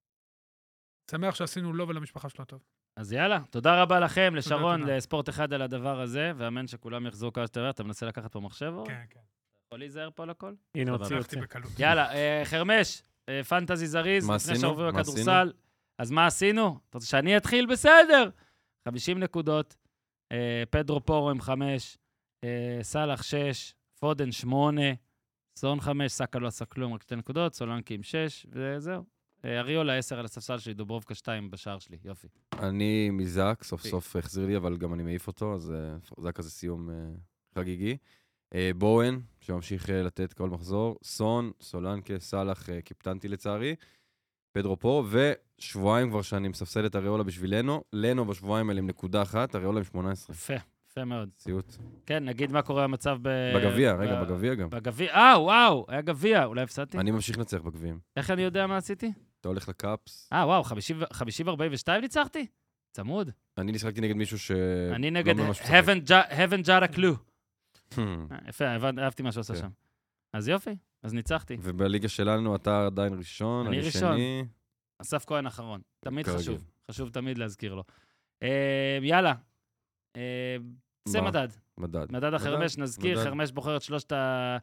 שמח שעשינו לו ולמשפחה שלו טוב. אז יאללה, תודה רבה לכם, לשרון, תודה. לספורט אחד על הדבר הזה, ואמן שכולם יחזרו כמה שיותר. אתה מנסה לקחת פה מחשב, אורי? כן, כן. יכול להיזהר פה על הכל? הנה, סבבה. הוציא, הלכתי הוציא. בקלות. יאללה, אה, חרמש, אה, פנטזי זריז, מה לפני עשינו? שעוברים מה לכדורסל. אז מה עשינו? אתה רוצה שאני אתחיל? בסדר. חמישים נקודות, אה, פדרו פורו עם חמש, אה, סאלח שש, פודן שמונה, סון חמש, סאקה לא עשה כלום, רק שתי נקודות, סולנקי עם שש, וזהו. אה, אריולה עשר על הספסל שלי, דוברובקה שתיים בשער שלי, יופי. אני מזק, סוף סוף החזיר לי, אבל גם אני מעיף אותו, אז אה, זה היה כזה סיום אה, חגיגי. אה, בואן, שממשיך אה, לתת כל מחזור, סון, סולנקה, סאלח, אה, קיפטנתי לצערי, פדרו פה, ושבועיים כבר שאני מספסל את אריולה בשבילנו, לנו בשבועיים האלה עם נקודה אחת, אריולה עם שמונה עשרה. יפה, יפה מאוד. ציוט. כן, נגיד מה קורה המצב ב... בגביע, ב- רגע, בגביע גם. בגביע, אה, וואו, היה גביע, אולי הפסדתי? אני ממשיך לנצח בגביעים. איך אני יודע מה עשיתי? אתה הולך לקאפס. אה, וואו, חמישים ארבעים ושתיים ניצחתי? צמוד. אני נשחקתי נגד מישהו ש... אני נגד לא ממש משחק. Heaven Ja- Heaven Jara Clue. Hmm. אה, יפה, הבנ- אהבתי מה שעושה כן. שם. אז יופי, אז ניצחתי. ובליגה שלנו אתה עדיין ראשון, אני אני ראשון. שני. אסף כהן אחרון. תמיד כרגיל. חשוב, חשוב תמיד להזכיר לו. אה, יאללה, אה, זה מה? מדד. מדד. מדד החרמש, נזכיר, מדד. חרמש בוחר את שלושת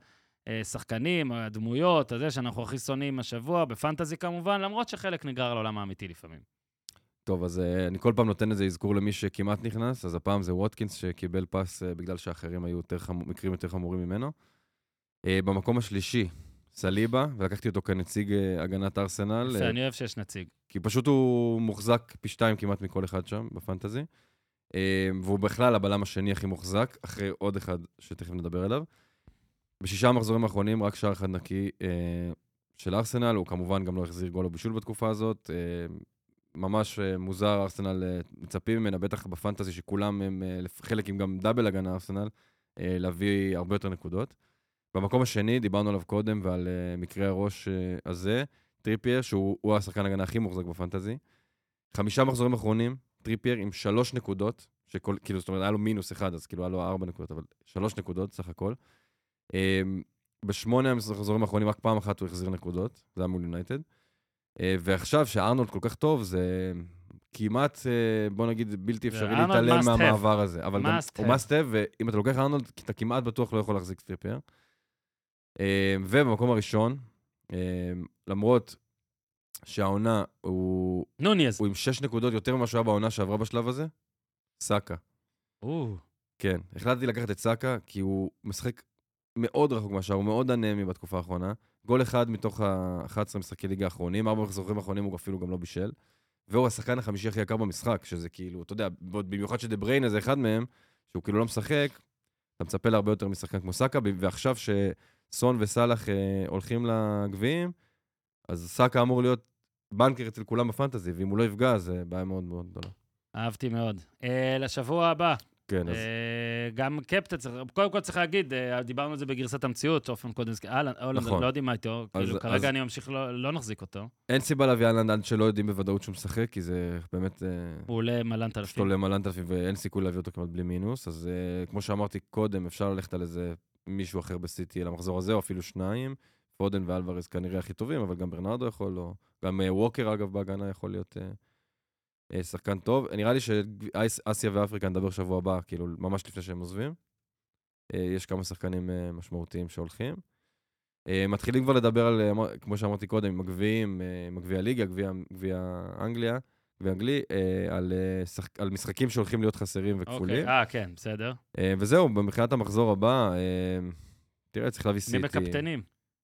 השחקנים, הדמויות, הזה שאנחנו הכי שונאים השבוע, בפנטזי כמובן, למרות שחלק נגרר לעולם האמיתי לפעמים. טוב, אז uh, אני כל פעם נותן איזה אזכור למי שכמעט נכנס, אז הפעם זה ווטקינס שקיבל פס uh, בגלל שאחרים היו יותר חמור, מקרים יותר חמורים ממנו. Uh, במקום השלישי, סליבה, ולקחתי אותו כנציג uh, הגנת ארסנל, יפה, uh, אני אוהב שיש נציג. כי פשוט הוא מוחזק פי שתיים כמעט מכל אחד שם, בפנטזי. Uh, והוא בכלל הבלם השני הכי מוחזק, אחרי עוד אחד שתכף נדבר עליו. בשישה המחזורים האחרונים, רק שער אחד נקי uh, של ארסנל, הוא כמובן גם לא החזיר גול או בישול בתקופה הזאת. Uh, ממש uh, מוזר, ארסנל uh, מצפים ממנה, בטח בפנטזי שכולם הם uh, חלק עם גם דאבל הגנה ארסנל, uh, להביא הרבה יותר נקודות. במקום השני, דיברנו עליו קודם ועל uh, מקרה הראש uh, הזה, טריפייר, שהוא השחקן הגנה הכי מוחזק בפנטזי. חמישה מחזורים אחרונים, טריפייר עם שלוש נקודות, שכל, כאילו, זאת אומרת, היה לו מינוס אחד, אז כאילו היה לו ארבע נקודות, אבל שלוש נקודות, סך הכל. בשמונה המחזורים האחרונים, רק פעם אחת הוא החזיר נקודות, זה היה מול יונייטד. ועכשיו, שארנולד כל כך טוב, זה כמעט, בוא נגיד, בלתי אפשרי להתעלם מהמעבר הזה. אבל גם הוא must have, ואם אתה לוקח ארנולד, אתה כמעט בטוח לא יכול להחזיק טריפייר. ובמקום הראשון, למרות שהעונה הוא... נוניאז. הוא עם שש נקודות יותר ממה שהוא היה בעונה שעברה בשלב הזה, סאקה. כן, החלטתי לקחת את סאקה, כי הוא משחק מאוד רחוק מהשאר, הוא מאוד אנמי בתקופה האחרונה. גול אחד מתוך ה-אחד עשר משחקי ליגה האחרונים, ארבע מחזורים האחרונים הוא אפילו גם לא בישל. והוא השחקן החמישי הכי יקר במשחק, שזה כאילו, אתה יודע, במיוחד שדה בריינה זה אחד מהם, שהוא כאילו לא משחק, אתה מצפה להרבה יותר משחקן כמו סאקה, ועכשיו שסון וסלח אה, הולכים לגביעים, אז סאקה אמור להיות בנקר אצל כולם בפנטזי, ואם הוא לא יפגע, זה בעיה מאוד מאוד גדולה. אהבתי מאוד. אה, לשבוע הבא. כן, אז... אה, גם קפטן, קודם כל צריך להגיד, אה, דיברנו על זה בגרסת המציאות, אופן קודנסקי, אהלן, נכון. לא יודעים מה איתו, אז- כאילו אז- כרגע אני ממשיך, לא לא נחזיק אותו. אין סיבה להביא אהלנד עד שלא יודעים בוודאות שהוא משחק, כי זה באמת... אה, הוא עולה מלנת פשוט אלפים. עולה מלנת אלפים, ואין סיכוי להביא אותו כמעט בלי מינוס, אז uh, כמו שאמרתי קודם, אפשר ללכת על איזה מישהו אחר בסיטי למחזור הזה, או אפילו שניים. פודן ואלוורז כנראה הכי טובים, אבל גם ברנרדו יכול, או גם uh, ווקר, אגב, בהגנה יכול להיות uh, uh, שחקן טוב. נראה לי שאסיה ואפריקה נדבר שבוע הבא, כאילו, ממש לפני שהם עוזבים. Uh, יש כמה שחקנים uh, משמעותיים שהולכים. Uh, מתחילים כבר לדבר על, uh, כמו שאמרתי קודם, עם הגביעים, uh, עם הגביע הליגה, גביע, גביע אנגליה. ואנגלי, אה, על, אה, שח... על משחקים שהולכים להיות חסרים וכפולים. אוקיי, אה, כן, בסדר. אה, וזהו, מבחינת המחזור הבא, אה, תראה, צריך להביא סיטי. מי מקפטנים?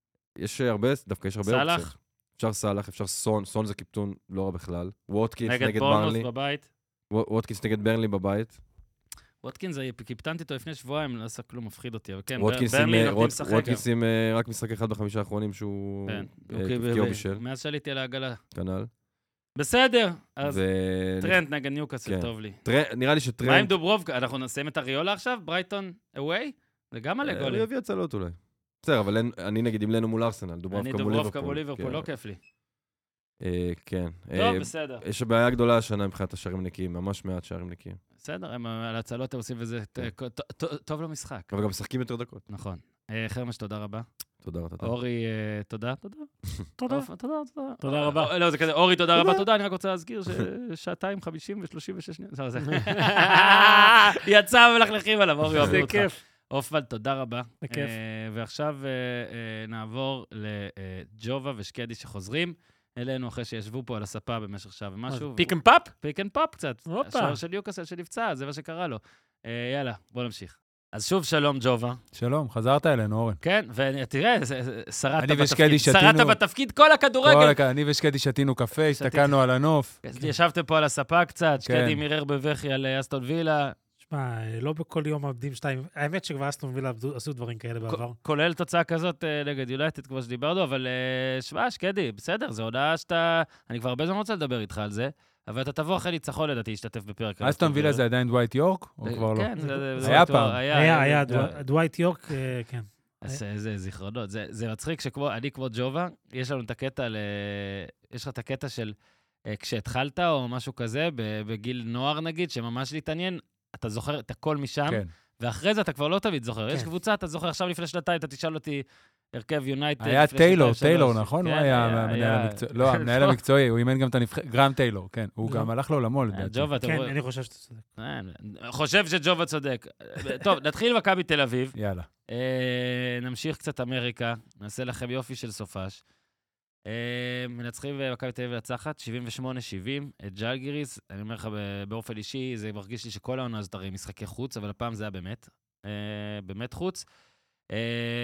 יש הרבה, דווקא יש הרבה סלח? אופציות. אפשר סלח, אפשר סון, סון זה קיפטון לא רע בכלל. ווטקינס נגד נגד בורנמוס ברנלי. בבית? וו- ווטקינס נגד ברנלי בבית. ווטקינס, קיפטנתי אותו לפני שבועיים, לא עשה כלום, מפחיד אותי, אבל כן, ווטקינס עם, ברנלי אה, נותנים רוט- לשחק. ווטקינס עם אה, רק משחק אחד בחמישה האחרונים שהוא כן, אה, אוקיי, הבקיע ו- או בישל. מאז שעליתי על העגלה. כנ"ל. בסדר, אז ו- טרנד נגד ניוקאסל, כן. טוב לי. טרנד- נראה לי מה עם שטרנד... דוברובקה? אנחנו נסיים את הריולה עכשיו? ברייטון אווי? זה גם מלא אה, הוא גולים. יביא הצלות אולי. בסדר, אבל אין- אני נגיד עם לנו מול ארסנל, אני דוברובקה מול דוברובקה ליברפול. מול ליברפול, כן. לא כיף לי. אה, כן. טוב, אה, בסדר. יש בעיה גדולה השנה מבחינת השערים נקיים, ממש מעט שערים נקיים. בסדר, הם על הצלות הם עושים וזה ט- ט- ט- טוב למשחק. אבל גם משחקים יותר דקות. נכון. אה, חרמש, תודה רבה. תודה רבה. אורי, אה, תודה, תודה. תודה. עופר, תודה, תודה. תודה רבה. אה, לא, זה כזה, אורי, תודה רבה, תודה. אני רק רוצה להזכיר ששעתיים, חמישים ושלושים ושש שניות. לא, זה- יצא ומלכלכים עליו, אורי, אוהבים זה אותך. כיף. אופל, תודה רבה. בכיף. אה, ועכשיו אה, אה, נעבור לג'ובה ושקדי שחוזרים אלינו אחרי שישבו פה על הספה במשך שעה ומשהו. פיק אנד פאפ? פיק אנד פאפ קצת. הופה. השוער של יוקאסל שנפצע, זה מה שקרה לו. אה, יאללה, בוא נמשיך. אז שוב, שלום, ג'ובה. שלום, חזרת אלינו, אורן. כן, ותראה, זה- זה- שרדת אני בתפקיד. ושקדי שרדת שתינו- בתפקיד כל הכדורגל. כל הכ- אני ושקדי שתינו קפה, הסתכלנו על הנוף. ישבתם פה על הספה קצת, שקדי כן. מירר בבכי על אה, אסטון וילה, שמע, לא בכל יום מאבדים שתיים. האמת שכבר אסטון וילה עבדו- עשו דברים כאלה בעבר. כולל תוצאה כזאת אה, נגד יולייטד, כמו שדיברנו, אבל אה, שמע, שקדי, בסדר, זו הודעה שאתה... אני כבר הרבה זמן רוצה לדבר איתך על זה, אבל אתה תבוא אחרי ניצחון, לדעתי, להשתתף בפרק. על אסטון וילה זה עדיין דווייט יורק, או אה, כבר לא? כן, זה... זה- היה זה- פעם. היה, היה, זה- דו- דווייט יורק, אה, כן. אז איזה זיכרונות. זה, זה מצחיק שכמו, אני כמו ג'ובה, יש לנו את הקטע ל... יש לך את הקטע של אה, כשהתחלת או משהו כזה, ב- בגיל נוער נגיד, שממש להתעניין, אתה זוכר את הכל משם, כן. ואחרי זה אתה כבר לא תמיד זוכר. יש כן. קבוצה, אתה זוכר עכשיו לפני שנתיים, אתה תשאל אותי, הרכב יונייטד. היה לפני טיילור, שנתיים, טיילור, שלוש. נכון? כן, הוא היה היה- המנהל היה- המקצועי. לא, המנהל המקצועי, הוא אימן גם את הנבחרת, גרם טיילור, כן. הוא לא. גם הלך לעולמו, אה, לדעתי. ג'ובה, אתה כן, רואה... אני חושב שאתה צודק. אה, חושב שג'ובה צודק. טוב, נתחיל עם מכבי תל אביב. יאללה. אה, נמשיך קצת אמריקה, נעשה לכם יופי של סופש. אה, מנצחים במכבי תל אביב לצחת, שבעים ושמונה שבעים, את ג'לגיריס, אני אומר לך באופן אישי, זה מרגיש לי שכל העונה הזאת הרי משחקי חוץ, אבל הפעם זה היה באמת, אה, באמת חוץ. אה,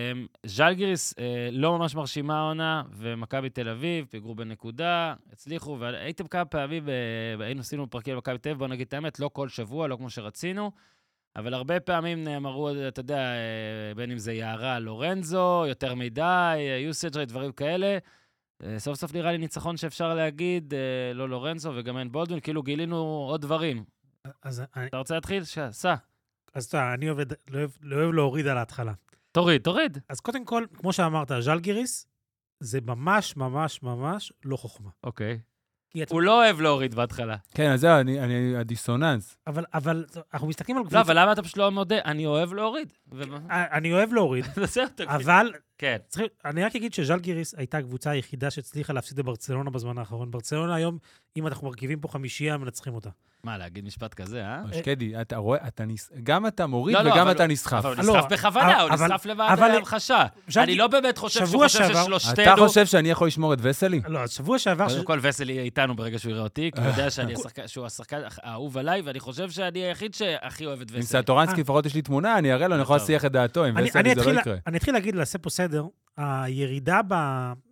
ז'לגיריס אה, לא ממש מרשימה העונה, ומכבי תל אביב, פיגרו בנקודה, הצליחו, והייתם כמה פעמים, אה, היינו עשינו פרקים במכבי תל אביב, בוא נגיד את האמת, לא כל שבוע, לא כמו שרצינו, אבל הרבה פעמים נאמרו, אתה יודע, אה, בין אם זה יערה, לורנזו, יותר מדי, יוסג' רי, דברים כאלה. אה, סוף סוף נראה לי ניצחון שאפשר להגיד, אה, לא לורנזו וגם אין בולדווין, כאילו גילינו עוד דברים. אז אני- אתה רוצה להתחיל? ש- סע. אז אתה יודע, אני עובד- לא אוהב- לא אוהב להוריד על ההתחלה. תוריד, תוריד. אז קודם כל, כמו שאמרת, ז'לגיריס, זה ממש ממש ממש לא חוכמה. אוקיי. כי את- הוא לא אוהב להוריד בהתחלה. כן, אז זהו, אני- אני- הדיסוננס. אבל, אבל אנחנו מסתכלים על לא, קבוצה... אבל למה אתה פשוט לא מודה? אני אוהב להוריד. ומה? אני אוהב להוריד, בסדר, תגיד. אבל כן. צריך, אני רק אגיד שז'לגיריס הייתה הקבוצה היחידה שהצליחה להפסיד לברצלונה בזמן האחרון. ברצלונה היום, אם אנחנו מרכיבים פה חמישייה, מנצחים אותה. מה, להגיד משפט כזה, אה? שקדי, אתה רואה, אתה נס- גם אתה מוריד לא, לא, וגם אבל אתה הוא- נסחף. אבל הוא לא, נסחף בכוונה, הוא אבל- נסחף לבד אבל- המחשה. ז'לגי- אני לא באמת חושב שהוא שבוע חושב שעבר- ששלושתנו... אתה חושב שאני יכול לשמור את וסלי? לא, אז שבוע שעבר... ש- קודם כל, וסלי יהיה איתנו ברגע שהוא יראה אותי, כי הוא יודע שאני השחקן- שהוא השחקן האהוב עליי, ואני חושב שאני היחיד שהכי אוהב את עם וסלי. סטורנסקי לפחות יש לי תמונה, אני אראה לו, אני יכול טוב. להסיח את דעתו, עם אני, אני, וסלי זה אתחיל, לא יקרה. אני אתחיל להגיד, לעשה פה סדר. הירידה ב...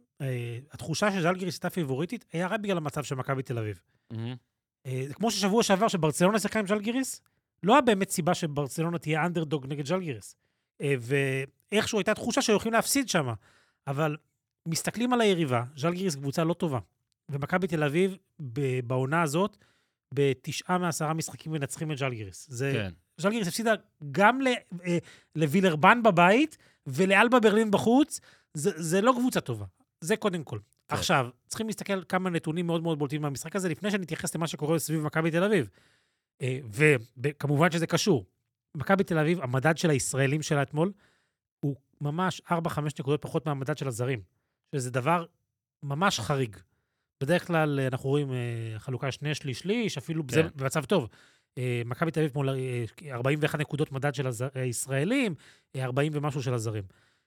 אה, התחושה שז'לגיריס הייתה פיבוריטית, היה רק בגלל המצב של מכבי תל אביב. מהמם. אה, כמו ששבוע שעבר שברצלונה שיחקה עם ז'לגיריס, לא היה באמת סיבה שברצלונה תהיה אנדרדוג נגד ז'לגיריס. אה, ואיכשהו הייתה תחושה שהולכים להפסיד שם. אבל מסתכלים על היריבה, ז'לגיריס קבוצה לא טובה. ומכבי תל אביב, ב- בעונה הזאת, בתשעה מעשרה משחקים מנצחים את ז'לגיריס. זה... כן. ז'לגיריס הפסידה גם ל- אה, לווילרבן בבית ולאלבה ברלין בחוץ, זה, זה לא קבוצה טובה. זה קודם כל. כן. עכשיו, צריכים להסתכל כמה נתונים מאוד מאוד בולטים מהמשחק הזה, לפני שנתייחס למה שקורה סביב מכבי תל אביב. אה, וכמובן שזה קשור. מכבי תל אביב, המדד של הישראלים שלה אתמול, הוא ממש ארבע חמש נקודות פחות מהמדד של הזרים. שזה דבר ממש חריג. בדרך כלל אנחנו רואים אה, חלוקה שני שליש שליש, אפילו כן. זה במצב טוב. אה, מכבי תל אביב כמו אה, ארבעים ואחת נקודות מדד של הז- הישראלים, אה, ארבעים ומשהו של הזרים.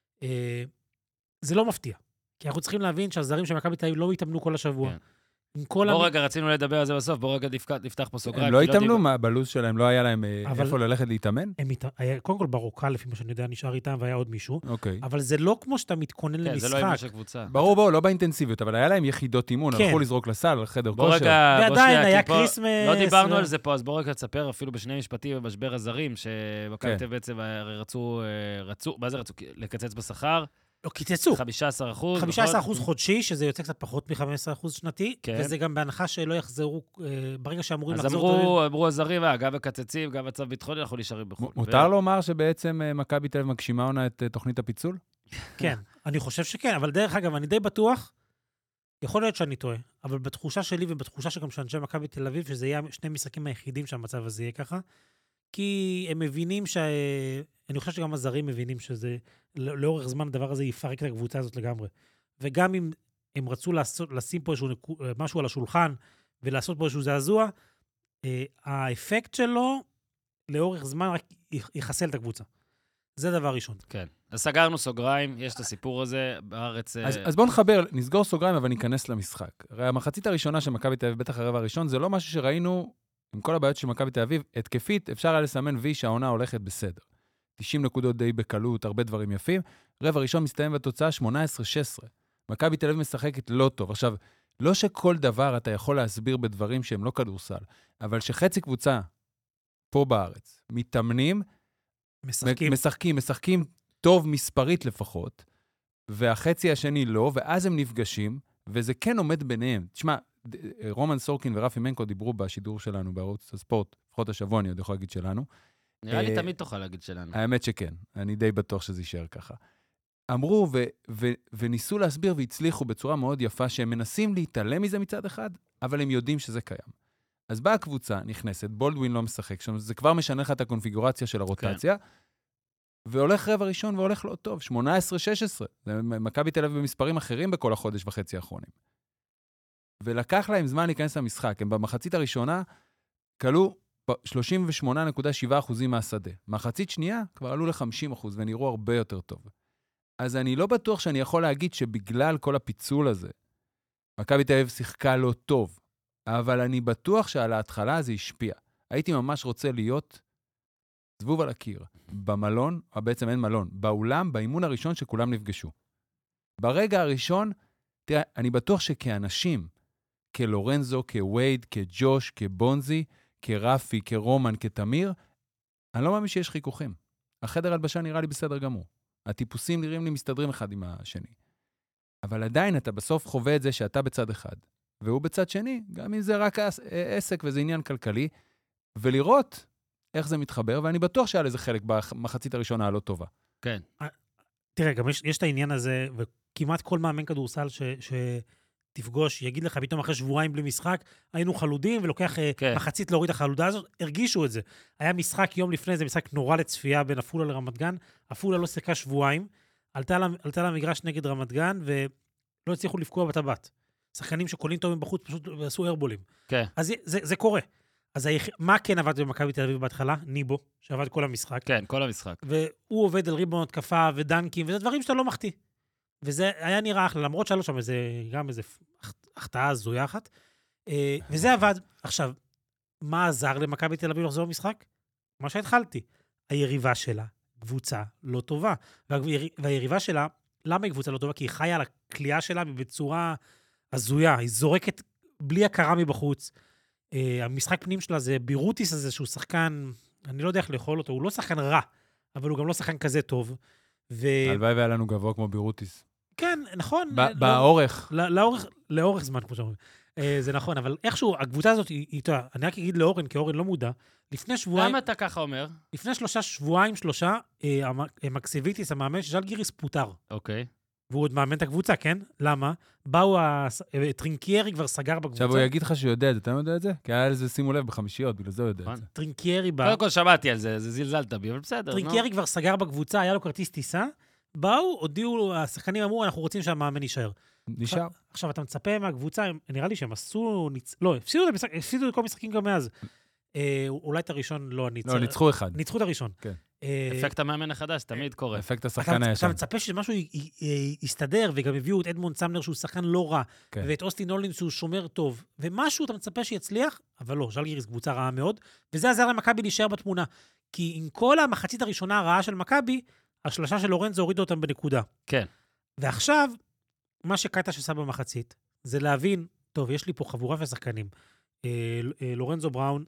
אה, זה לא מפתיע. כי אנחנו צריכים להבין שהזרים של מכבי תל אביב לא התאמנו כל השבוע. כן. עם כל בוא המ- רגע, רצינו לדבר על זה בסוף, בוא רגע נפתח- נפתח פה סוגריים. הם לא כי התאמנו? דיבר- מה, בלו"ז שלהם לא היה להם אה, אבל- איפה ללכת להתאמן? הם מת... היה, קודם כל ברוקה, לפי מה שאני יודע, נשאר איתם והיה עוד מישהו, אוקיי. אבל זה לא כמו שאתה מתכונן כן, זה לא אימון למשחק. של קבוצה. ברור, ברור, לא באינטנסיביות, אבל היה להם יחידות אימון, כן. הלכו לזרוק לסל, חדר בוא כושר. רגע, בוא ועדיין שנייה, היה כי פה- קריסמס. לא דיברנו ו- על זה פה, אז בוא רגע תספר אפילו בשני משפטים במשבר הזרים, שמכבי כן. תל אביב בעצם הרי רצו, אה, רצו, מה זה רצו? לקצץ בשכר, לא, קיצצו. חמישה עשר אחוז. חמישה עשר אחוז חודשי, שזה יוצא קצת פחות מ-חמישה עשר אחוז שנתי, כן. וזה גם בהנחה שלא יחזרו, אה, ברגע שאמורים אז לחזור... אמרו, אמרו הזרים, אה, גם מקצצים, גם מצב ביטחוני, אנחנו נשארים בחו"ל. מ- מותר לומר שבעצם אה, מכבי תל אביב מגשימה עונה את אה, תוכנית הפיצול? כן, אני חושב שכן, אבל דרך אגב, אני די בטוח, יכול להיות שאני טועה, אבל בתחושה שלי ובתחושה שגם של אנשי מכבי תל אביב, שזה יהיה שני משחקים היחידים שהמצב הזה יהיה ככה, כי הם מבינים ש... אני חושב שגם הזרים מבינים שזה, לא- לאורך זמן הדבר הזה יפרק את הקבוצה הזאת לגמרי. וגם אם הם רצו לעשות, לשים פה איזשהו נקו- משהו על השולחן ולעשות פה איזשהו זעזוע, אה, האפקט שלו לאורך זמן רק יח- יחסל את הקבוצה. זה דבר ראשון. כן. אז סגרנו סוגריים, יש את הסיפור הזה, בארץ... אה, אז, אז בואו נחבר, נסגור סוגריים, אבל ניכנס למשחק. הרי המחצית הראשונה של מכבי תל אביב, בטח הרבע הראשון, זה לא משהו שראינו, עם כל הבעיות של מכבי תל אביב, התקפית, אפשר היה לסמן וי שהעונה הולכת בסדר. תשעים נקודות די בקלות, הרבה דברים יפים. רבע ראשון מסתיים בתוצאה שמונה עשרה שש עשרה. מכבי תל אביב משחקת לא טוב. עכשיו, לא שכל דבר אתה יכול להסביר בדברים שהם לא כדורסל, אבל שחצי קבוצה פה בארץ מתאמנים, משחקים. משחקים, משחקים טוב מספרית לפחות, והחצי השני לא, ואז הם נפגשים, וזה כן עומד ביניהם. תשמע, ד- רומן סורקין ורפי מנקו דיברו בשידור שלנו בערוץ הספורט, לפחות השבוע אני עוד יכול להגיד שלנו. נראה לי אה, תמיד תוכל להגיד שלנו. האמת שכן, אני די בטוח שזה יישאר ככה. אמרו ו- ו- וניסו להסביר והצליחו בצורה מאוד יפה שהם מנסים להתעלם מזה מצד אחד, אבל הם יודעים שזה קיים. אז באה הקבוצה, נכנסת, בולדווין לא משחק שם, זה כבר משנה לך את הקונפיגורציה של הרוטציה, והולך רבע ראשון והולך לא טוב, שמונה עשרה שש עשרה. זה מכבי תל אביב במספרים אחרים בכל החודש וחצי האחרונים. ולקח להם זמן להיכנס למשחק. הם במחצית הראשונה קלו שלושים ושמונה נקודה שבע אחוזים מהשדה. מחצית שנייה כבר עלו ל-חמישים אחוז ונראו הרבה יותר טוב. אז אני לא בטוח שאני יכול להגיד שבגלל כל הפיצול הזה, מכבי תל אביב שיחקה לא טוב, אבל אני בטוח שעל ההתחלה זה השפיע. הייתי ממש רוצה להיות זבוב על הקיר, במלון, או בעצם אין מלון, באולם, באימון הראשון שכולם נפגשו. ברגע הראשון, תראה, אני בטוח שכאנשים, כלורנזו, כווייד, כג'וש, כבונזי, כרפי, כרומן, כתמיר, אני לא מאמין שיש חיכוכים. החדר הלבשה נראה לי בסדר גמור. הטיפוסים נראים לי מסתדרים אחד עם השני. אבל עדיין אתה בסוף חווה את זה שאתה בצד אחד, והוא בצד שני, גם אם זה רק עסק וזה עניין כלכלי, ולראות איך זה מתחבר, ואני בטוח שהיה לזה חלק במחצית הראשונה הלא טובה. כן. תראה, גם יש, יש את העניין הזה, וכמעט כל מאמן כדורסל ש, תפגוש, יגיד לך פתאום אחרי שבועיים בלי משחק, היינו חלודים, ולוקח אה, כן. מחצית להוריד את החלודה הזאת, הרגישו את זה. היה משחק יום לפני, זה משחק נורא לצפייה בין עפולה לרמת גן, עפולה לא שיחקה שבועיים, עלתה לה- עלתה למגרש נגד רמת גן, ולא הצליחו לפגוע בטבעת. שחקנים שקולים טובים בחוץ פשוט עשו ארבולים. כן. אז זה, זה, זה קורה. אז היח... מה כן עבד במכבי תל אביב בהתחלה? ניבו, שעבד כל המשחק. כן, כל המשחק. והוא עובד על ריבון התקפה ודנקים, וזה דברים שאתה לא מחטיא. וזה היה נראה אחלה, למרות שהיה לו שם איזה, גם איזה החטאה הזויה אחת. אה, וזה עבד. עכשיו, מה עזר למכבי תל אביב לחזור במשחק? מה שהתחלתי. היריבה שלה, קבוצה לא טובה. והיר... והיריבה שלה, למה היא קבוצה לא טובה? כי היא חיה על הכלייה שלה בצורה הזויה. היא זורקת בלי הכרה מבחוץ. Uh, המשחק פנים שלה זה בירוטיס הזה, שהוא שחקן, אני לא יודע איך לאכול אותו, הוא לא שחקן רע, אבל הוא גם לא שחקן כזה טוב. ו... הלוואי והיה לנו גבוה כמו בירוטיס. כן, נכון. ב- לא, באורך. לא, לאורך, לאורך זמן, כמו שאומרים. Uh, זה נכון, אבל איכשהו, הקבוצה הזאת, היא, היא, טועה. אני רק אגיד לאורן, כי אורן לא מודע, לפני שבועיים, למה אתה ככה אומר? לפני שלושה שבועיים, שלושה, uh, מקסיביטיס, המאמן, שז'לגיריס פוטר. אוקיי. והוא עוד מאמן את הקבוצה, כן? למה? באו, הס... טרינקיירי כבר סגר בקבוצה. עכשיו הוא יגיד לך שהוא יודע את זה, אתה לא יודע את זה? כי היה לזה, שימו לב, בחמישיות, בגלל זה הוא יודע את זה. טרינקיירי בא... קודם כל שמעתי על זה, זה זלזלת בי, אבל בסדר, נו. טרינקיירי כבר סגר בקבוצה, היה לו כרטיס טיסה, באו, הודיעו, השחקנים אמרו, אנחנו רוצים שהמאמן יישאר. נשאר. עכשיו, אתה מצפה מהקבוצה, נראה לי שהם עשו... ניצ... לא, הפסידו את המשחק, הפסידו את כל המשחקים גם מאז. אה, אולי את הראשון לא ניצחו. לא, ניצחו אחד. ניצחו את הראשון. כן. אה, אפקט המאמן החדש, תמיד קורה. אפקט אתה השחקן אתה הישן. מצפה שמשהו י- י- י- יסתדר, וגם הביאו את אדמונד סמנר שהוא שחקן לא רע, כן. ואת אוסטין הולינס שהוא שומר טוב, ומשהו אתה מצפה שיצליח, אבל לא, ז'לגיריס קבוצה רעה מאוד, וזה עזר למכבי להישאר בתמונה. כי עם כל המחצית הראשונה הרעה של מכבי, השלושה של לורנזו הורידו אותם בנקודה. כן. ועכשיו, מה שקייטש עשה במחצית, זה להבין, טוב, יש לי פה חבורה של שחקנים. אה, אה, לורנזו בראון,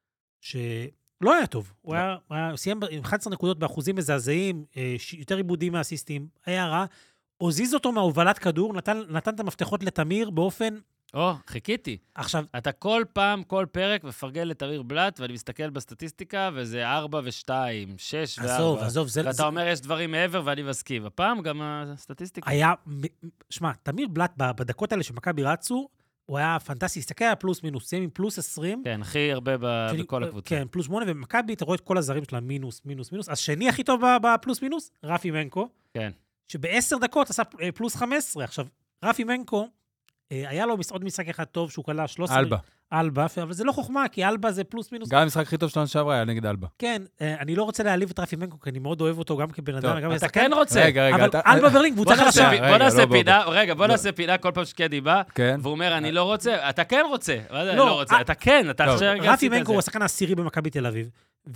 שלא היה טוב. הוא היה, היה, סיים עם אחת עשרה נקודות באחוזים מזעזעים, אה, ש- יותר עיבודים מהאסיסטים, היה רע. הוזיז אותו מהובלת כדור, נתן, נתן את המפתחות לתמיר באופן... או, חיכיתי. עכשיו, אתה כל פעם, כל פרק, מפרגן לתמיר בלט, ואני מסתכל בסטטיסטיקה, וזה ארבע ושתיים, שש וארבע. עזוב, עזוב, זה... ואתה זה אומר, יש דברים מעבר, ואני מסכים. הפעם גם הסטטיסטיקה. היה... שמע, תמיר בלט, ב- בדקות האלה שמכבי רצו, הוא היה פנטסטי, הסתכל על פלוס מינוס, סיים עם פלוס עשרים. כן, הכי הרבה ב- שאני- בכל הקבוצה. כן, פלוס שמונה, ומכבי, אתה רואה את כל הזרים שלה, מינוס, מינוס, מינוס. השני הכי טוב ב- בפלוס מינוס, רפי מנקו. כן. שבעשר דקות עשה אה, פלוס חמש עשרה. עכשיו, רפי מנקו, אה, היה לו מש- עוד משחק אחד טוב שהוא כלה שלוש עשרה. אלבה. אלבה, אבל זה לא חוכמה, כי אלבה זה פלוס מינוס. גם המשחק הכי טוב שלנו שעברה היה נגד אלבה. כן, אה, אני לא רוצה להעליב את רפי מנקו, כי אני מאוד אוהב אותו גם כבן טוב, אדם, גם אתה כשחקן. כן רוצה. רגע, רגע, אבל אתה... אלבה ברלין, בוא קבוצה נעשה חלשה. פי- רגע, בוא לא, נעשה בוא, פינה, רגע, בוא לא. נעשה פינה כל פעם שקדי בא, כן. והוא אומר, אני לא רוצה. אתה כן רוצה. מה זה, אני לא, לא רוצה? אה, אתה כן, אתה טוב. עכשיו רגע רפי עשית את מנקו הוא זה. השחקן העשירי במכבי תל אביב,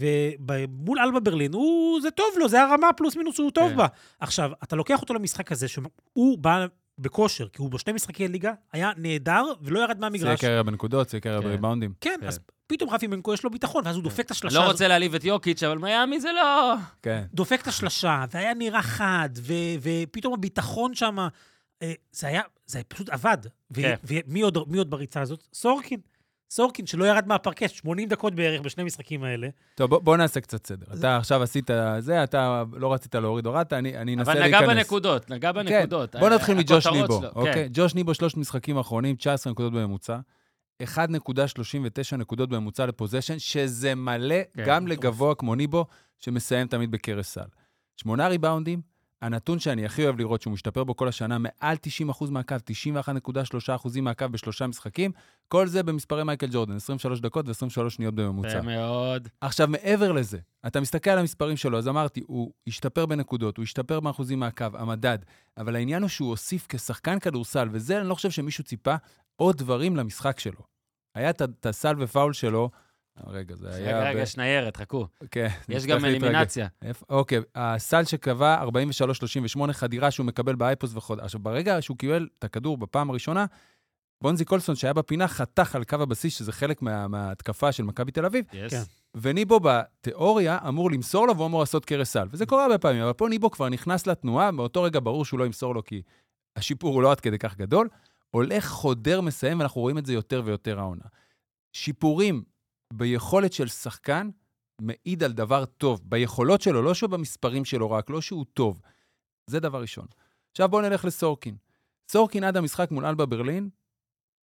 ומול אלבה ברלין, הוא, זה טוב לו, זה הרמה פלוס מינוס שהוא טוב כן. בה. עכשיו, אתה לוקח אותו למשחק הזה, שהוא בא בכושר, כי הוא בשני משחקי ליגה, היה נהדר ולא ירד מהמגרש. סקר בנקודות, סקר כן. בריבאונדים. כן, כן. אז פתאום רפי מנקו יש לו ביטחון, ואז הוא דופק את אני השלשה לא הזאת. רוצה להעליב את יוקיץ', אבל מיאמי זה לא... כן. דופק את השלשה, והיה נראה חד, ו- ופתאום הביטחון שם, אה, זה היה, זה פשוט עבד. ו- כן. ומי עוד, מי עוד בריצה הזאת? סורקין. סורקין, שלא ירד מהפרקט, שמונים דקות בערך בשני משחקים האלה. טוב, בוא, בוא נעשה קצת סדר. אתה עכשיו עשית זה, אתה לא רצית להוריד הורדת, אני, אני אנסה אבל להיכנס. נגע בנקודות, נגע בנקודות. בוא נתחיל מג'וש הכותרות ניבו, שלו, אוקיי? כן. ג'וש ניבו, שלושת משחקים האחרונים, תשע עשרה נקודות בממוצע, אחת נקודה שלושים ותשע נקודות בממוצע לפוזיישן, שזה מלא כן, גם מטורף. לגבוה כמו ניבו, שמסיים תמיד בקרש סל. שמונה ריבאונדים, הנתון שאני הכי אוהב לראות שהוא משתפר בו כל השנה, מעל תשעים אחוז מהקו, תשעים ואחת נקודה שלוש אחוז מהקו בשלושה משחקים, כל זה במספרי מייקל ג'ורדן, עשרים ושלוש דקות ו-עשרים ושלוש שניות בממוצע. זה מאוד. עכשיו, מעבר לזה, אתה מסתכל על המספרים שלו, אז אמרתי, הוא השתפר בנקודות, הוא השתפר באחוזים מהקו, המדד, אבל העניין הוא שהוא הוסיף כשחקן כדורסל, וזה אני לא חושב שמישהו ציפה עוד דברים למשחק שלו. היה את- את הסל ופאול שלו, רגע, זה היה... רגע, רגע, ב- יש ניירת, חכו. כן, יש נצטרך גם להתרגל. אלימינציה. איפה- אוקיי, הסל שקבע ארבעים ושלוש שלושים ושמונה, חדירה שהוא מקבל באייפוס וחוד. עכשיו, ברגע שהוא קיבל את הכדור בפעם הראשונה, בונזי קולסון, שהיה בפינה, חתך על קו הבסיס, שזה חלק מה- מההתקפה של מכבי תל אביב, Yes. כן. וניבו בתיאוריה אמור למסור לו, והוא אמור לעשות קרש סל. וזה קורה הרבה פעמים, אבל פה ניבו כבר נכנס לתנועה, באותו רגע ברור שהוא לא ימסור לו, כי השיפור הוא לא עד כדי כך גדול, הולך חודר מסיים, ואנחנו רואים את זה יותר ויותר העונה. שיפורים ביכולת של שחקן מעיד על דבר טוב, ביכולות שלו, לא שבמספרים שלו רק, לא שהוא טוב. זה דבר ראשון. עכשיו בואו נלך לסורקין. סורקין עד המשחק מול אלבה ברלין,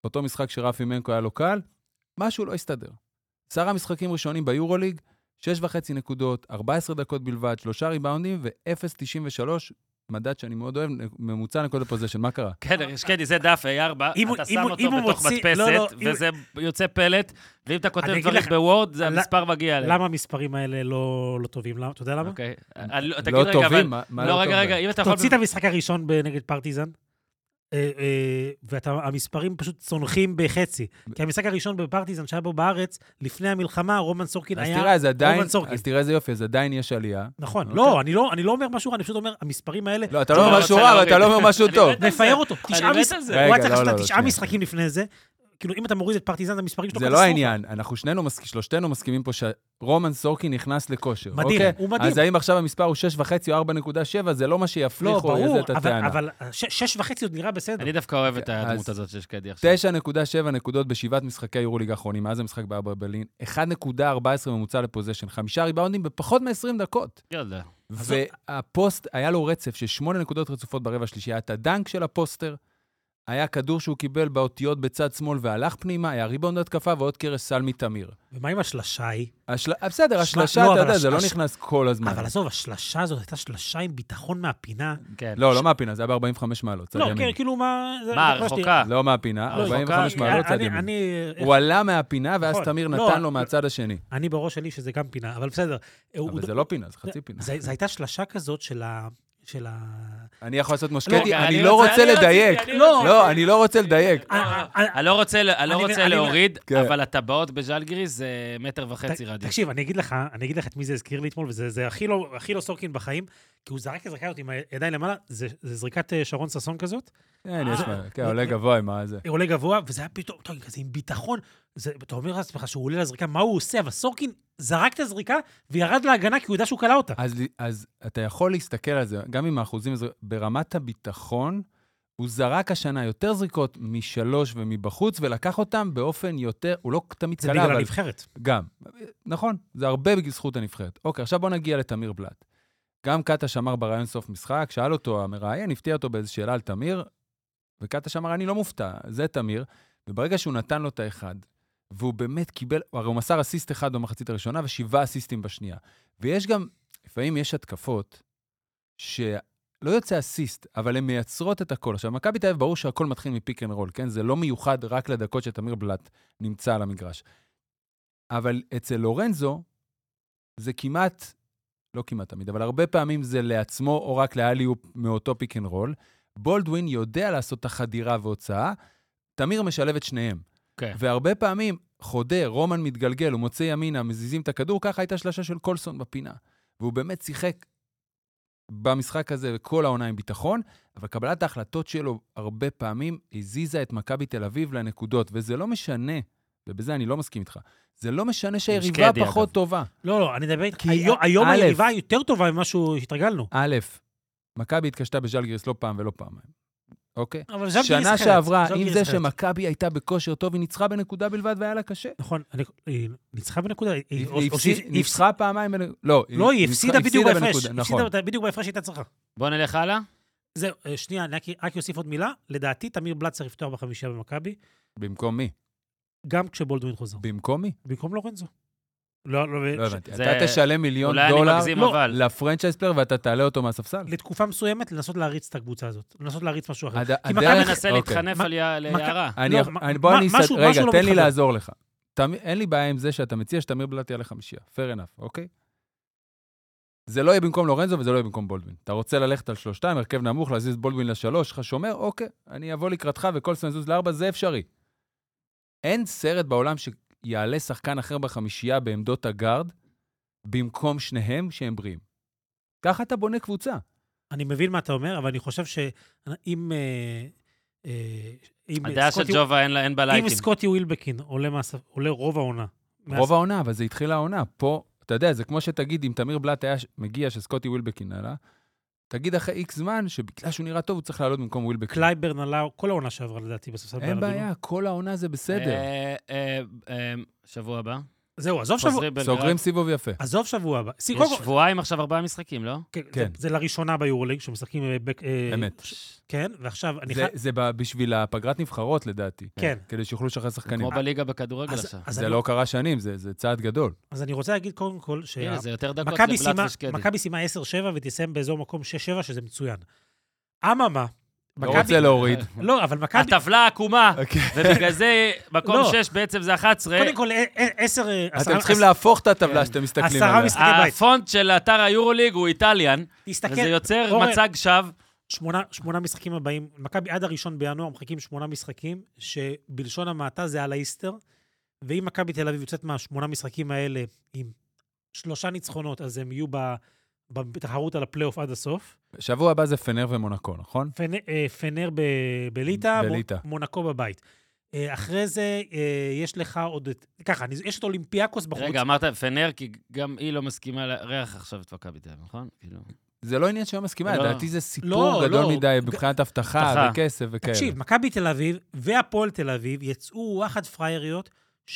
אותו משחק שרפי מנקו היה לו קל, משהו לא הסתדר. עשרה משחקים ראשונים ביורוליג, שש וחצי נקודות, ארבע עשרה דקות בלבד, שלושה ריבאונדים ו-אפס נקודה תשעים ושלוש, מדד שאני מאוד אוהב, ממוצע נקודות פוזיישן. מה קרה? כן, שקדי, זה דף איי ארבע, אם הוא- אתה אם שם הוא- אותו אם הוא בתוך מוציא- מדפסת, לא, לא, אם- וזה יוצא פלט, ואם אתה כותב אני אגיד דברים לך, בוורד, זה למה- המספר מגיע אליהם. למה המספרים האלה לא לא טובים? למה? אתה יודע למה? אוקיי. אני- תגיד לא רגע, אבל... טובים? מה- מה לא, רגע, טוב רגע, בהם? אם אתה יכול... תוציא את המשחק הראשון נגד פרטיזן, אה, אה, והמספרים פשוט צונחים בחצי. כי המשחק הראשון בפרטיזן שהיה בו בארץ, לפני המלחמה, רומן סורקין אז היה... תראה, אז עדיין, רומן סורקין. אז תראה איזה יופי, אז עדיין יש עלייה. נכון. אוקיי. לא, אני לא אני לא אומר משהו רע, אני פשוט אומר, המספרים האלה... לא, אתה אני לא אומר רוצה משהו רע, אבל אתה להוריד. לא אומר משהו אני טוב. מת על זה. נפייר אותו. אני תשעה מת מש- על זה. הוא היה רגע, צריך לא, לעשות לא, לא, תשעה שנייה. משחקים לפני זה. כאילו, אם אתה מוריד את פרטיזן, המספרים שלו זה לא העניין, אנחנו שנינו מסכימים, שלושתנו מסכימים פה שרומן סורקין נכנס לכושר. מדהים, אוקיי? הוא מדהים. אז האם עכשיו המספר הוא שש וחצי או ארבע נקודה שבע, זה לא מה לא, שיפריחו איזה ברור, את אבל- הטענה. אבל ש- שש וחצי עוד נראה בסדר. אני דווקא אוהב את אז- הדמות הזאת של שקדי עכשיו. תשע נקודה שבע נקודות בשבעת משחקי היורוליג האחרונים, מאז המשחק בארבע ברלין, אחת נקודה ארבע עשרה ממוצע לפוזיישן, חמישה ריבאונדים בפחות מ-עשרים דקות. יאללה. והפוסט, היה לו רצף של שמונה נקודות רצופות ברבע השלישי, היה את הדנק של הפוסטר, היה כדור שהוא קיבל באותיות בצד שמאל והלך פנימה, היה ריבאונד התקפה ועוד קרש סל מתמיר. ומה עם השלשה היא? השל... בסדר, שמע, השלשה, לא, אתה אבל יודע, זה הש- לא הש- נכנס כל הזמן. אבל עזוב, השלשה הזאת הייתה שלשה עם ביטחון מהפינה. כן. לא, לא מהפינה, זה היה ב-ארבעים וחמש מעלות, צד לא, ימין. כן, כאילו מה... זה- מה, זה מה שלי- רחוקה? לא מהפינה, לא, ארבעים וחמש רחוקה. מעלות, צד אני- ימין. אני... הוא עלה מהפינה, ואז נכון. תמיר לא, נתן לו לא. מהצד השני. אני בראש שלי שזה גם פינה, אבל בסדר. הוא- אבל הוא- זה לא פינה, זה חצי פינה. זה- זו הייתה שלשה כזאת של ה... של ה... אני יכול לעשות מושקדי, רגע, אני אני לא רוצה- רוצה אני רציתי, לדייק. אני לא, רציתי. לא, אני לא רוצה לדייק. אה, אה, אה, אני לא רוצה, אני לא אני- רוצה אני- להוריד, כן. אבל הטבעות בז'לגיריס זה מטר וחצי ת- רדיוס. תקשיב, אני אגיד לך, אני אגיד לך את מי זה הזכיר לי אתמול, וזה זה הכי לא- הכי לא סורקין בחיים, כי הוא זרק את הזריקה הזאת עם הידיים למעלה, זה זה זריקת אה, שרון ששון כזאת, כן, יש אה, מה, כן, עולה גבוה עם מה זה. עולה גבוה, וזה היה פתאום, אתה יודע, כזה עם ביטחון, זה- אתה אומר לעצמך שהוא עולה לזריקה, מה הוא עושה? אבל סורקין זרק את הזריקה וירד להגנה, כי הוא יודע שהוא קלע אותה. אז, אז אתה יכול להסתכל על זה, גם עם האחוזים, זה- ברמת הביטחון, הוא זרק השנה יותר זריקות משלוש ומבחוץ, ולקח אותם באופן יותר, הוא לא תמיד זה קלע, בגלל אבל הנבחרת. גם. נכון, זה הרבה בזכות הנבחרת. אוקיי, עכשיו בוא נגיע לתמיר בלאט. גם קטש אמר ברעיון סוף משחק, שאל אותו המראיין, הפתיע אותו באיזו שאלה על תמיר, וקטש אמר, אני לא מופתע, זה תמיר, וברגע שהוא נתן לו את האחד, והוא באמת קיבל, הרי הוא מסר אסיסט אחד במחצית הראשונה, ושבעה אסיסטים בשנייה. ויש גם, לפעמים יש התקפות, שלא יוצא אסיסט, אבל הן מייצרות את הכל. עכשיו, מכבי תל אביב ברור שהכל מתחיל מפיק אנד רול, כן? זה לא מיוחד רק לדקות שתמיר בלאט נמצא על המגרש. אבל אצל לורנזו, זה כמעט, לא כמעט תמיד, אבל הרבה פעמים זה לעצמו, או רק לאליופ מאותו פיק אנד רול. בולדווין יודע לעשות את החדירה והוצאה, תמיר משלב את שניהם. כן. והרבה פעמים חודר, רומן מתגלגל, הוא מוצא ימינה, מזיזים את הכדור, ככה הייתה שלשה של קולסון בפינה. והוא באמת שיחק במשחק הזה כל העונה עם ביטחון, אבל קבלת ההחלטות שלו הרבה פעמים הזיזה את מכבי תל אביב לנקודות, וזה לא משנה, ובזה אני לא מסכים איתך, זה לא משנה שהיריבה שקדי, פחות אגב. טובה. לא, לא, אני מדבר איתך, כי היום- היום א', היריבה יותר טובה ממה שהתרגלנו. א', מכבי התקשתה בז'לגיריס לא פעם ולא פעמיים. אוקיי? אבל ז'לגיריס שנה אחרת, שעברה, עם ז'לגיריס זה אחרת. שמכבי הייתה בכושר טוב, היא ניצחה בנקודה בלבד והיה לה קשה. נכון, אני- היא ניצחה בנקודה, היא- היא או- או הפסיד- שהיא- היא ניצחה פעמיים, בנ- לא, לא, היא הפסידה בדיוק בהפרש. בנקודה, הפסידה נכון. בת- בדיוק בהפרש שהייתה צריכה. בוא נלך הלאה. זהו, אה, שנייה, אני רק- רק אוסיף עוד מילה. לדעתי, תמיר בלאט צריך לפתוח בחמישייה במכבי, במקום מי? גם כשבולדווין חוזר. במקום מי? במקום לורנזו. לא, לא, לא ש- הבנתי. זה- אתה תשלם מיליון אולי אני דולר מגזים, לא, אבל... לפרנצ'ייז פלייר ואתה תעלה אותו מהספסל? לתקופה מסוימת, לנסות להריץ את הקבוצה הזאת. לנסות להריץ משהו אחר. הד- כי הדרך- מכבי אתה מנסה אוקיי. להתחנף מה- על יה- ליערה. אני, לא, אני, מה- בוא מה- אני... משהו- רגע, משהו לא תן לי מתחבר. לעזור לך. תמ- אין לי בעיה עם זה שאתה מציע שתמיר בלאט יעלה חמישייה. fair enough, אוקיי? זה לא יהיה במקום לורנזו וזה לא יהיה במקום בולדווין. אתה רוצה ללכת על שלושתיים, הרכב נמוך, להזיז בולדווין לשלוש, לך שומר, אוקיי, אני אבוא לקראתך וכל סן זוז לארבע, זה אפשרי. אין סרט בעולם שיעלה שחקן אחר בחמישייה בעמדות הגארד, במקום שניהם שהם בריאים. ככה אתה בונה קבוצה. אני מבין מה אתה אומר, אבל אני חושב שאם... אה, אה, אם הדעה של סקוטי- ג'ובה אין לה- אין בה אם לייקים. סקוטי ווילבקין עולה מהס- עולה רוב העונה. רוב העונה, אבל זה התחיל העונה. פה, אתה יודע, זה כמו שתגיד, אם תמיר בלאט היה ש- מגיע שסקוטי ווילבקין עלה, תגיד אחרי איקס זמן, שבגלל שהוא נראה טוב, הוא צריך לעלות במקום ווילבקין. קלייברן עלה כל העונה שעברה לדעתי בספסל. אין באלבינו. בעיה, כל העונה זה בסדר. אה, אה, אה, שבוע הבא. זהו, עזוב שבוע... חוזרים בלגרד. סוגרים סיבוב יפה. עזוב שבוע הבא. סי- יש קודם כל- שבועיים עכשיו ארבעה משחקים, לא? כן, כן. זה- זה לראשונה ביורוליג, שמשחקים... אה, בק- אה, אמת. ש- כן, ועכשיו אני זה- חייב... זה ב- בשביל הפגרת נבחרות, לדעתי. כן. כדי שיוכלו לשחרר שחקנים. כמו בליגה בכדורגל אז- עכשיו. אז זה אני- לא קרה שנים, זה זה צעד גדול. אז אני רוצה להגיד קודם כל, שה- הנה, זה יותר דקות מכבי לבלאט סיימה- ושקדי. מכבי סיימה עשר שבע ותסיים באזור מקום שש שבע, שזה מצוין. אממה, לא מכבי- רוצה להוריד. לא, אבל מכבי... הטבלה עקומה, אוקיי. ובגלל זה מקום לא. שש בעצם זה אחת עשרה. קודם כל, ע- ע- עשר... אה, אתם עשרה- צריכים להפוך את הטבלה שאתם מסתכלים עשרה עליה. משחקי בית. הפונט של אתר היורוליג הוא איטליאן, תסתכל, וזה יוצר אורן, מצג שווא. שמונה, שמונה משחקים הבאים, מכבי עד הראשון בינואר מחכים שמונה משחקים, שבלשון המעטה זה על האיסטר, ואם מכבי תל אביב יוצאת מהשמונה משחקים האלה עם שלושה ניצחונות, אז הם יהיו ב- בתחרות על הפלייאוף עד הסוף. שבוע הבא זה פנר ומונקו, נכון? פנ- אה, פנר ב- בליטא, בליטא. מ- מונקו בבית. אה, אחרי זה אה, יש לך עוד... את- ככה, אני- יש את אולימפיאקוס בחוץ. רגע, אמרת פנר, כי גם היא לא מסכימה לארח עכשיו את מכבי תל אביב, נכון? כאילו... זה לא עניין שהיא מסכימה, לא. לדעתי זה סיפור לא, גדול לא. מדי מבחינת אבטחה אבטחה. וכסף וכאלה. תקשיב, מכבי תל אביב והפועל תל אביב יצאו וואחד פרייריות,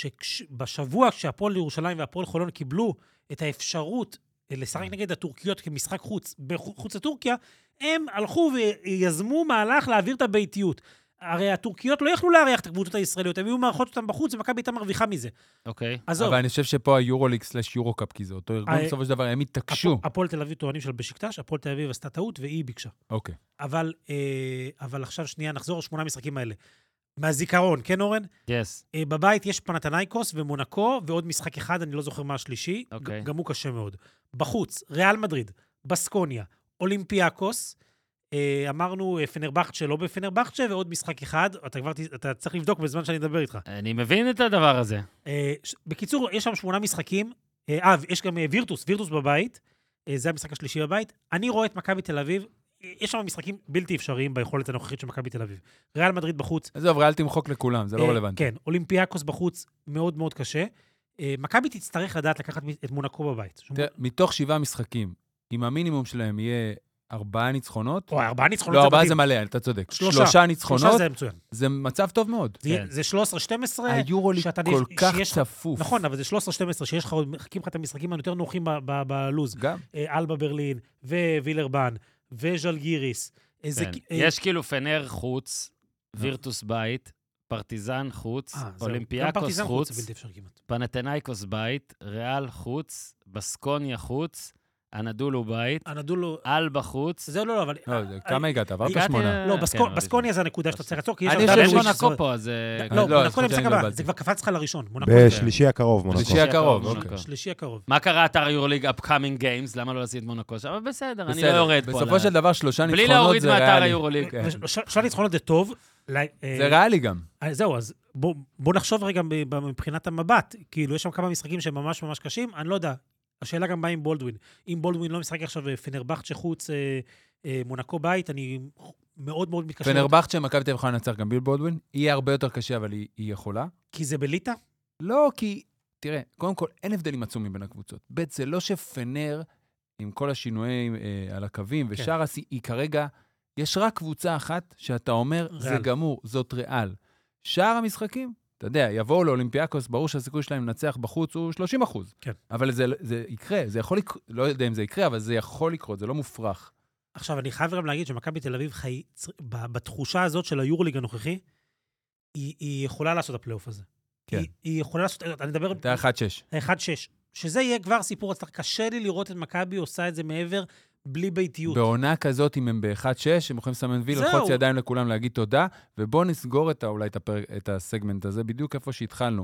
שבשבוע כשהפועל ירושלים והפועל חולון קיבלו את האפשרות לשחק נגד הטורקיות כמשחק חוץ, בחוץ לטורקיה, הם הלכו ויזמו מהלך להעביר את הביתיות. הרי הטורקיות לא יכלו להריח את הקבוצות הישראליות, הם היו מארחות אותם בחוץ, ומכבי הייתה מרוויחה מזה. אוקיי. עזוב, אבל אני חושב שפה היורוליג סלש יורוקאפ, כי זה אותו ארגון, אה, בסופו של דבר הם התעקשו. הפ- הפועל תל אביב טוענים של בשקטש, הפועל תל אביב עשתה טעות והיא ביקשה. אוקיי. אבל, אה, אבל עכשיו שנייה, נחזור לשמונה המשחקים האלה. מהזיכרון, כן אורן? יס. אה, בבית יש פנתנייקוס ומונקו, ועוד משחק אחד, אני לא זוכר מה השלישי, אוקיי. ג- גם הוא קשה מאוד. בחוץ, ריאל מדריד, בסקוניה, אולימפיאקוס, אה, אמרנו אה, פנרבחצ'ה, לא בפנרבחצ'ה, ועוד משחק אחד, אתה כבר ת- אתה צריך לבדוק בזמן שאני אדבר איתך. אני מבין את הדבר הזה. אה, ש- בקיצור, יש שם שמונה משחקים, אה, אה, יש גם אה, וירטוס, וירטוס בבית, אה, זה המשחק השלישי בבית. אני רואה את מכבי תל אביב, אה, יש שם משחקים בלתי אפשריים ביכולת הנוכחית של מכבי תל אביב. ריאל מדריד בחוץ, עזוב, ריאל תמחוק לכולם, זה לא אה, רלוונטי. כן, אולימפיאקוס בחוץ, מאוד מאוד קשה. אה, מכבי תצטרך לדעת לקחת את מונקו בבית. תראה, מתוך שבעה משחקים, אם המינימום שלהם יהיה ארבעה ניצחונות, או, ארבעה ניצחונות לא, זה ארבעה מדהים. זה מלא, אתה צודק. שלושה. שלושה שלושה ניצחונות, זה מצוין. זה מצב טוב מאוד. זה יהיה- כן. זה שלוש עשרה שתים עשרה. היורוליג שאתה- כל כך שיש- צפוף. נכון, אבל זה שלוש עשרה שתים עשרה, שיש לך עוד, מחכים לך את המשחקים היותר נוחים ב- ב- בלוז. גם. אה, אלבה ברלין, ווילרבן, וז'לגיריס. אה, זה כן. כי- אה, יש כאילו פנר חוץ, וירטוס בית, פרטיזן חוץ, אה, זהו. גם אולימפיאקוס פרטיזן חוץ, זה בלתי אפשר כמעט. פנתנייקוס בית, ריאל חוץ, בסקוניה חוץ, אנדולו בית, הנדולו... אלבה חוץ. זהו, לא, לא, אבל... לא, זה- כמה הגעת? עברת הגעתי שמונה. ל- לא, כן, בסקו- אבל בסקוניה זה הנקודה שאתה צריך לעצור, כי יש... אני לך- חושב יש שהוא מונקו פה, אז... אה, לא, לא, מונקו אני חושב למשחק שאני הבא, התבלבלתי. זה כבר קפץ לך לראשון. מונקו זה- בשלישי הקרוב, מונקו. שלישי הקרוב, מונקו. אוקיי. שלישי הקרוב. מה קרה אתר היורוליג upcoming games? למה לא לשים את מונקו שם? אבל בסדר, אני לא בסדר. יורד פה. בסופו על של ה- דבר, שלושה בלי ניצחונות להוריד זה מאתר ריאלי. היורוליג. כן. שלושה ניצחונות זה טוב. ל- אה, זה ריאלי גם. אז זהו, אז בוא, בוא נחשוב רגע ב- ב- מבחינת המבט. כאילו, יש שם כמה משחקים שהם ממש ממש קשים, אני לא יודע. השאלה גם באה עם בולדווין. אם בולדווין לא משחק עכשיו פנרבחצ'ה חוץ, אה, אה, מונקו בית, אני מאוד מאוד מתקשר. פנרבחצ'ה, מכבי תל אביב יכולה לנצח גם ביל בולדווין. יהיה הרבה יותר קשה, אבל היא היא יכולה. כי זה בליטא? לא, כי, תראה, קודם כל, אין הבדלים עצומים בין הקבוצות. ב' זה לא שפנר, עם כל השינויים אה, על הקווים, ושרס, היא, היא כרגע, יש רק קבוצה אחת שאתה אומר, זה ריאל. גמור, זאת ריאל. שאר המשחקים, אתה יודע, יבואו לאולימפיאקוס, ברור שהסיכוי שלהם לנצח בחוץ הוא שלושים אחוז. כן. אבל זה, זה יקרה, זה יכול לקרות, לא יודע אם זה יקרה, אבל זה יכול לקרות, זה לא מופרך. עכשיו, אני חייב גם להגיד שמכבי תל אביב חי... ב- בתחושה הזאת של היורוליג הנוכחי, היא, היא יכולה לעשות את הפלייאוף הזה. כן. היא, היא יכולה לעשות, אני מדבר... אתה אחד שש. אחד שש. שזה יהיה כבר סיפור הצלחה. קשה לי לראות את מכבי עושה את זה מעבר, בלי ביתיות. בעונה כזאת, אם הם ב-אחד שש, הם יכולים לסמן וי, זהו. ללחוץ ידיים לכולם, להגיד תודה, ובואו נסגור את, ה- אולי את, הפרק, את הסגמנט הזה, בדיוק איפה שהתחלנו.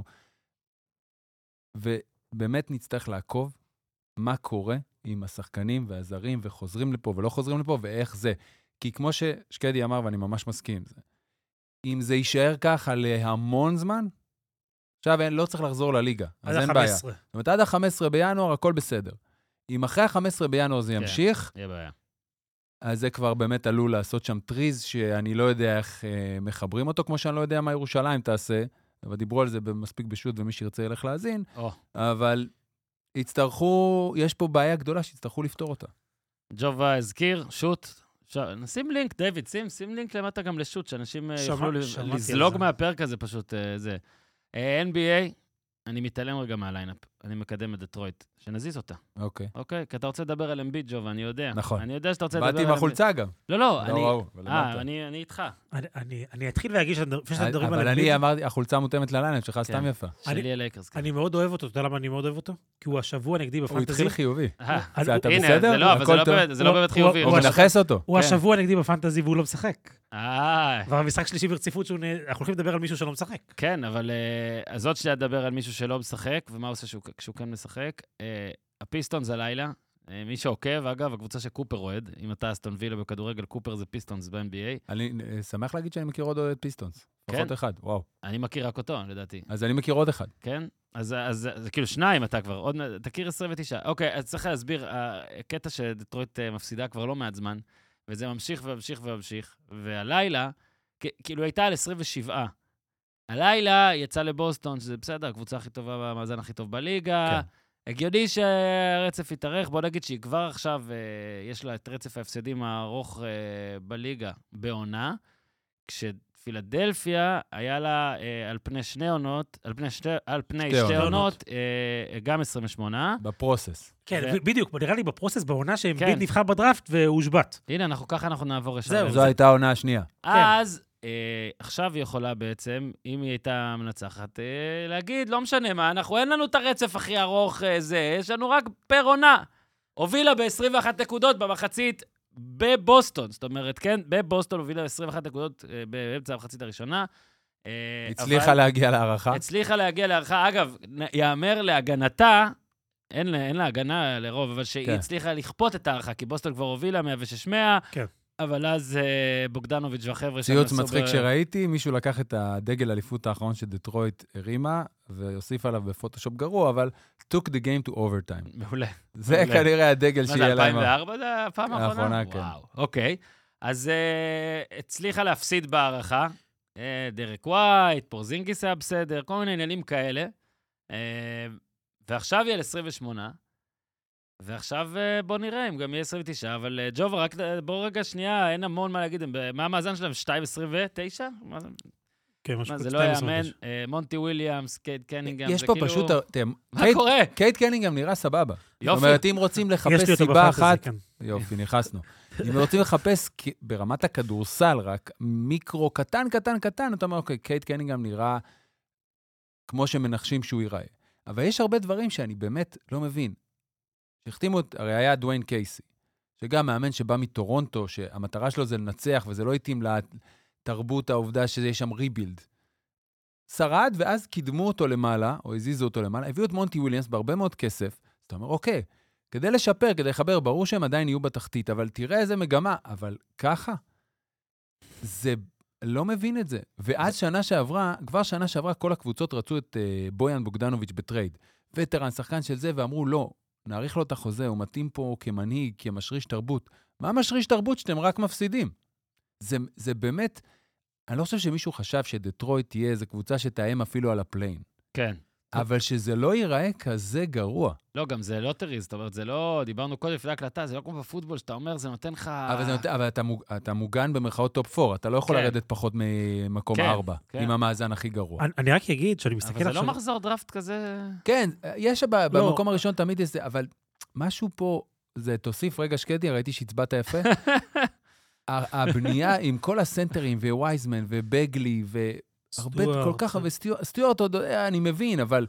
ובאמת נצטרך לעקוב מה קורה עם השחקנים והזרים, וחוזרים לפה ולא חוזרים לפה, ואיך זה. כי כמו ששקדי אמר, ואני ממש מסכים עם זה, אם זה יישאר ככה להמון זמן, עכשיו אין, לא צריך לחזור לליגה, אז עד אין בעיה. ה-חמש עשרה. זאת אומרת, עד ה-חמישה עשר בינואר, הכל בסדר. אם אחרי ה-חמישה עשר בינואר זה כן. ימשיך, יהיה בעיה. אז זה כבר באמת עלול לעשות שם טריז, שאני לא יודע איך אה, מחברים אותו, כמו שאני לא יודע מה ירושלים תעשה, אבל דיברו על זה מספיק בשוט, ומי שירצה ילך להאזין, או. אבל יצטרכו, יש פה בעיה גדולה שיצטרכו לפתור אותה. ג'ובה הזכיר, שוט. אפשר- נשים לינק, דיוויד, שים, שים לינק למטה גם לשוט, שאנשים אה, שמע- יוכלו שמעתי על לזלוג זה. מהפרק הזה פשוט, אה, זה. אה, אן בי איי, אני מתעלם רגע מהליינאפ. אני מקדם את דטרויט, שנזיז אותה. אוקיי. אוקיי? כי אתה רוצה לדבר על אמביד, ג'ו, ואני יודע. נכון. אני יודע שאתה רוצה לדבר על באתי עם אמביד. החולצה גם. לא, לא, אני... לא ראו, אבל אה, למדת. אני אני איתך. אני- אני- אני אתחיל להגיד לפני שאתם מדברים על אבל אמביד, אני אמרתי, החולצה מותאמת לליינאפ שלך, סתם כן. יפה. אני- שלי הלייקרס. כן. אני מאוד אוהב אותו. אתה יודע למה אני מאוד אוהב אותו? כי הוא השבוע נגדי הוא בפנטזי. התחיל חיובי. אה, אז זה הוא- אתה הנה, בסדר? זה לא, אבל זה הכל לא טוב? באמת- זה לא הוא- באמת הוא- חיובי. הוא הוא מנכס אותו. הוא כן. השבוע נגדי בפנטזי והוא לא משחק. אה, כבר המשחק שלישי ברציפות שהוא... נ- אנחנו הולכים לדבר על מישהו שלא משחק. כן, אבל אה, אז עוד שנייה לדבר על מישהו שלא משחק, ומה הוא עושה שהוא- כשהוא כן משחק. אה, הפיסטונס הלילה, אה, מי שעוקב, אגב, הקבוצה שקופר אוהד, אם אתה אסטון וילה בכדורגל, קופר זה פיסטונס ב-אן בי איי. אני אה, שמח להגיד שאני מכיר עוד אוהד פיסטונס. כן? לפחות אחד, וואו. אני מכיר רק אותו, לדעתי. אז אני מכיר עוד אחד. כן? אז אז- אז כאילו שניים אתה כבר, עוד מעט, תכיר עשרים ותשע. אוקיי, אז צריך להסביר, הקטע שדטרויט אה, מפסידה כבר לא מעט זמן, וזה ממשיך וממשיך וממשיך, והלילה, כ- כאילו הייתה על עשרים ושבע. הלילה יצא לבוסטון, שזה בסדר, הקבוצה הכי טובה, במאזן הכי טוב בליגה. כן. הגיוני שהרצף יתארך, בוא נגיד שהיא כבר עכשיו, אה, יש לה את רצף ההפסדים הארוך אה, בליגה בעונה, כשפילדלפיה היה לה אה, על פני שני עונות, על פני שתי, על פני שתי שתי עונות. עונות, אה, גם עשרים ושמונה. בפרוסס. כן, ו- בדיוק. נראה לי בפרוסס בעונה כן. שאמביד נבחר בדראפט והושבת. הנה, אנחנו ככה אנחנו נעבור ישר. זהו, לזה. זו הייתה העונה השנייה. אז אה, עכשיו היא יכולה בעצם, אם היא הייתה מנצחת, אה, להגיד, לא משנה מה, אנחנו אין לנו את הרצף הכי ארוך אה, זה, יש לנו רק פר עונה. הובילה ב-עשרים ואחת נקודות במחצית בבוסטון, זאת אומרת, כן, בבוסטון הובילה ב-עשרים ואחת נקודות אה, באמצע המחצית הראשונה. אה, הצליחה אבל- להגיע להערכה. הצליחה להגיע להערכה. אגב, נ- יאמר להגנתה, אין לה, אין לה הגנה לרוב, אבל שהיא כן. הצליחה לכפות את הערכה, כי בוסטון כבר הובילה מאה ושש מאה, כן. אבל אז אה, בוגדנוביץ' והחבר'ה שם ציוץ עשו מצחיק ב- שראיתי, מישהו לקח את הדגל אליפות האחרון שדטרויט הרימה, והוסיף עליו בפוטושופ גרוע, אבל took the game to overtime. מעולה. זה מעולה. כנראה הדגל מה זה, שיהיה להם. אלפיים וארבע זה הפעם האחרונה? האחרונה, כן. וואו, אוקיי. אז uh, הצליחה להפסיד בהערכה. Uh, דרק ווייט, פורזינגיס היה בסדר, כל מיני עניינים כאלה. Uh, ועכשיו היא על עשרים ושמונה. ועכשיו uh, בוא נראה אם גם יהיה עשרים ותשע, אבל uh, ג'ובה, רק uh, בוא רגע שנייה, אין המון מה להגיד. הם ב- מה המאזן שלהם? שתיים עשרים ותשע? מה זה? כן, משהו מה, כזה זה לא שתיים עשרה יאמן. וחמש. Uh, מונטי וויליאמס, קייט קנינגהם, יש זה פה כאילו... פשוט... תראה, מה קייט- קורה? קייט קנינגהם נראה סבבה. זאת יופי. אומרת, אם רוצים יש לחפש לי אותו סיבה בפנטזי, אחת... כן. יופי, נכנסנו. אם רוצים לחפש כ- ברמת הכדורסל רק מיקרו קטן, קטן, קטן, אתה אומר, אוקיי, קייט קנינגהם נראה כמו שמנחשים שהוא ייראה. אבל יש הרבה דברים שאני באמת לא מבין. שהחתימו את, הרי היה דוויין קייסי, שגם מאמן שבא מטורונטו, שהמטרה שלו זה לנצח, וזה לא התאים לתרבות העובדה שיש שם ריבילד. שרד, ואז קידמו אותו למעלה, או הזיזו אותו למעלה, הביאו את מונטי וויליאמס בהרבה מאוד כסף, אז אתה אומר, אוקיי, כדי לשפר, כדי לחבר, ברור שהם עדיין יהיו בתחתית, אבל תראה איזה מגמה, אבל ככה, זה, לא מבין את זה. ואז שנה שעברה, כבר שנה שעברה, כל הקבוצות רצו את uh, בויאן בוגדנוביץ' בטרייד. וטרן, שחקן של זה, ואמרו, לא, נעריך לו את החוזה, הוא מתאים פה כמנהיג, כמשריש תרבות. מה משריש תרבות שאתם רק מפסידים? זה, זה באמת, אני לא חושב שמישהו חשב שדטרויט תהיה איזו קבוצה שתאם אפילו על הפליין. כן. אבל שזה לא ייראה כזה גרוע. לא, גם זה לוטרי, זאת אומרת, זה לא, דיברנו קודם לפני הקלטה, זה לא כמו בפוטבול, שאתה אומר, זה נותן לך... אבל, זה נות... אבל אתה, מוג... אתה מוגן במרכאות טופ ארבע, אתה לא יכול כן. לרדת פחות ממקום כן, ארבע, כן. עם המאזן הכי גרוע. אני- אני רק אגיד שאני מסתכל אבל זה עכשיו... לא מחזור דראפט כזה... כן, יש ב... לא. במקום הראשון תמיד יש זה, אבל משהו פה, זה תוסיף רגע שקדי, ראיתי שהצבעת יפה. ה- הבנייה עם כל הסנטרים, ווייזמן, ובגלי, והרבה, סטוארט. כל כך הרבה, סטיוארט, סטיוארט עוד, אה, אני מבין, אבל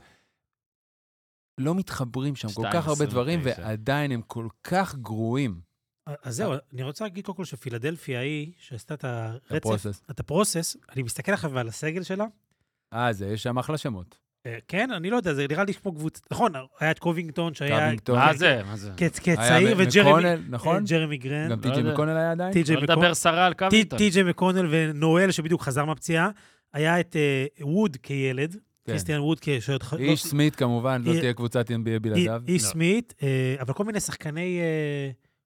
לא מתחברים שם כל שתיים כך הרבה עשרים דברים, ותשע. ועדיין הם כל כך גרועים. אז זהו, אני רוצה להגיד קודם כל שפילדלפיה היא, שעשתה את הרצף, הפרוסס. את הפרוסס, אני מסתכל עכשיו על הסגל שלה, אה, זה, יש שם אחלה שמות. אה, כן, אני לא יודע, זה נראה לי כמו קבוצה, נכון, היה את קובינגטון שהיה קווינגטון. מה זה? מה זה? כ- היה כצעיר, מ- וג'רמי מקונל, נכון? אה, ג'רמי גרנט, גם לא טי.ג'י יודע. מקונל היה עדיין? טי.ג'יי לא מקונל, לדבר סרה על טי- קווינגטון. טי.ג'יי מקונל ונואל שבדיוק חזר מהפציעה, היה את אה, ווד כילד, כן. קריסטיאן ווד כשועד... ח- איש לא- סמית כמובן, לא אי- תהיה קבוצת אן בי איי בלעדיו. איש לא. סמית, אה, אבל כל מיני שחקני... אה,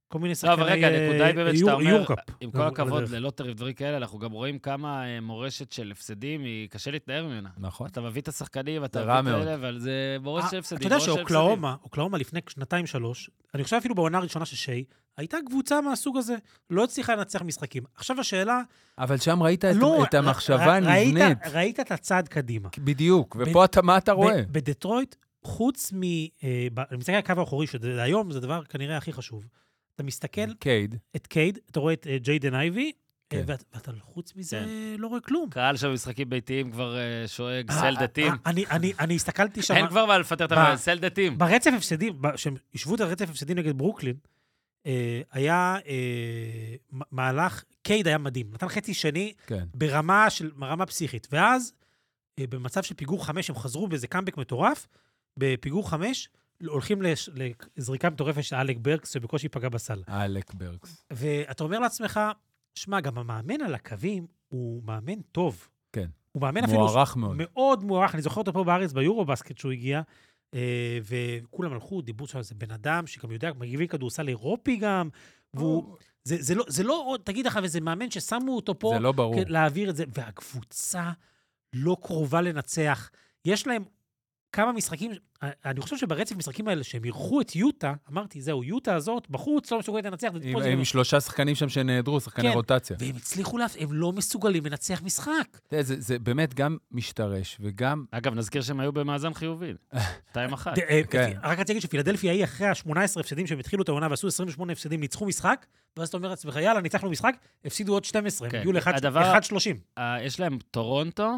כל מיני לא, שחקני אבל רגע, הנקודה היא באמת שאתה אומר, יורקאפ. עם כל הכבוד ללוטרי ודברים כאלה, אנחנו גם רואים כמה אה, מורשת של הפסדים, היא קשה להתנער ממנה. נכון. אתה מביא את השחקנים, ואתה זה מביא רע את מאוד. האלה, אבל זה מורשת של הפסדים. אתה יודע מורשת של הפסדים. שאוקלאומה, אוקלאומה לפני שנתיים שלוש, אני חושב אפילו בעונה הראשונה של שי, הייתה קבוצה מהסוג הזה, לא הצליחה לנצח משחקים. עכשיו השאלה, אבל שם ראית את, לא, את המחשבה ר- ראית- נבנית. ראית את הצעד קדימה. בדיוק, ופה אתה, מה אתה רואה? ב- בדטרויט, חוץ מ... אה, ב- אני מסתכל על הקו האחורי, שהיום זה הדבר כנראה הכי חשוב. אתה מסתכל קייד. את קייד, אתה רואה את אה, ג'יידן אייבי, אה, כן. ואת- ואתה חוץ מזה כן. לא רואה כלום. קהל שם משחקים ביתיים כבר אה, שואג, אה, סל אה, דתיים. אה, אני- אני- אני הסתכלתי שם... אין כבר מה לפטר את ב- המאמן, סל דתיים. ברצף הפסדים, ב- שהם ישבו את הרצף הפסדים נגד ברוקלין, אה, היה אה, מ- מהלך, קייד היה מדהים. נתן חצי שני כן. ברמה של, ברמה פסיכית. ואז, אה, במצב של פיגור חמש, הם חזרו באיזה קאמבק מטורף, בפיגור חמש, הולכים לש- לזריקה מטורפת של אלק ברקס, שבקושי פגע בסל. אלק ברקס. ואתה אומר לעצמך, שמע, גם המאמן על הקווים הוא מאמן טוב. כן. הוא מאמן אפילו... מוערך מאוד. מאוד מוערך. אני זוכר אותו פה בארץ, ביורו-בסקט שהוא הגיע, אה, וכולם הלכו, דיברו שם, זה בן אדם שגם יודע, מגיבים כדורסל אירופי גם, והוא... זה, זה לא, זה לא עוד, תגיד לך, וזה מאמן ששמו אותו פה... זה לא ברור. כ- להעביר את זה, והקבוצה לא קרובה לנצח. יש להם כמה משחקים, אני חושב שברצף משחקים האלה, שהם אירחו את יוטה, אמרתי, זהו, יוטה הזאת, בחוץ, לא מסוגלת לנצח. עם, עם שלושה שחקנים שם שנעדרו, שחקני כן. רוטציה. והם הצליחו להפ... הם לא מסוגלים לנצח משחק. זה, זה, זה באמת גם משתרש, וגם... אגב, נזכיר שהם היו במאזן חיובי. שתיים אחת. ד- אה, כן. רק רציתי להגיד שפילדלפיה היא אחרי ה-שמונה עשרה הפסדים שהם התחילו את העונה ועשו עשרים ושמונה הפסדים, ניצחו משחק, ואז אתה אומר לעצמך, יאללה, ניצחנו משחק, הפסידו עוד שתים עשרה, הם כן. הגיעו הדבר- ל-אחד שלושים. אה, יש להם טורונטו,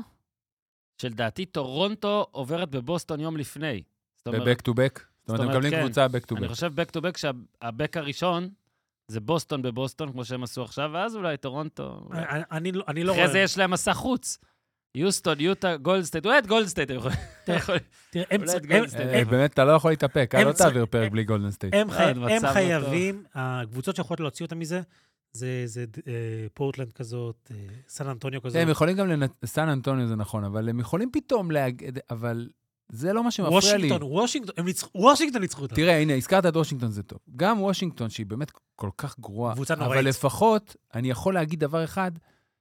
שלדעתי טורונטו עוברת בבוסטון יום לפני. זאת אומרת, ב-back to back. זאת אומרת, הם אומרת, מקבלים כן. קבוצה back to אני back. חושב back to back שהבק הראשון זה בוסטון בבוסטון, כמו שהם עשו עכשיו, ואז אולי טורונטו. אולי. אני- אני לא- אני לא אחרי זה רואה... יש להם מסע חוץ. יוסטון, יוטה, גולדסטייט, אולי את גולדסטייט. הם יכולים- תראה, הם אולי צר- את הם- גולדסטייט. אה, באמת, אתה לא יכול להתאפק, הם לא צר- תעביר פרק בלי גולדן סטייט. הם, חי... אה, מצב הם לא חייבים, הקבוצות שיכולות להוציא אותם מזה, זה, זה אה, פורטלנד כזאת, אה, סן אנטוניו כזאת. הם יכולים גם לנ... סן אנטוניו זה נכון, אבל הם יכולים פתאום להגיד, אבל זה לא מה שמפריע לי. וושינגטון, וושינגטון, הם ניצחו, וושינגטון ניצחו אותם. תראה, הנה, הזכרת את וושינגטון, זה טוב. גם וושינגטון, שהיא באמת כל כך גרועה, קבוצה נוראית. אבל לפחות אני יכול להגיד דבר אחד,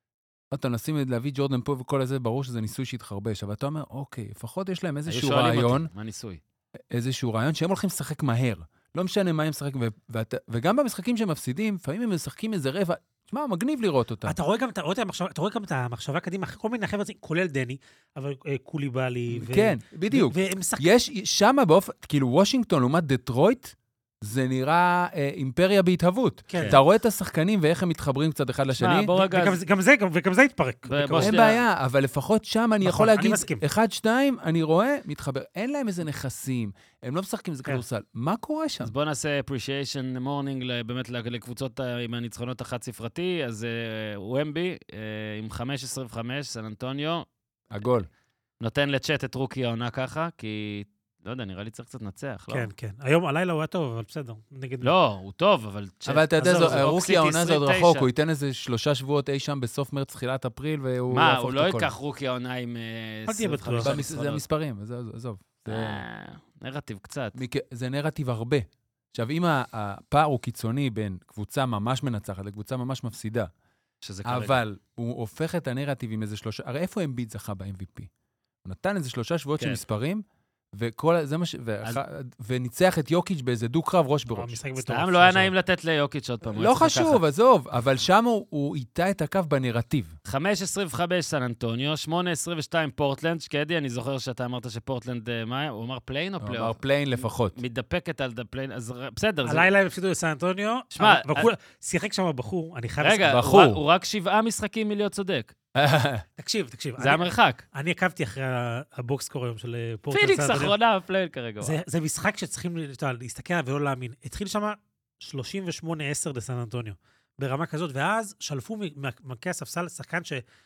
אתה נשים להביא ג'ורדן פה וכל הזה, ברור שזה ניסוי שהתחרבש, אבל אתה אומר, אוקיי, לפחות יש להם היו איזשהו שואלים רעיון, אותי, מה ניסוי? איזשהו רעיון שהם הולכים לשחק מהר. לא משנה מה הם משחק, ו- ואת- וגם במשחקים שהם מפסידים, לפעמים הם משחקים איזה רבע, תשמע, מגניב לראות אותם. אתה רואה גם, אתה רואה את המחשבה, אתה רואה גם את המחשבה קדימה, כל מיני חבר'ה, כולל דני, אבל אה, קוליבאלי. ו- כן, בדיוק. ו- והם משחקים... יש שם באופן, כאילו וושינגטון לעומת דטרויט, זה נראה אה, אימפריה בהתהוות. כן. אתה רואה את השחקנים ואיך הם מתחברים קצת אחד לשני. שמע, בוא רגע... וגם זה- גם זה, גם- וגם זה התפרק. ב- בוא אין שנייה. בעיה, אבל לפחות שם אני נכון, יכול אני להגיד, מסכים. אחד, שתיים, אני רואה, מתחבר. אין להם איזה נכסים, הם לא משחקים איזה כן. כדורסל. מה קורה שם? אז בואו נעשה appreciation morning באמת לקבוצות ה- עם הניצחונות החד-ספרתי. אז אה, ומבי אה, עם חמש עשרה וחמש, סן אנטוניו, הגול. נותן לצ'אט את רוקי העונה ככה, כי, לא יודע, נראה לי צריך קצת לנצח, לא? כן, כן. היום, הלילה הוא היה טוב, אבל בסדר. נגד... לא, הוא טוב, אבל צ'אט... אבל אתה יודע, עזוב, זו- זה רוקי העונה זה עוד עשרים רחוק, ותשע. הוא ייתן איזה שלושה שבועות אי שם בסוף מרץ, תחילת אפריל, והוא מה, יהפוך הוא את לא הכל. ייקח רוקי העונה עם אה, אל תהיה עשרים וחמש בטוח. במס- זה ניצחונות. המספרים, עזוב, עזוב. זה- אה, נרטיב קצת. מכ- זה נרטיב הרבה. עכשיו, אם ה- הפער הוא קיצוני בין קבוצה ממש מנצחת לקבוצה ממש מפסידה, שזה כרגע. אבל הוא הופך את הנרטיב עם איזה שלושה... הרי איפה אמביט זכה ב-אם וי פי? הוא נתן איזה שלושה שבועות כן. של מספרים, וכל ה- זה מה ש... ואח- וניצח את יוקיץ' באיזה דו-קרב ראש בראש. המשחק מטורף. סתם לא היה נעים לתת ליוקיץ' עוד פעם. הוא לא היה צריך חשוב, עזוב, אבל שם הוא- הוא איתה את הקו בנרטיב. חמש עשרה וחמש סן אנטוניו, שמונה עשרה ושתיים פורטלנד, שקדי, אני זוכר שאתה אמרת שפורטלנד, אה, מה היה? הוא אמר פליין או הוא פלייאוף? אמר פליין לפחות. מתדפקת על הפליין, אז ר- בסדר. זה- הלילה הם הפסידו לסן אנטוניו, שמע, אבל- אבל כולה- שיחק שם בחור, אני חייב... רגע, לספר. בחור. הוא רק- הוא רק שבעה משחקים מלהיות צודק. תקשיב, תקשיב. זה אני- המרחק. אני עקבתי אחרי ה- הבוקסקור היום של אה, פורטלנד. פיניקס סן אנטוניו. אחרונה, פליין כרגע. זה- זה משחק שצריכים אתה יודע, להסתכל עליו ולא להאמין. התחיל שם שלושים ושמונה עשר לסן אנטוניו, ברמה כזאת, ואז שלפו ממעקי הספסל שחקן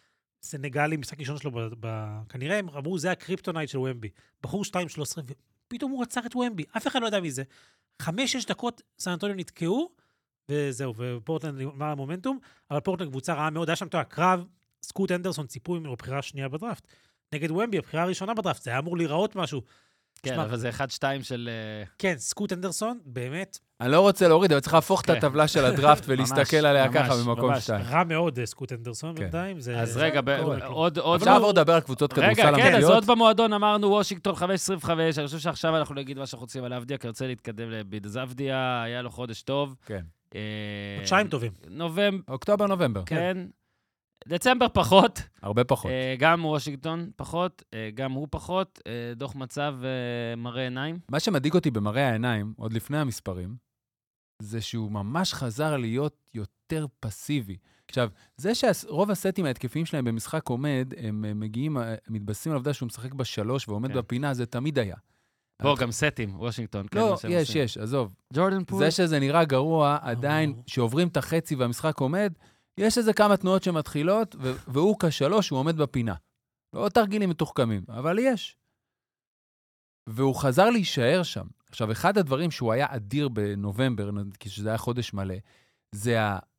שסנגלי, משחק ראשון שלו, ב- ב- כנראה הם אמרו, זה הקריפטונייט של ומבי. בחור שתיים שלוש עשרה, ופתאום הוא רצח את ומבי. אף אחד לא ידע מזה. חמש-שש דקות סן אנטוניו נתקעו, וזהו, ופורטלנד נגמר המומנטום, אבל פורטלנד קבוצה רעה מאוד. היה שם אתה יודע, קרב, סקוט אנדרסון ציפו ממנו בבחירה השנייה בדראפט. נגד ומבי, הבחירה הראשונה בדראפט, זה היה אמור להיראות משהו. כן, שמע, אבל זה אחד שתיים של... אה, כן, סקוט אנדרסון, באמת, אני לא רוצה להוריד, אבל צריך להפוך את כן. הטבלה של הדראפט ממש, ולהסתכל עליה ממש, ככה במקום ממש. שתיים. רע מאוד, אה, סקוט אנדרסון כן. בינתיים. זה- אז רגע, ב- לא, עוד... עוד- אפשר לעבור לדבר על קבוצות רגע, כדורסל כן, אז אמיתיות? עוד במועדון אמרנו וושינגטון חמש עשרים וחמש, אני חושב שעכשיו אנחנו נגיד מה שאנחנו רוצים על אבדיה, כי אני רוצה להתקדם לביד. אז אבדיה, היה לו חודש טוב. כן. אה, חודשיים טובים. נובמבר, אוקטובר, נובמבר. כן. דצמבר פחות. הרבה פחות. אה, גם וושינגטון פחות, אה, גם הוא פחות. אה, דוח מצב אה, מראה עיניים. מה שמדאיג אותי במראה העיניים, עוד לפני המספרים, זה שהוא ממש חזר להיות יותר פסיבי. עכשיו, זה שרוב הסטים ההתקפיים שלהם במשחק עומד, הם הם מגיעים, הם מתבססים על העובדה שהוא משחק בשלוש ועומד כן. בפינה, זה תמיד היה. בוא, גם סטים, וושינגטון. כן, לא, מה שהם יש, עושים. יש, עזוב. ג'ורדן פול. זה שזה נראה גרוע, עדיין, ברור. שעוברים את החצי והמשחק עומד, יש איזה כמה תנועות שמתחילות, ו- והוא כשלוש, הוא עומד בפינה. לא תרגילים מתוחכמים, אבל יש. והוא חזר להישאר שם. עכשיו, אחד הדברים שהוא היה אדיר בנובמבר, כשזה היה חודש מלא, זה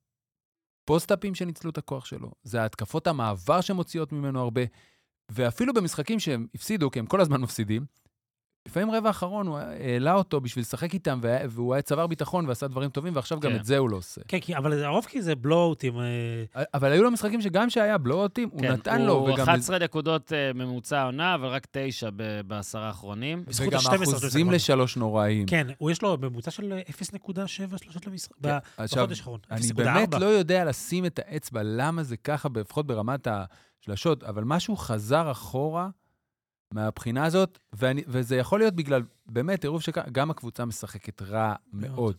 הפוסט-אפים שניצלו את הכוח שלו, זה ההתקפות המעבר שמוציאות ממנו הרבה, ואפילו במשחקים שהם הפסידו, כי הם כל הזמן מפסידים, לפעמים רבע האחרון הוא העלה אותו בשביל לשחק איתם, והוא היה צבר ביטחון ועשה דברים טובים, ועכשיו גם כן. את זה הוא לא עושה. כן, כי- אבל הרוב כי זה בלואוטים. אבל היו לו משחקים שגם שהיה בלואוטים, הוא כן, נתן לו, הוא וגם אחת עשרה נקודות אה, ממוצע העונה, אבל רק תשע ב- בעשרה האחרונים. בזכות וגם ה-שתים עשרה האחוזים של לשלוש נוראים. כן, הוא יש לו ממוצע של אפס נקודה שבע שלושות למשחק. ב- עכשיו, בחודש האחרון. אני אפס נקודה באמת ארבע. לא יודע לשים את האצבע, למה זה ככה, לפחות ברמת השלשות, אבל משהו חזר אחורה מהבחינה הזאת, ואני, וזה יכול להיות בגלל, באמת, עירוב שגם הקבוצה משחקת רע מאוד. מאוד.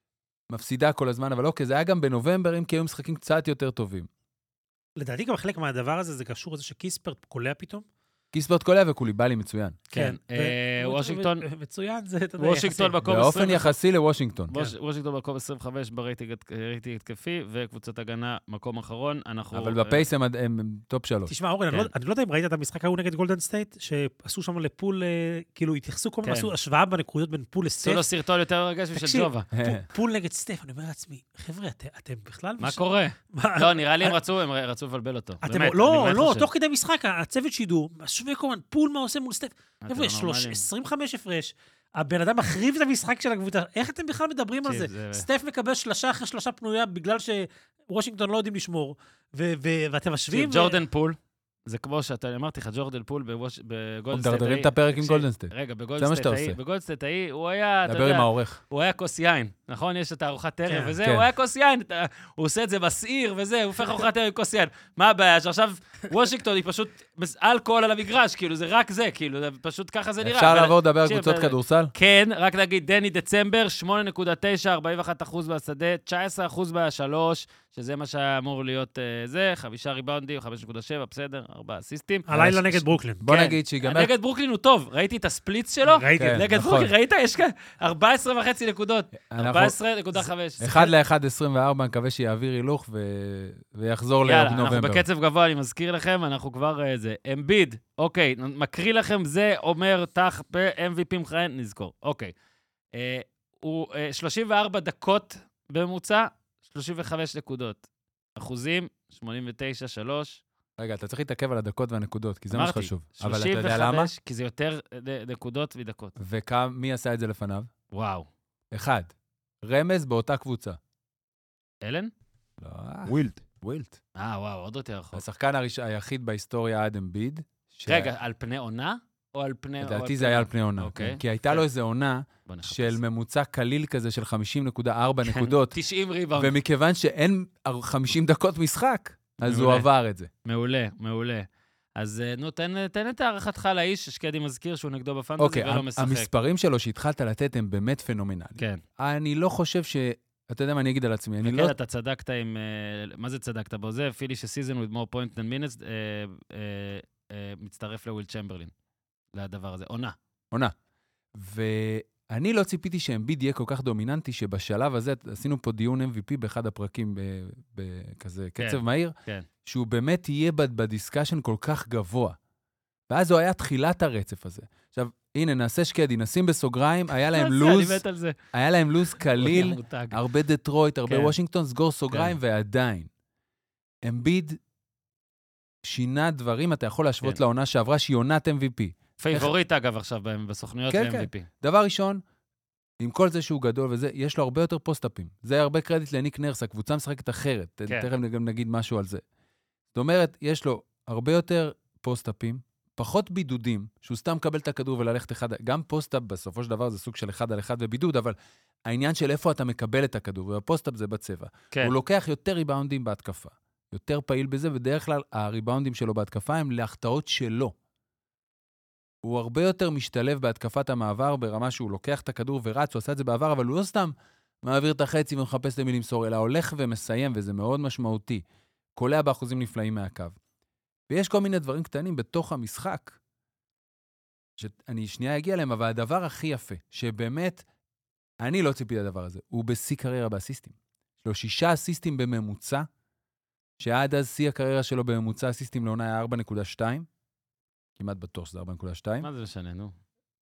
מפסידה כל הזמן, אבל אוקיי, זה היה גם בנובמבר, אם כי היו משחקים קצת יותר טובים. לדעתי גם חלק מהדבר הזה, זה קשור לזה שקיספרט קולע פתאום. קיספרט קולע וקוליבאלי מצוין. כן. ו- אה, ו- וושינגטון, ו- מצוין, זה, אתה יודע, וושינגטון יחסי. מקום באופן עשרים. יחסי לוושינגטון. ווש- וושינגטון מקום עשרים וחמש ברייטינג הת- רייטינג התקפי, וקבוצת הגנה מקום אחרון. אנחנו... אבל בפייס הם עד- הם הם טופ שלוש. תשמע, אורן, אני כן. לא- אני לא יודע אם ראית את המשחק ההוא נגד גולדן סטייט, שעשו שם לפול, אה, כאילו התייחסו כל הזמן, כן. עשו השוואה בנקודות בין פול עשו לסטף. לו סרטון יותר מרגש משל תקשיב, ג'ובה. פול- פול נגד סטף, אני אומר לעצמי, חבר'ה, את- אתם בכלל... מה מש- קורה? מה- לא, נראה לי הם רצו, הם רצו לבלבל אותו. אתם, באמת, אני לא, באמת לא, חושב. תוך כדי משחק, הצוות שידור, משווה כל הזמן, פול מה עושה מול סטף. אתם חבר'ה, לא שלוש- נורמלים. עשרים וחמש הפרש, הבן אדם מחריב את המשחק של הקבוצה. איך אתם בכלל מדברים על תקשיב, זה? זה- סטף מקבל שלושה אחרי שלושה פנויה בגלל שוושינגטון לא יודעים לשמור, ו- ו- ואתם משווים... תקשיב, ו- ג'ורדן פול, זה כמו שאתה, אמרתי לך, ג'ורדן פול בווש- בגולדן סטייט. מדרדרים ההיא- את הפרק עם תקשיב, גולדן סטייט. רגע, זה מה בגולדן שאתה סטייט ההיא, עושה. בגולדן סטייט ההיא, הוא היה, אתה דבר עם יודע, העורך. הוא היה כוס יין, נכון? יש את הארוחת ערב כן, וזה, כן. הוא היה כוס יין, אתה- הוא עושה את זה בסעיר וזה, הוא הופך ארוחת ערב עם כוס יין. מה הבעיה? שעכשיו וושינגטון היא פשוט מס- אלכוהול על המגרש, כאילו, זה רק זה, כאילו, זה פשוט ככה זה נראה. אפשר אבל- לעבור לדבר על תקשיב, קבוצות ב- כדורסל? כן, רק להגיד, דני דצמבר, שמונה נקודה תשע, ארבעים ואחד אחוז בשדה, תשע עשרה אחוז בשלוש, שזה מה שהיה אמור להיות אה, זה, חמישה ריבאונדים, חמש נקודה שבע, בסדר, ארבעה אסיסטים. הלילה נגד ברוקלין. בוא כן. נגיד שיגמר... נגד ברוקלין הוא טוב, ראיתי את הספליץ שלו? ראיתי. כן. נגד נכון. ברוקלין, ראית? יש כאן ארבע עשרה וחצי נקודות. אנחנו- ארבע עשרה נקודה חמש. אחד לאחד עשרים וארבע, מקווה שיעביר הילוך ו- ויחזור יאללה, אנחנו לנובמבר. בקצב גבוה, אני מזכיר לכם, אנחנו כבר איזה... אמביד, אוקיי, מקריא לכם, זה אומר תח ב-אם וי פי מכהן, נזכור. אוקיי. אה, הוא אה, שלושים וארבע דקות בממוצע, שלושים וחמש נקודות. אחוזים, שמונים ותשע, שלוש. רגע, אתה צריך להתעכב על הדקות והנקודות, כי זה מה אמרתי, שחשוב. אבל אתה יודע למה? שלושים וחמש, כי זה יותר אה, נקודות מדקות. ומי עשה את זה לפניו? וואו. אחד. רמז באותה קבוצה. אלן? לא, ווילט. ווילט. אה, וואו, עוד יותר רחוק. השחקן הראש- היחיד בהיסטוריה עד אמביד. ש- רגע, על פני עונה? או על פני... או על לדעתי פני- זה היה על פני עונה. אוקיי. כן, כי הייתה לו איזו עונה בוא נחפש. של ממוצע קליל כזה של חמישים נקודה ארבע נקודות, תשעים ריבאונד. ומכיוון שאין חמישים דקות משחק, אז הוא מעולה. עבר את זה. מעולה, מעולה. אז אה, נו, תן, תן את הערכתך לאיש, שקדי מזכיר שהוא נגדו בפנטזי אוקיי, ולא משחק. המספרים שלו שהתחלת לתת הם באמת פנומנליים. כן. אני לא חושב ש... אתה יודע מה אני אגיד על עצמי, אני וכן, לא... אתה צדקת עם... אה, מה זה צדקת בו? זה פיניש הסיזון with more point than minutes, אה, אה, אה, מצטרף לוויל צ'מברלין, לדבר הזה. עונה. עונה. ואני לא ציפיתי שאמביד יהיה כל כך דומיננטי, שבשלב הזה, עשינו פה דיון אם וי פי באחד הפרקים בכזה כן, קצב מהיר, כן. שהוא באמת יהיה בדיסקשן כל כך גבוה. ואז הוא היה תחילת הרצף הזה. עכשיו, הנה, נעשה שקדי, נשים בסוגריים, היה להם אני לוז, מת על זה. היה להם לוז הוא קליל, נהיה מותג. הרבה דטרויט, הרבה כן. וושינגטון, סגור סוגריים, ועדיין. אמביד שינה דברים, אתה יכול להשוות כן. לעונה שעברה, שהיא עונת אם וי פי. פייבוריט, אגב, עכשיו בסוכנויות כן, ל-אם וי פי. דבר ראשון, עם כל זה שהוא גדול וזה, יש לו הרבה יותר פוסט-אפים. זה הרבה קרדיט לניק נרס, הקבוצה משחקת אחרת. כן. תכף גם נגיד משהו על זה. זאת אומרת, יש לו הרבה יותר פוסט-אפים, פחות בידודים, שהוא סתם מקבל את הכדור וללכת אחד, גם פוסט-אפ בסופו של דבר זה סוג של אחד על אחד ובידוד, אבל העניין של איפה אתה מקבל את הכדור, והפוסט-אפ זה בצבע. כן. הוא לוקח יותר ריבאונדים בהתקפה, יותר פעיל בזה, ודרך כלל הריבאונדים שלו בהתקפה הם להחטאות שלו. הוא הרבה יותר משתלב בהתקפת המעבר, ברמה שהוא לוקח את הכדור ורץ, הוא עשה את זה בעבר, אבל הוא לא סתם מעביר את החצי ומחפש למי למסור, אלא הולך ומסיים, וזה מאוד משמעותי. קולע באחוזים נפלאים מהקו. ויש כל מיני דברים קטנים בתוך המשחק, שאני שנייה אגיע להם, אבל הדבר הכי יפה, שבאמת, אני לא ציפי לדבר הזה, הוא בשיא קריירה באסיסטים. יש לו שישה אסיסטים בממוצע, שעד אז שיא הקריירה שלו בממוצע אסיסטים לעונה היה ארבע נקודה שתיים, כמעט בטוח שזה ארבע נקודה שתיים. מה זה משנה, נו?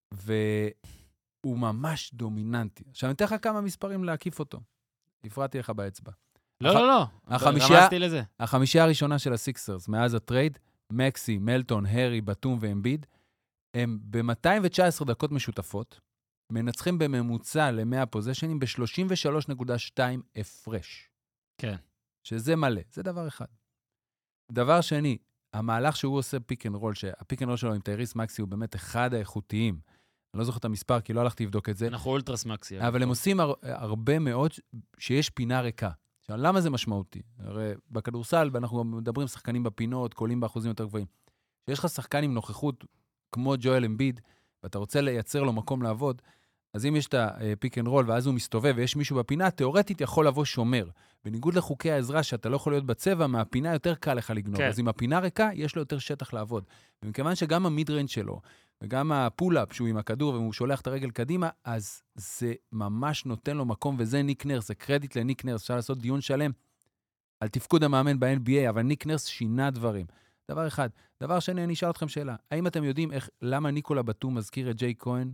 והוא ממש דומיננטי. עכשיו, אני אתן לך כמה מספרים להקיף אותו. הפרעתי לך באצבע. לא, הח... לא, לא. החמישייה, רמזתי לזה. החמישייה הראשונה של הסיקסרס, מאז הטרייד, מקסי, מלטון, הרי, בטום ואמביד, הם ב-מאתיים ותשע עשרה דקות משותפות, מנצחים בממוצע ל-מאה פוזיישנים ב-שלושים ושלוש נקודה שתיים הפרש. כן. שזה מלא, זה דבר אחד. דבר שני, המהלך שהוא עושה פיק אנד רול, שהפיק אנד רול שלו עם טייריס מקסי הוא באמת אחד האיכותיים. אני לא זוכר את המספר, כי לא הלכתי לבדוק את זה. אנחנו אולטרס מקסי. אבל הם עושים הר, הרבה מאוד שיש פינה ריקה. עכשיו, למה זה משמעותי? הרי בכדורסל, ואנחנו מדברים שחקנים בפינות, קולים באחוזים יותר גבוהים. שיש לך שחקן עם נוכחות, כמו ג'ואל אמביד, ואתה רוצה לייצר לו מקום לעבוד, אז אם יש את הפיק אנד רול, ואז הוא מסתובב, ויש מישהו בפינה, תיאורטית יכול לבוא שומר. בניגוד לחוקי העזרה, שאתה לא יכול להיות בצבע, מהפינה יותר קל לך לגנוב. כן. אז עם הפינה ריקה, יש לו יותר שטח לעבוד. ומכיוון שגם המיד-ריינג' שלו, וגם הפול-אפ, שהוא עם הכדור, והוא שולח את הרגל קדימה, אז זה ממש נותן לו מקום, וזה ניק נרס, זה קרדיט לניק נרס. אפשר לעשות דיון שלם על תפקוד המאמן ב-אן בי איי, אבל ניק נרס שינה דברים. דבר אחד. דבר שני, אני אשאל אתכם שאלה. האם אתם יודעים איך, למה ניקולה בטום מזכיר את ג'יי כהן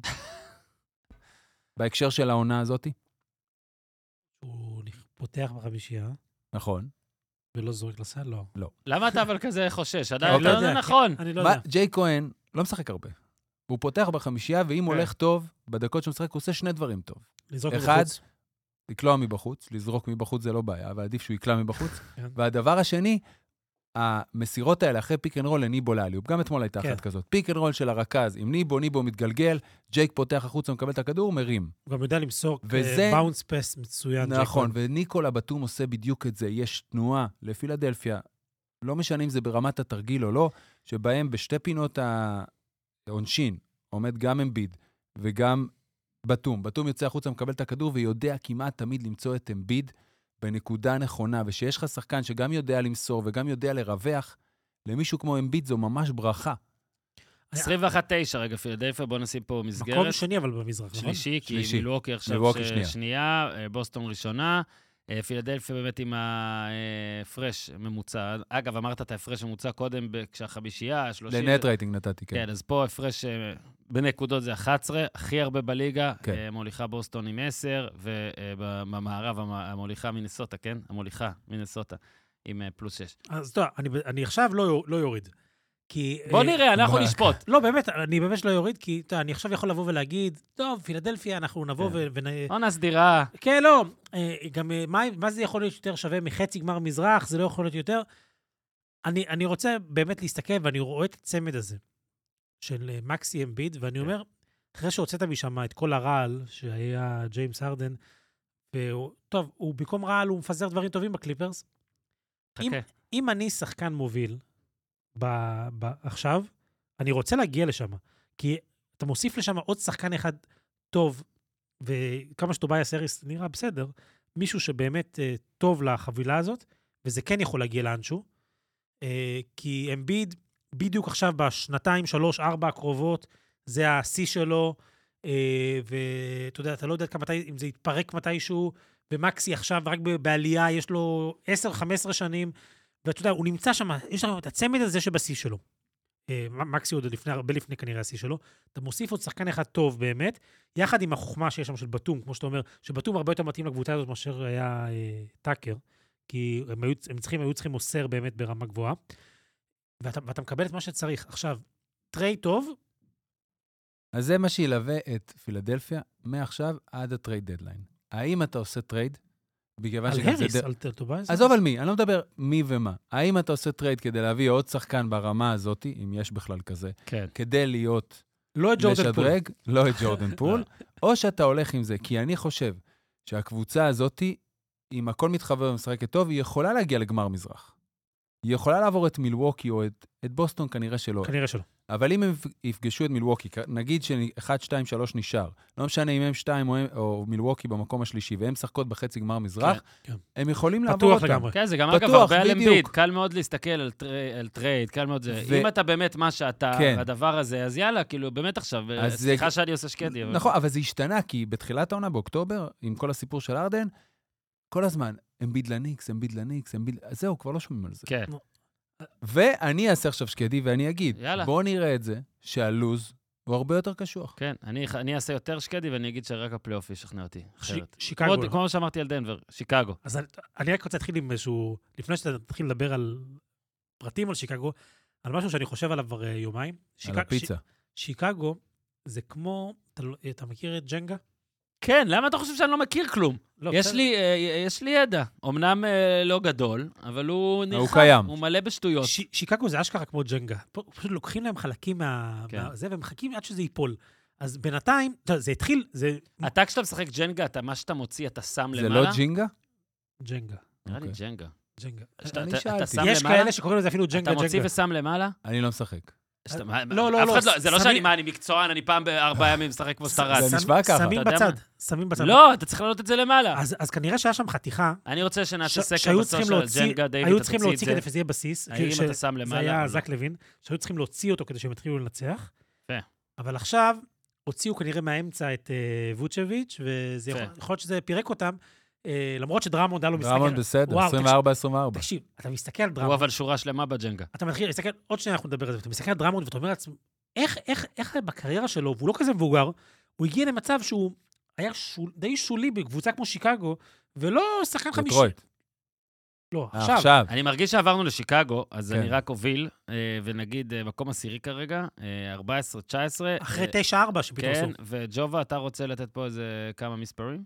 בהקשר של העונה הזאת? הוא פותח בחמישייה, נכון. ולא זורק לסל, לא. לא. למה אתה אבל כזה חושש? עדיין אוקיי. לא זה נכון. אני לא מה, יודע. ג'יי כהן לא משחק הרבה. הוא פותח בחמישייה, ואם כן. הולך טוב, בדקות שהוא משחק, הוא עושה שני דברים טוב. לזרוק אחד, מבחוץ. לקלוע מבחוץ, לזרוק מבחוץ זה לא בעיה, אבל עדיף שהוא יקלע מבחוץ. כן. והדבר השני, המסירות האלה אחרי פיק אנד רול לניבו לאליופ. גם אתמול הייתה כן. אחת כזאת. פיק אנד רול של הרכז, עם ניבו, ניבו מתגלגל, ג'ייק פותח החוצה, מקבל את הכדור, מרים. הוא גם יודע למסור וזה- באונס פס מצוין. נכון, ג'יי וניקולה בטום עושה בדיוק את זה. יש תנועה לפילדלפיה, לא משנה אם זה ברמת התרגיל או לא, שבהם בשתי פינות העונשין עומד גם אמביד וגם בטום. בטום יוצא החוצה, מקבל את הכדור ויודע כמעט תמיד למצוא את אמביד בנקודה נכונה, ושיש לך שחקן שגם יודע למסור וגם יודע לרווח, למישהו כמו אמביד זו ממש ברכה. עשרים ואחת תשע, רגע, פילדלפיה, בוא נשים פה מסגרת. מקום שני אבל במזרח, נכון? שלישי, כי שלישי. מילווקי עכשיו מילווקי ש- שנייה. שנייה, אה, בוסטון ראשונה, אה, פילדלפיה באמת עם ההפרש ממוצע. אגב, אמרת את ההפרש ממוצע קודם, ב- כשהחמישייה, שלושים... לנט רייטינג נתתי, כן. כן, אז פה הפרש אה, בנקודות זה אחת עשרה, הכי הרבה בליגה, כן. אה, מוליכה בוסטון עם עשר, ובמערב המ- המוליכה מינסוטה, כן? המוליכה מינסוטה עם אה, פלוס שש. אז טוב, אני- אני עכשיו לא לא יוריד. כי... בוא אה, נראה, אנחנו מה? נשפוט. לא, באמת, אני באמת לא יוריד, כי אתה יודע, אני עכשיו יכול לבוא ולהגיד, טוב, פילדלפיה, אנחנו נבוא כן. ו... ונ... עונה סדירה. כן, לא, אה, גם אה, מה, מה זה יכול להיות יותר שווה מחצי גמר מזרח, זה לא יכול להיות יותר. אני, אני רוצה באמת להסתכל, ואני רואה את הצמד הזה, של אה, מקסי אמביד, ואני אומר, אחרי שהוצאת משם את כל הרעל, שהיה ג'יימס הרדן, והוא, טוב, הוא במקום רעל, הוא מפזר דברים טובים בקליפרס. אם, חכה. אם אני שחקן מוביל ב, ב, עכשיו, אני רוצה להגיע לשם, כי אתה מוסיף לשם עוד שחקן אחד טוב, וכמה שטובאי הסריס נראה בסדר, מישהו שבאמת uh, טוב לחבילה הזאת, וזה כן יכול להגיע לאנשהו, uh, כי אמביד בדיוק עכשיו בשנתיים, שלוש, ארבע הקרובות, זה השיא שלו, uh, ואתה יודע, אתה לא יודע כמה, אם זה יתפרק מתישהו, ומקסי עכשיו רק ב- בעלייה, יש לו עשר חמש עשרה שנים, ואתה יודע, הוא נמצא שם, יש לנו את הצמד הזה שבשיא שלו. מקסי עוד לפני, הרבה לפני כנראה השיא שלו. אתה מוסיף עוד שחקן אחד טוב באמת, יחד עם החוכמה שיש שם של בטום, כמו שאתה אומר, שבטום הרבה יותר מתאים לקבוצה הזאת מאשר היה אה, טאקר, כי הם, היו, הם צריכים, היו צריכים מוסר באמת ברמה גבוהה, ואתה, ואתה מקבל את מה שצריך. עכשיו, טרי טוב, אז זה מה שילווה את פילדלפיה מעכשיו עד הטרייד דדליין. האם אתה עושה טרייד? על הריס, על טובייס? עזוב על מי, אני לא מדבר מי ומה. האם אתה עושה טרייד כדי להביא עוד שחקן ברמה הזאת, אם יש בכלל כזה, כן. כדי להיות... לא את ג'ורדן פול. לשדרג, לא את ג'ורדן פול, או שאתה הולך עם זה, כי אני חושב שהקבוצה הזאת, אם הכל מתחבר ומשחקת טוב, היא יכולה להגיע לגמר מזרח. היא יכולה לעבור את מילווקי או את, את בוסטון, כנראה שלא. כנראה שלא. אבל אם הם יפגשו את מילווקי, נגיד ש-אחת, שתיים, שלוש נשאר, לא משנה אם הם שתיים או, או מילווקי במקום השלישי, והם שחקות בחצי גמר מזרח, כן. הם יכולים לעבור פתוח אותם. לגמרי. כן, זה גם פתוח, אגב הרבה על בדיוק. אמביד, קל מאוד להסתכל על, טרי, על טרייד, קל מאוד זה. ו... אם אתה באמת מה שאתה, כן. הדבר הזה, אז יאללה, כאילו, באמת עכשיו, סליחה זה... שאני עושה שקדי. אבל... נכון, אבל זה השתנה, כי בתחילת העונה, באוקטובר, עם כל הסיפור של ארדן, כל הזמן, אמביד לניקס, אמביד לניקס, אמביד... אז זהו, כבר לא שומעים על זה. כן. ואני אעשה עכשיו שקדי ואני אגיד, יאללה. בואו נראה את זה, שהלוז הוא הרבה יותר קשוח. כן, אני, אני אעשה יותר שקדי ואני אגיד שרק הפלייאוף ישכנע אותי. אחרת. שיקגו. כמו, כמו שאמרתי על דנבר, שיקגו. אז אני, אני רק רוצה להתחיל עם איזשהו, לפני שאתה תתחיל לדבר על פרטים על שיקגו, על משהו שאני חושב עליו כבר יומיים. על הפיצה. ש, שיקגו זה כמו, אתה, אתה מכיר את ג'נגה? כן, למה אתה חושב שאני לא מכיר כלום? לא, יש לי, אה, יש לי ידע. אמנם אה, לא גדול, אבל הוא נרחב. הוא קיים. הוא מלא בשטויות. ש, שיקגו זה אשכרה כמו ג'נגה. פה, פשוט לוקחים להם חלקים מה, כן. מה, זה, ומחכים עד שזה ייפול. אז בינתיים, זה התחיל, זה... אתה כשאתה משחק ג'נגה, אתה, מה שאתה מוציא, אתה שם זה למעלה? לא ג'ינגה? ג'נגה. נראה לי אוקיי. ג'נגה. ג'נגה. שאתה- אני אתה- שאלתי. אתה שם יש למעלה? כאלה שקוראים לזה אפילו ג'נגה, אתה מוציא ג'נגה. ושם למעלה? אני לא משחק. שאתה- לא, מה- לא, אף לא, אחד לא, זה לא שמים- שאני, מה, אני מקצוען, אני פעם בארבעה ימים משחק כמו סטרד. זה נשמע ככה. שמים אתה יודע בצד, שמים בצד. לא, אתה צריך לעלות את זה למעלה. אז, אז כנראה שהיה שם חתיכה, אני רוצה שנעשה ש- סקר שהיו בסוף צריכים של להוציא, ג'נגה, דיוויד, היו אתה צריכים תוציא את להוציא זה. כדי שזה יהיה בסיס. האם ש- אתה שם זה למעלה היה או לא? זק לוין, שהיו צריכים להוציא אותו כדי שהם יתחילו לנצח. יפה. אבל עכשיו הוציאו כנראה מהאמצע את uh, ווצ'ביץ', וזה יכול, יכול להיות שזה פירק אותם, uh, למרות שדרמונד היה לו משחק... דרמונד בסדר, וואו, עשרים וארבע עשרים וארבע. תקשיב, אתה מסתכל על הוא דרמונד, אבל שורה שלמה בג'נגה. אתה מתחיל להסתכל, עוד שניה אנחנו נדבר על זה, ואתה מסתכל על דרמונד ואתה אומר לעצמך, איך, איך, איך בקריירה שלו, והוא לא כזה מבוגר, הוא הגיע למצב שהוא היה שול, די שולי בקבוצה כמו שיקגו, ולא שחקן חמישי. דטרויט. לא, אה, עכשיו. עכשיו. אני מרגיש שעברנו לשיקגו, אז כן. אני רק אוביל, אה, ונגיד אה, מקום עשירי כרגע, אה, ארבע עשרה תשע עשרה. אחרי אה, תשע ארבע שפתאום כן, עשו. וג'ובה, אתה רוצה לתת פה איזה כמה מספרים?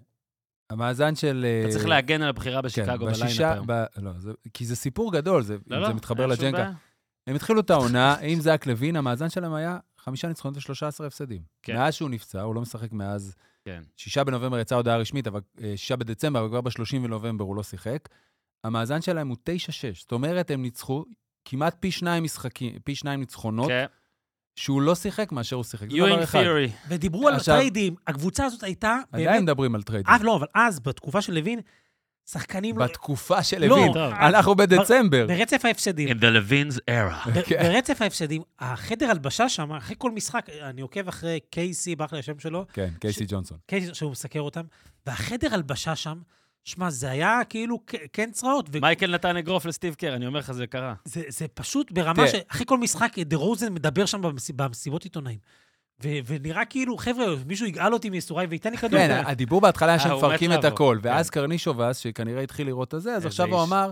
המאזן של... אתה צריך להגן על הבחירה כן, בשיקגו בשישה... בליינאפ היום. ב... לא, זה... כי זה סיפור גדול, זה, לא, אם לא, זה מתחבר אין שום לג'נגה. בעיה. הם התחילו את העונה, עם זק לוין, המאזן שלהם היה חמישה ניצחונות ושלושה עשר הפסדים. כן. מאז שהוא נפצע, הוא לא משחק מאז... כן. שישה בנובמבר יצאה הודעה רשמית, אבל אה, שישה בדצמבר, אבל כבר ב-שלושים בנובמבר הוא לא שיחק. המאזן שלהם הוא תשע שש. זאת אומרת, הם ניצחו כמעט פי שניים משחקים, פי שניים ניצחונות, כן. שהוא לא שיחק מאשר הוא שיחק. זה You דבר in אחד. theory. ודיברו על עכשיו- הטריידים, הקבוצה הזאת הייתה עדיין מדברים על טריידים. אז לא, אבל אז, בתקופה של לוין, שחקנים... לא- בתקופה של לא, לוין. טוב. אנחנו בדצמבר. ברצף ההפסדים. In the Levin's era. ב- כן. ברצף ההפסדים, החדר הלבשה שם, אחרי כל משחק, אני עוקב אחרי קייסי, באחלה השם שלו, כן, קייסי ג'ונסון. קייסי שהוא מסקר אותם, והחדר הלבשה שם, שמע, זה היה כאילו כ- כן צרעות, וזה מייקל נתן אגרוף לסטיב קר, אני אומר לך, זה קרה. זה פשוט ברמה תראה. שאחרי כל משחק, דה רוזן מדבר שם במס- במסיבות עיתונאים. ו- ונראה כאילו, חבר'ה, מישהו יגאל אותי מייסוריי וייתן לי כדור. כן, הדיבור בהתחלה היה אה, הוא שמפרקים מת את לעבור. הכל, כן. ואז קרנישוב, אז שכנראה התחיל לראות את זה, אז איזה עכשיו הוא איש. אמר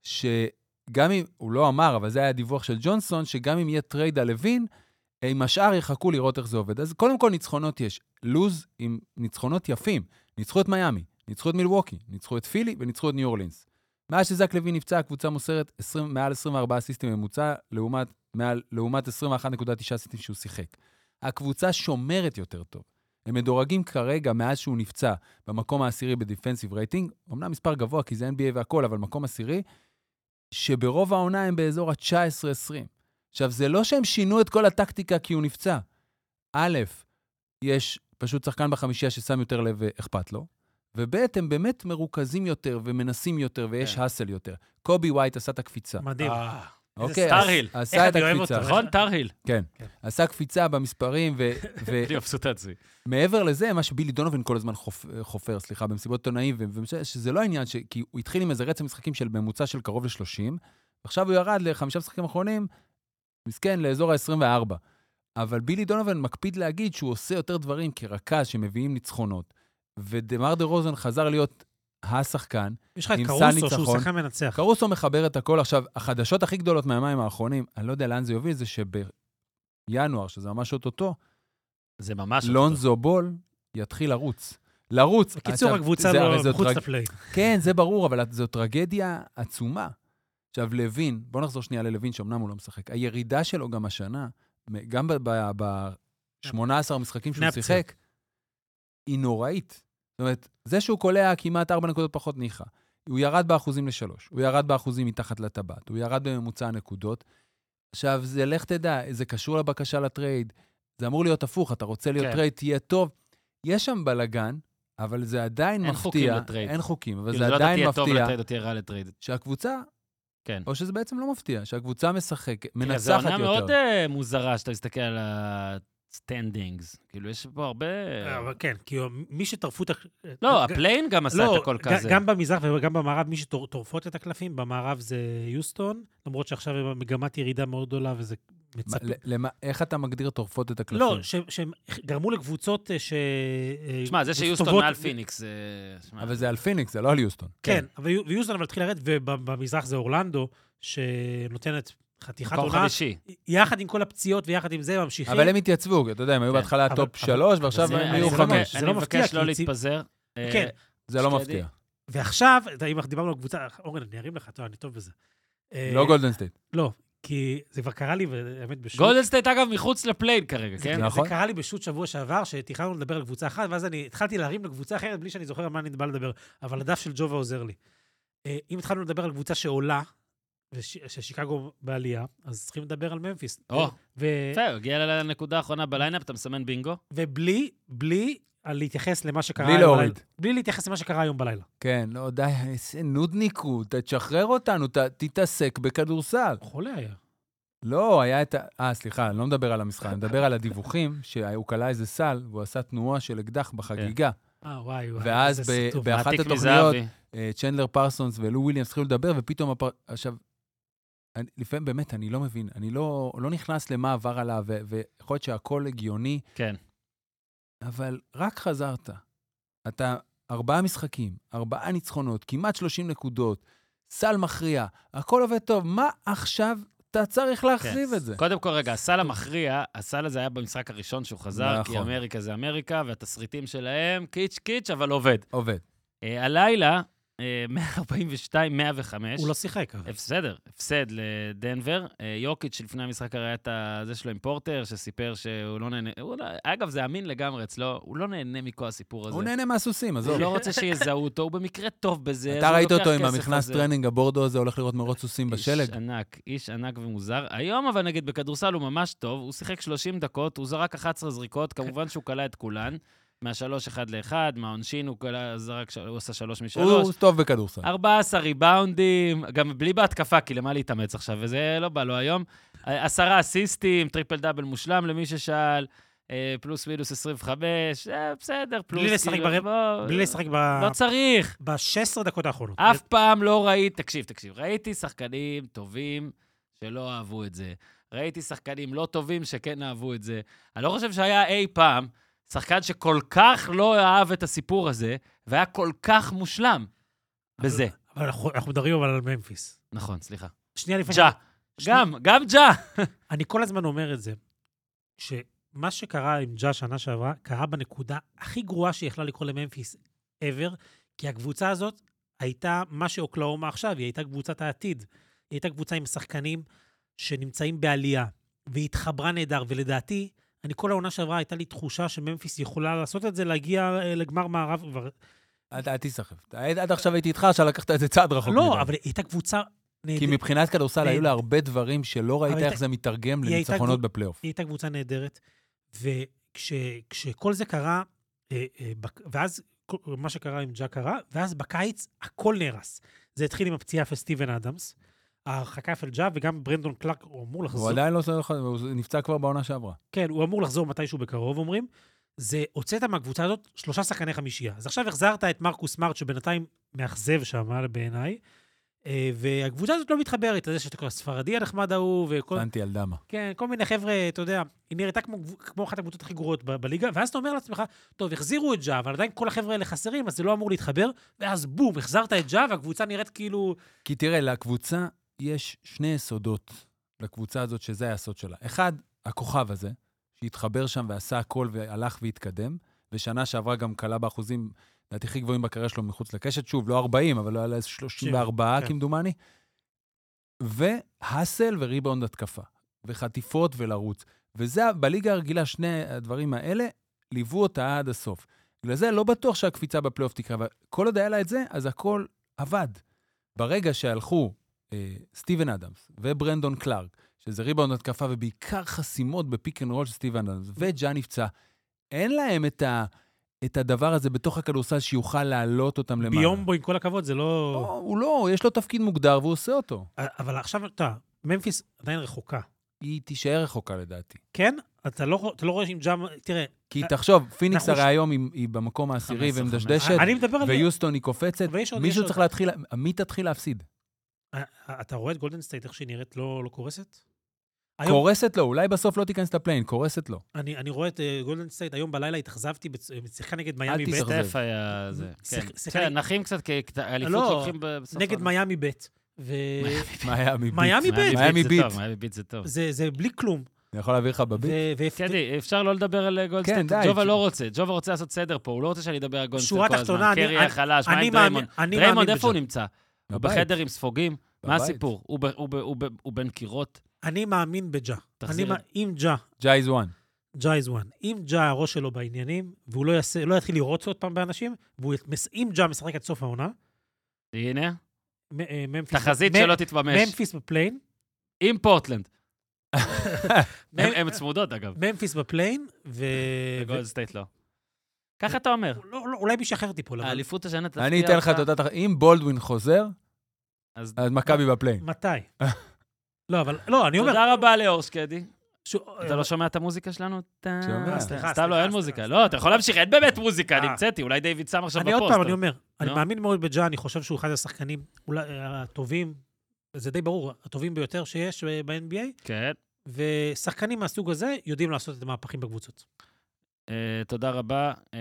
שגם אם, הוא לא אמר, אבל זה היה דיווח של ג'ונסון, שגם אם יהיה טרייד על לוין, עם השאר יחכו לראות איך זה עובד. אז קודם כל ניצחונות יש. לוז עם ניצחונות יפים. ניצחו את מיאמי, ניצחו את מילווקי, ניצחו את פילי וניצחו את ניו אורלינס. מאז שזק לוין נפצע, הקבוצה מוסרת עשרים, מעל עשרים וארבעה אסיסטים ממוצע, לעומת, מעל, לעומת עשרים ואחת נקודה תשע אסיסטים שהוא שיחק. הקבוצה שומרת יותר טוב. הם מדורגים כרגע, מאז שהוא נפצע, במקום העשירי בדיפנסיב רייטינג, אמנם מספר גבוה, כי זה אן בי איי והכל, אבל מקום עשירי, שברוב העונה הם באזור ה-תשע עשרה עשרים. עכשיו, זה לא שהם שינו את כל הטקטיקה כי הוא נפצע. א', יש פשוט שחקן בחמישייה ששם יותר לב ואכפת לו, וב', הם באמת מרוכזים יותר ומנסים יותר, ויש כן. הסל יותר. קובי ווייט עשה את הקפיצה. מדהים. אה, אוקיי, סטאר עש- היל. עשה את אני אוהב הקפיצה. אותו. נכון? טארהיל. כן. כן. עשה קפיצה במספרים, ו... ו- אני מבסוט עצמי. מעבר לזה, מה שבילי דונובין כל הזמן חופ... חופר, סליחה, במסיבות עיתונאים, ו... ו- שזה לא העניין, ש... כי הוא התחיל עם איזה רצף משחקים של ממוצע של קרוב ל-שלושים, ועכשיו הוא ירד לחמישה משחקים אחרונים, מסכן, לאזור ה-עשרים וארבע. אבל בילי דונובין מקפיד להגיד שהוא עושה יותר דברים כרכז שמביאים ניצחונות, ודמר דה רוזן חזר להיות השחקן. יש לך את עם סל קרוסו, שהוא ניצחון. שחקן מנצח. קרוסו מחבר את הכל. עכשיו, החדשות הכי גדולות מהמים האחרונים, אני לא יודע לאן זה יוביל, זה שבינואר, שזה ממש אוטוטו, זה ממש... לונזו בול יתחיל לרוץ. לרוץ. בקיצור, עכשיו, הקבוצה זה- הרי לא זו מחוץ טרג- לפליי. כן, זה ברור, אבל זו טרגדיה עצומה. עכשיו, לוין, בוא נחזור שנייה ללוין, שאומנם הוא לא משחק. הירידה שלו גם השנה, גם ב-שמונה עשר המשחקים שהוא מהפציעה. שיחק, היא נוראית. זאת אומרת, זה שהוא קולע כמעט ארבע נקודות פחות ניחה. הוא ירד באחוזים לשלוש, הוא ירד באחוזים מתחת לטבעת, הוא ירד בממוצע הנקודות. עכשיו, זה לך תדע, זה קשור לבקשה לטרייד, זה אמור להיות הפוך, אתה רוצה להיות כן. טרייד, תהיה טוב. יש שם בלגן, אבל זה עדיין אין מפתיע. חוקים לטרייד. אין חוקים, אבל כאילו, זה לא אתה עדיין תהיה טוב מפתיע לטרייד או תהיה רע לטרייד. שהקבוצה, כן. או שזה בעצם לא מפתיע, שהקבוצה משחקת, תראה, מנצחת זו עונה יותר. מאוד אה, מוזרה שאתה מסתכל על הסטנדינגס. כאילו, יש פה הרבה... אבל כן, כי מי שטרפו את... ה- לא, ג- הפליין גם עשה לא, את הכל ג- כזה. גם במזרח וגם במערב, מי שטורפות את הקלפים, במערב זה יוסטון, למרות שעכשיו הם במגמת ירידה מאוד גדולה, וזה מה, מצפה... ל- למה- איך אתה מגדיר טורפות את הקלפים? לא, ש- שהם גרמו לקבוצות אה, ש... אה, שמע, זה שיוסטון טובות- מעל פיניקס, זה... שמע, אבל זה על פיניקס, זה לא על יוסטון. כן, אבל יו- ויוסטון אבל התחיל לרדת, ובמזרח זה אורלנדו, שנותנת חתיכת מקום עונה, חמישי. יחד עם כל הפציעות ויחד עם זה, ממשיכים. אבל הם התייצבו, כי אתה יודע, הם היו כן, בהתחלה אבל- טופ אבל- שלוש, אבל ועכשיו זה- הם אני יהיו לא חמש. מבקש. זה לא אני מפתיע, מבקש כי לא צי- להתפזר. כן. זה לא שקדי. מפתיע. ועכשיו, אם אנחנו דיברנו על קבוצה, אורן, אני ארים לך, טוב, אני טוב בזה. אה, לא גולדן סטייט. לא, כי זה כבר קרה לי, והאמת, בשוט... גולדן סטייט, אגב, מחוץ לפליין כרגע, זה- כן? זה נכון. קרה לי בשוט שבוע שעבר, שתכננו לדבר על קבוצה אחת, ואז אני התחלתי להרים לקבוצה אחרת, בלי שאני זוכר על מה אני בא לדבר, אבל הדף של ג'ובה עוזר לי. אה, אם התחלנו לדבר על קבוצה שעולה, וש- ששיקגו בעלייה, אז צריכים לדבר על ממפיס. או. ו- יפה, הוא הגיע לנקודה האחרונה בליינאפ, אתה מסמן בינגו? ובלי, בלי להתייחס למה שקרה בלי היום להוריד. בלילה. בלי להתייחס למה שקרה היום בלילה. כן, לא, די, איזה נודניקות, תשחרר אותנו, ת- תתעסק בכדורסל. חולה היה. לא, היה את ה... אה, סליחה, אני לא מדבר על המשחק, אני מדבר על הדיווחים, שהוא קלע איזה סל, והוא עשה תנועה של אקדח בחגיגה. אה, וואי, וואי. ואז איזה ב- סיטוף. באחת מעתיק התוכניות, מזהבי. אה, צ'נדלר פרסונס ולו וויליאמס התחילו לדבר, ופתאום... הפר... עכשיו, אני, לפעמים באמת, אני לא מבין, אני לא, לא נכנס למה עבר עליו, ו- ויכול להיות שהכל הגיוני, כן. אבל רק חזרת. אתה ארבעה משחקים, ארבעה ניצחונות, כמעט שלושים נקודות, סל מכריע, הכל עובד טוב. מה עכשיו אתה צריך להחריב כן. את זה? קודם כל, רגע, הסל המכריע, הסל הזה היה במשחק הראשון שהוא חזר, כי נכון. אמריקה זה אמריקה, והתסריטים שלהם קיץ' קיץ', אבל עובד. עובד. אה, הלילה, אה, מאה ארבעים ושתיים מאה וחמש. הוא לא שיחק. אבל. בסדר, הפסד לדנבר. אה, יוקיץ' שלפני המשחק הראה את זה שלו עם פורטר, שסיפר שהוא לא נהנה... הוא לא... אגב, זה אמין לגמרי אצלו, הוא לא נהנה מכל הסיפור הזה. הוא נהנה מהסוסים, עזוב. הוא לא רוצה שיזהו אותו, הוא במקרה טוב בזה. אז אתה הוא ראית לוקח אותו עם כסף המכנס על זה. טרנינג הבורדו הזה, הולך לראות מרוץ סוסים בשלג? איש ענק, איש ענק ומוזר. היום, אבל נגיד, בכדורסל הוא ממש טוב, הוא שיחק שלושים דקות, הוא זרק אחת עשרה זריקות, כמובן שהוא קלע את כולן, מהשלוש אחד לאחד, מהעונשין הוא קלע, זרק, הוא עשה שלוש משלוש. הוא טוב בכדורסל. ארבעה עשר ריבאונדים, גם בלי בהתקפה, כי למה להתאמץ עכשיו, וזה לא בא לו היום. עשרה אסיסטים, טריפל דאבל מושלם למי ששאל, אה, פלוס מינוס עשרים וחמש, אה, בסדר, פלוס... בלי לשחק כאילו, ברבע, בוא, בלי לשחק ב... לא צריך. ב-שש עשרה דקות האחרונות. אף פעם לא ראיתי, תקשיב, תקשיב, ראיתי שחקנים טובים שלא אהבו את זה. ראיתי שחקנים לא טובים שכן אהבו את זה. אני לא חושב שהיה אי פעם שחקן שכל כך לא אהב את הסיפור הזה, והיה כל כך מושלם בזה. אבל אנחנו אנחנו מדברים אבל על ממפיס. נכון, סליחה. שנייה לפני... ג'ה. גם, גם ג'ה. אני כל הזמן אומר את זה, שמה שקרה עם ג'ה שנה שעברה, קרה בנקודה הכי גרועה שיכלה לקרוא לממפיס ever, כי הקבוצה הזאת הייתה מה שאוקלאומה עכשיו, היא הייתה קבוצת העתיד. היא הייתה קבוצה עם שחקנים שנמצאים בעלייה, והיא התחברה נהדר, ולדעתי, אני כל העונה שעברה הייתה לי תחושה שממפיס יכולה לעשות את זה, להגיע אה, לגמר מערב כבר. אל אל תיסחף. עד עד עכשיו הייתי איתך, עכשיו לקחת את זה צעד רחוק מדי. לא, אבל היא הייתה קבוצה כי נהדרת. מבחינת כדורסל היו נהד- לה הרבה דברים שלא ראית אבל איך הייתה- זה מתרגם היא הייתה לניצחונות קבוצ- בפלייאוף. היא הייתה קבוצה נהדרת, וכשכל זה קרה, אה, אה, בק- ואז כל- מה שקרה עם ג'ה קרה, ואז בקיץ הכל נהרס. זה התחיל עם הפציעה של סטיבן אדמס, ההרחקה של ג'ה, וגם ברנדון קלארק, הוא אמור לחזור. הוא עדיין לא... הוא נפצע כבר בעונה שעברה. כן, הוא אמור לחזור מתישהו בקרוב, אומרים. זה, הוצאת מהקבוצה הזאת שלושה שחקני חמישייה. אז עכשיו החזרת את מרקוס סמארט, שבינתיים מאכזב שם, בעיניי, אה, והקבוצה הזאת לא מתחברת, זה שאתה כל הספרדי הנחמד ההוא, וכל... סנטי על דמה. כן, כל מיני חבר'ה, אתה יודע, היא נראתה כמו, כמו אחת הקבוצות הכי גרועות ב- בליגה, ואז אתה אומר לעצמך, טוב, החזירו את ג'ה, אבל עדיין כל החבר'ה האלה חסרים, אז זה לא אמור להתחבר, ואז בום, החזרת את ג'ה, והקבוצה נראית כאילו... כי תראה, לקבוצה יש שני יסודות לקבוצה הזאת, שזה היסוד שלה. אחד, הכוכב הזה, שהתחבר שם ועשה הכל והלך והתקדם, ושנה שעברה גם קלה באחוזים, לדעתי הכי גבוהים בקריירה שלו מחוץ לקשת, שוב, לא ארבעים, אבל לא היה לה שלושים וארבע, כן. כמדומני. והסל וריבאונד התקפה, וחטיפות ולרוץ. וזה, בליגה הרגילה, שני הדברים האלה, ליוו אותה עד הסוף. בגלל זה לא בטוח שהקפיצה בפלייאוף תקרה, אבל כל עוד היה לה את זה, אז הכל עבד. ברגע שהלכו אה, סטיבן אדמס וברנדון קלארק, שזה ריבאונד התקפה, ובעיקר חסימות בפיק אנד רול של סטיבן אדמס, וג'ה נפצע, אין להם את, ה, את הדבר הזה בתוך הכדורסל שיוכל להעלות אותם למעלה. ביומבו, עם כל הכבוד, זה לא... לא, הוא לא, יש לו תפקיד מוגדר והוא עושה אותו. אבל עכשיו, אתה יודע, ממפיס עדיין רחוקה. היא תישאר רחוקה לדעתי. כן? אתה לא, אתה לא רואה שעם ג'אם... תראה, כי תחשוב, פיניקס אנחנו הרי היום היא, היא במקום העשירי חמש עשרה, ומדשדשת, אני מדבר על... ויוסטון היא קופצת, ויש עוד- יש מישהו עוד- צריך להתחיל, מי תתחיל להפסיד? אתה רואה את גולדן סטייט, איך שהיא נראית לא, לא קורסת? היום, קורסת לו, אולי בסוף לא תיכנס לפליין, קורסת לו. אני, אני רואה את uh, גולדן סטייט, היום בלילה התאכזבתי, בשיחה נגד אל מיאמי ב', תתאכזב. סטף היה זה. שיח- כן. שיחה- כן, נחים קצת, כי אליפות לא, לוקחים בסוף. נגד העונה. מיאמי ב', ו... מיאמי ביט. מיאמי ביט. מיאמי זה ביט. טוב, מיאמי ביט זה טוב. זה, זה בלי כלום. אני יכול להעביר לך בביט? ו- ו- קדי, אפשר לא לדבר על גולדסטייט? די. ג'ובה לא רוצה, ג'ובה רוצה לעשות סדר פה, הוא לא רוצה שאני אדבר על גולדסטייט שורה כל הזמן. תחתונה, אני- קרי היה חלש, מה אני עם מאמין- דריימונד? אני דריימונד, מאמין איפה הוא בזה. נמצא? הוא בבית. בחדר עם ספוגים? מה בבית. הסיפור? הוא ב- הוא ב- הוא ב- הוא בין קירות? אני מאמין בג'ה. תחזיר אני, את- מא- אם ג'ה, ג'ה איז וואן. ג'ה איז וואן. אם ג'ה הראש שלו בעניינים, והוא לא, יעשה, לא יתחיל לרוץ עוד פעם באנשים, ואם ג'ה משחק עד סוף העונה, הנה, מ- אה, ממפיס... תחזית מ- שלא תתממש. ממפיס בפליין, עם פורטלנד. מ- הם הם צמודות, אגב. ממפיס בפליין, ו... וגולדסטייט לא. ככה אתה אומר. לא, לא, אולי מישהו אחר תיפול, אבל האליפות השנה תפתיע אני אתן לך את אותה תחת... אם בולדווין חוזר, אז אז מכבי בפליין. מתי? לא, אבל, לא, אני אומר... תודה רבה לאור שקדי. ש- אתה לא שומע את המוזיקה שלנו? שומע. סליחה, סתם לא, אין סליחה, מוזיקה. סליחה, לא, אתה יכול להמשיך, אין באמת מוזיקה, אני אה. המצאתי, אולי דיוויד שם עכשיו אני בפוסט. עוד פעם, אני אומר, אני נו. מאמין מאוד בג'ה, אני חושב שהוא אחד השחקנים אולי הטובים, זה די ברור, הטובים ביותר שיש ב-אן בי איי, כן. ושחקנים מהסוג הזה יודעים לעשות את המהפכים בקבוצות. אה, תודה רבה. אה,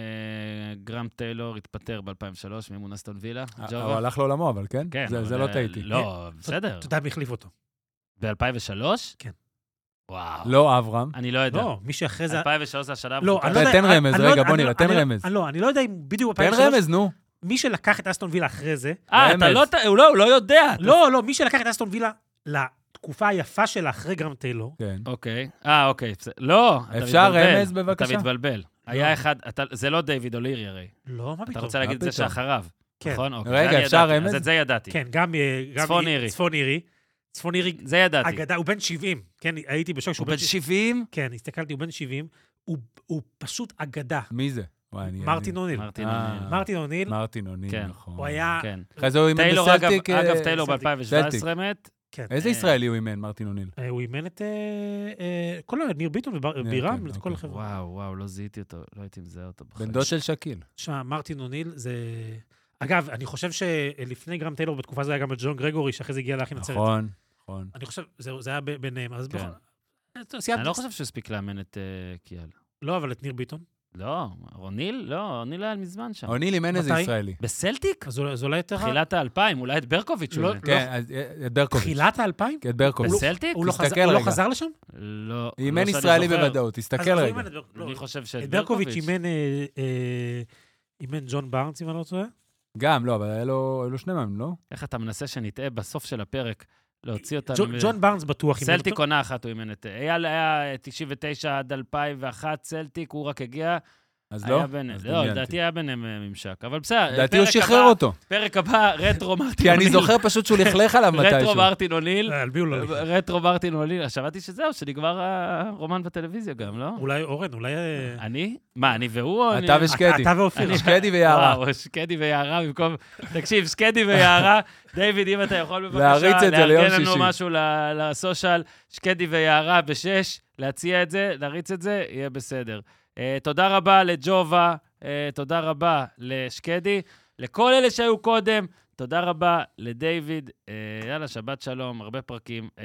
גרם טיילור התפטר ב-אלפיים ושלוש מאימון אסטון וילה. הוא ג'ובה. הלך לעולמו, אבל כן? כן. זה- אבל, זה לא אה, טעיתי. לא, בסדר. אתה יודע מי החליף אותו? ב-אלפיים ושלוש? כן. וואו. לא אברהם. אני לא יודע. לא, מי שאחרי זה... אלפיים ושלוש זה השנה לא, המפוקחת. אני לא יודע... תן אני- רמז, אני לא רגע, יודע- בוא אני נראה, לא- תן אני לא- רמז. אני לא, אני לא יודע אם בדיוק תן ב-אלפיים ושלוש, רמז, נו. מי שלקח את אסטון וילה אחרי זה, אה, אתה רמז. לא... ת- הוא לא, הוא לא יודע. לא, לא, מי שלקח את אסטון וילה לתקופה היפה שלה אחרי גרם טיילור, כן. אוקיי. אה, אוקיי. בסדר. לא, אתה אפשר מתבלבל. רמז, בבקשה? אתה מתבלבל. היה אחד, אתה- זה לא דיוויד אולירי הרי. לא, מה אתה פתאום? רוצה להגיד את זה פתאום? שאחריו. כן. נכון? אוקיי. רגע, זה אני אפשר ידעתי. רמז? אז את זה ידעתי. כן, גם... אה, גם- צפון אירי. צפון אירי. צפון אירי, זה ידעתי. אגדה, הוא בן שבעים. כן, הייתי בשוק הוא שהוא בן שבעים? כן, הסתכלתי, הוא בן שבעים. הוא- הוא פשוט אגדה. מי זה? וואי, אני- מרטין אני- אוניל. מרטין אה. אוניל. מרטין אוניל, מרטין אוניל, כן. נכון. הוא היה... כן. אחרי זה הוא אימן טיילור, אגב, בסלטיק. אה, אגב, טיילור סלטיק. ב-אלפיים שבע עשרה מת. כן. איזה אה, ישראלי הוא אימן, מרטין אוניל? אה, הוא אימן את... אה, אה, כל ה... ניר ביטון ובירם, כן, את כל אוקיי. החבר'ה. וואו, וואו, לא זיהיתי אותו, לא הייתי מזהה אותו בחיים. בן דוד של שקיל. תשמע, מרטין אוניל זה... אגב, אני חושב שלפני גרם טיילור בתקופה זה היה גם את ג'ון גרגורי, שאחרי זה הגיע לאחי נצרת. נכון, נכון. אני חושב, זה זה היה ב- ביניהם. אז כן. בכל... טוב, סיימתי. אני לא חושב שהוא הספיק לאמן את אה, קיאל. לא, אבל את ניר ביטון. לא, אוניל? לא, אוניל היה מזמן שם. אוניל אימן איזה מתי? ישראלי. בסלטיק? אז אולי- אז אולי יותר... תחילת האלפיים, אולי את ברקוביץ' הוא לא, אימן. כן, אז, אה, את ברקוביץ'. תחילת האלפיים? כן, את ברקוביץ'. בסלטיק? הוא לא תסתכל חזר- הוא לא רגע. חזר לשם? לא. אימן לא שאני ישראלי זוכר. בוודאות, אז- תסתכל אז הוא רגע. אימן את בר- לא, אני חושב שאת את ברקוביץ' ברקוביץ'. אימן אה, אה, אימן ג'ון בארנס, אם אני לא טועה. גם, לא, אבל היה לו היו לו שני מאמנים, לא? איך אתה מנסה שנטעה בסוף של הפרק, להוציא אותנו... ג'ון- ג'ון בארנס בטוח אימן סלטיק אותו. עונה אחת הוא אימן את... אייל היה תשעים ותשע עד אלפיים ואחת, סלטיק, הוא רק הגיע, אז לא? היה ביניהם. אז לא, דמיינתי. לדעתי היה ביניהם אה, ממשק. אבל בסדר, לדעתי הוא פרק שחרר הבא- אותו. פרק הבא, רטרו מרטין כי אוניל. אני זוכר פשוט שהוא לכלך עליו רטרו מתישהו. מרטין אוניל. אה, על מי הוא לא נכנס? רטרו מרטין אוניל. שמעתי שזהו, שנגמר הרומן בטלוויזיה גם, לא? אולי אורן, אולי... אה, אני? מה, אני והוא או אני? אתה ושקדי. אתה ואופיר. שקדי ויערה. וואו, שקדי ויערה במקום... תקשיב, שקדי ויערה, דיוויד, אם אתה יכול בבקשה... להריץ את זה ליום לארגן לנו שישי. משהו ל- לסושיאל, שקדי ויערה בשש, להציע את זה, להריץ את זה, יהיה בסדר. Uh, תודה רבה לג'ובה, uh, תודה רבה לשקדי, לכל אלה שהיו קודם, תודה רבה לדיוויד, uh, יאללה, שבת שלום, הרבה פרקים. Uh,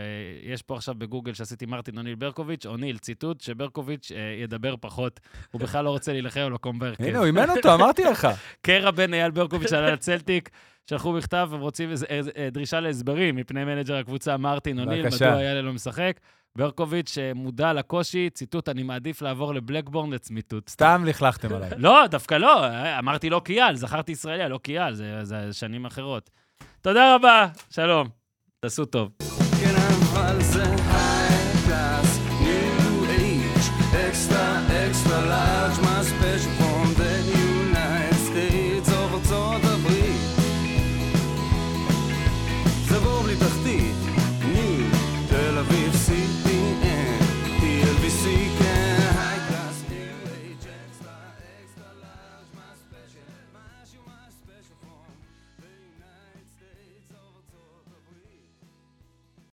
יש פה עכשיו בגוגל שעשיתי מרטין אוניל ברקוביץ', אוניל, ציטוט, שברקוביץ' uh, ידבר פחות, הוא בכלל לא רוצה להילחם או לקום בהרכב. הנה, הוא אימן אותו, אמרתי לך. קרע בן אייל ברקוביץ' עלה לצלטיק, שלחו מכתב, הם רוצים איז- איז- אה, דרישה להסברים מפני מנג'ר הקבוצה מרטין אוניל, בבקשה. מדוע אייל לא משחק. ברקוביץ' מודע לקושי, ציטוט, אני מעדיף לעבור לבלקבורן לצמיתות. סתם לכלכתם עליי. לא, דווקא לא, אמרתי לא קייל, זכרתי ישראליה, לא קייל, זה, זה שנים אחרות. תודה רבה, שלום, תעשו טוב. כן, אבל זה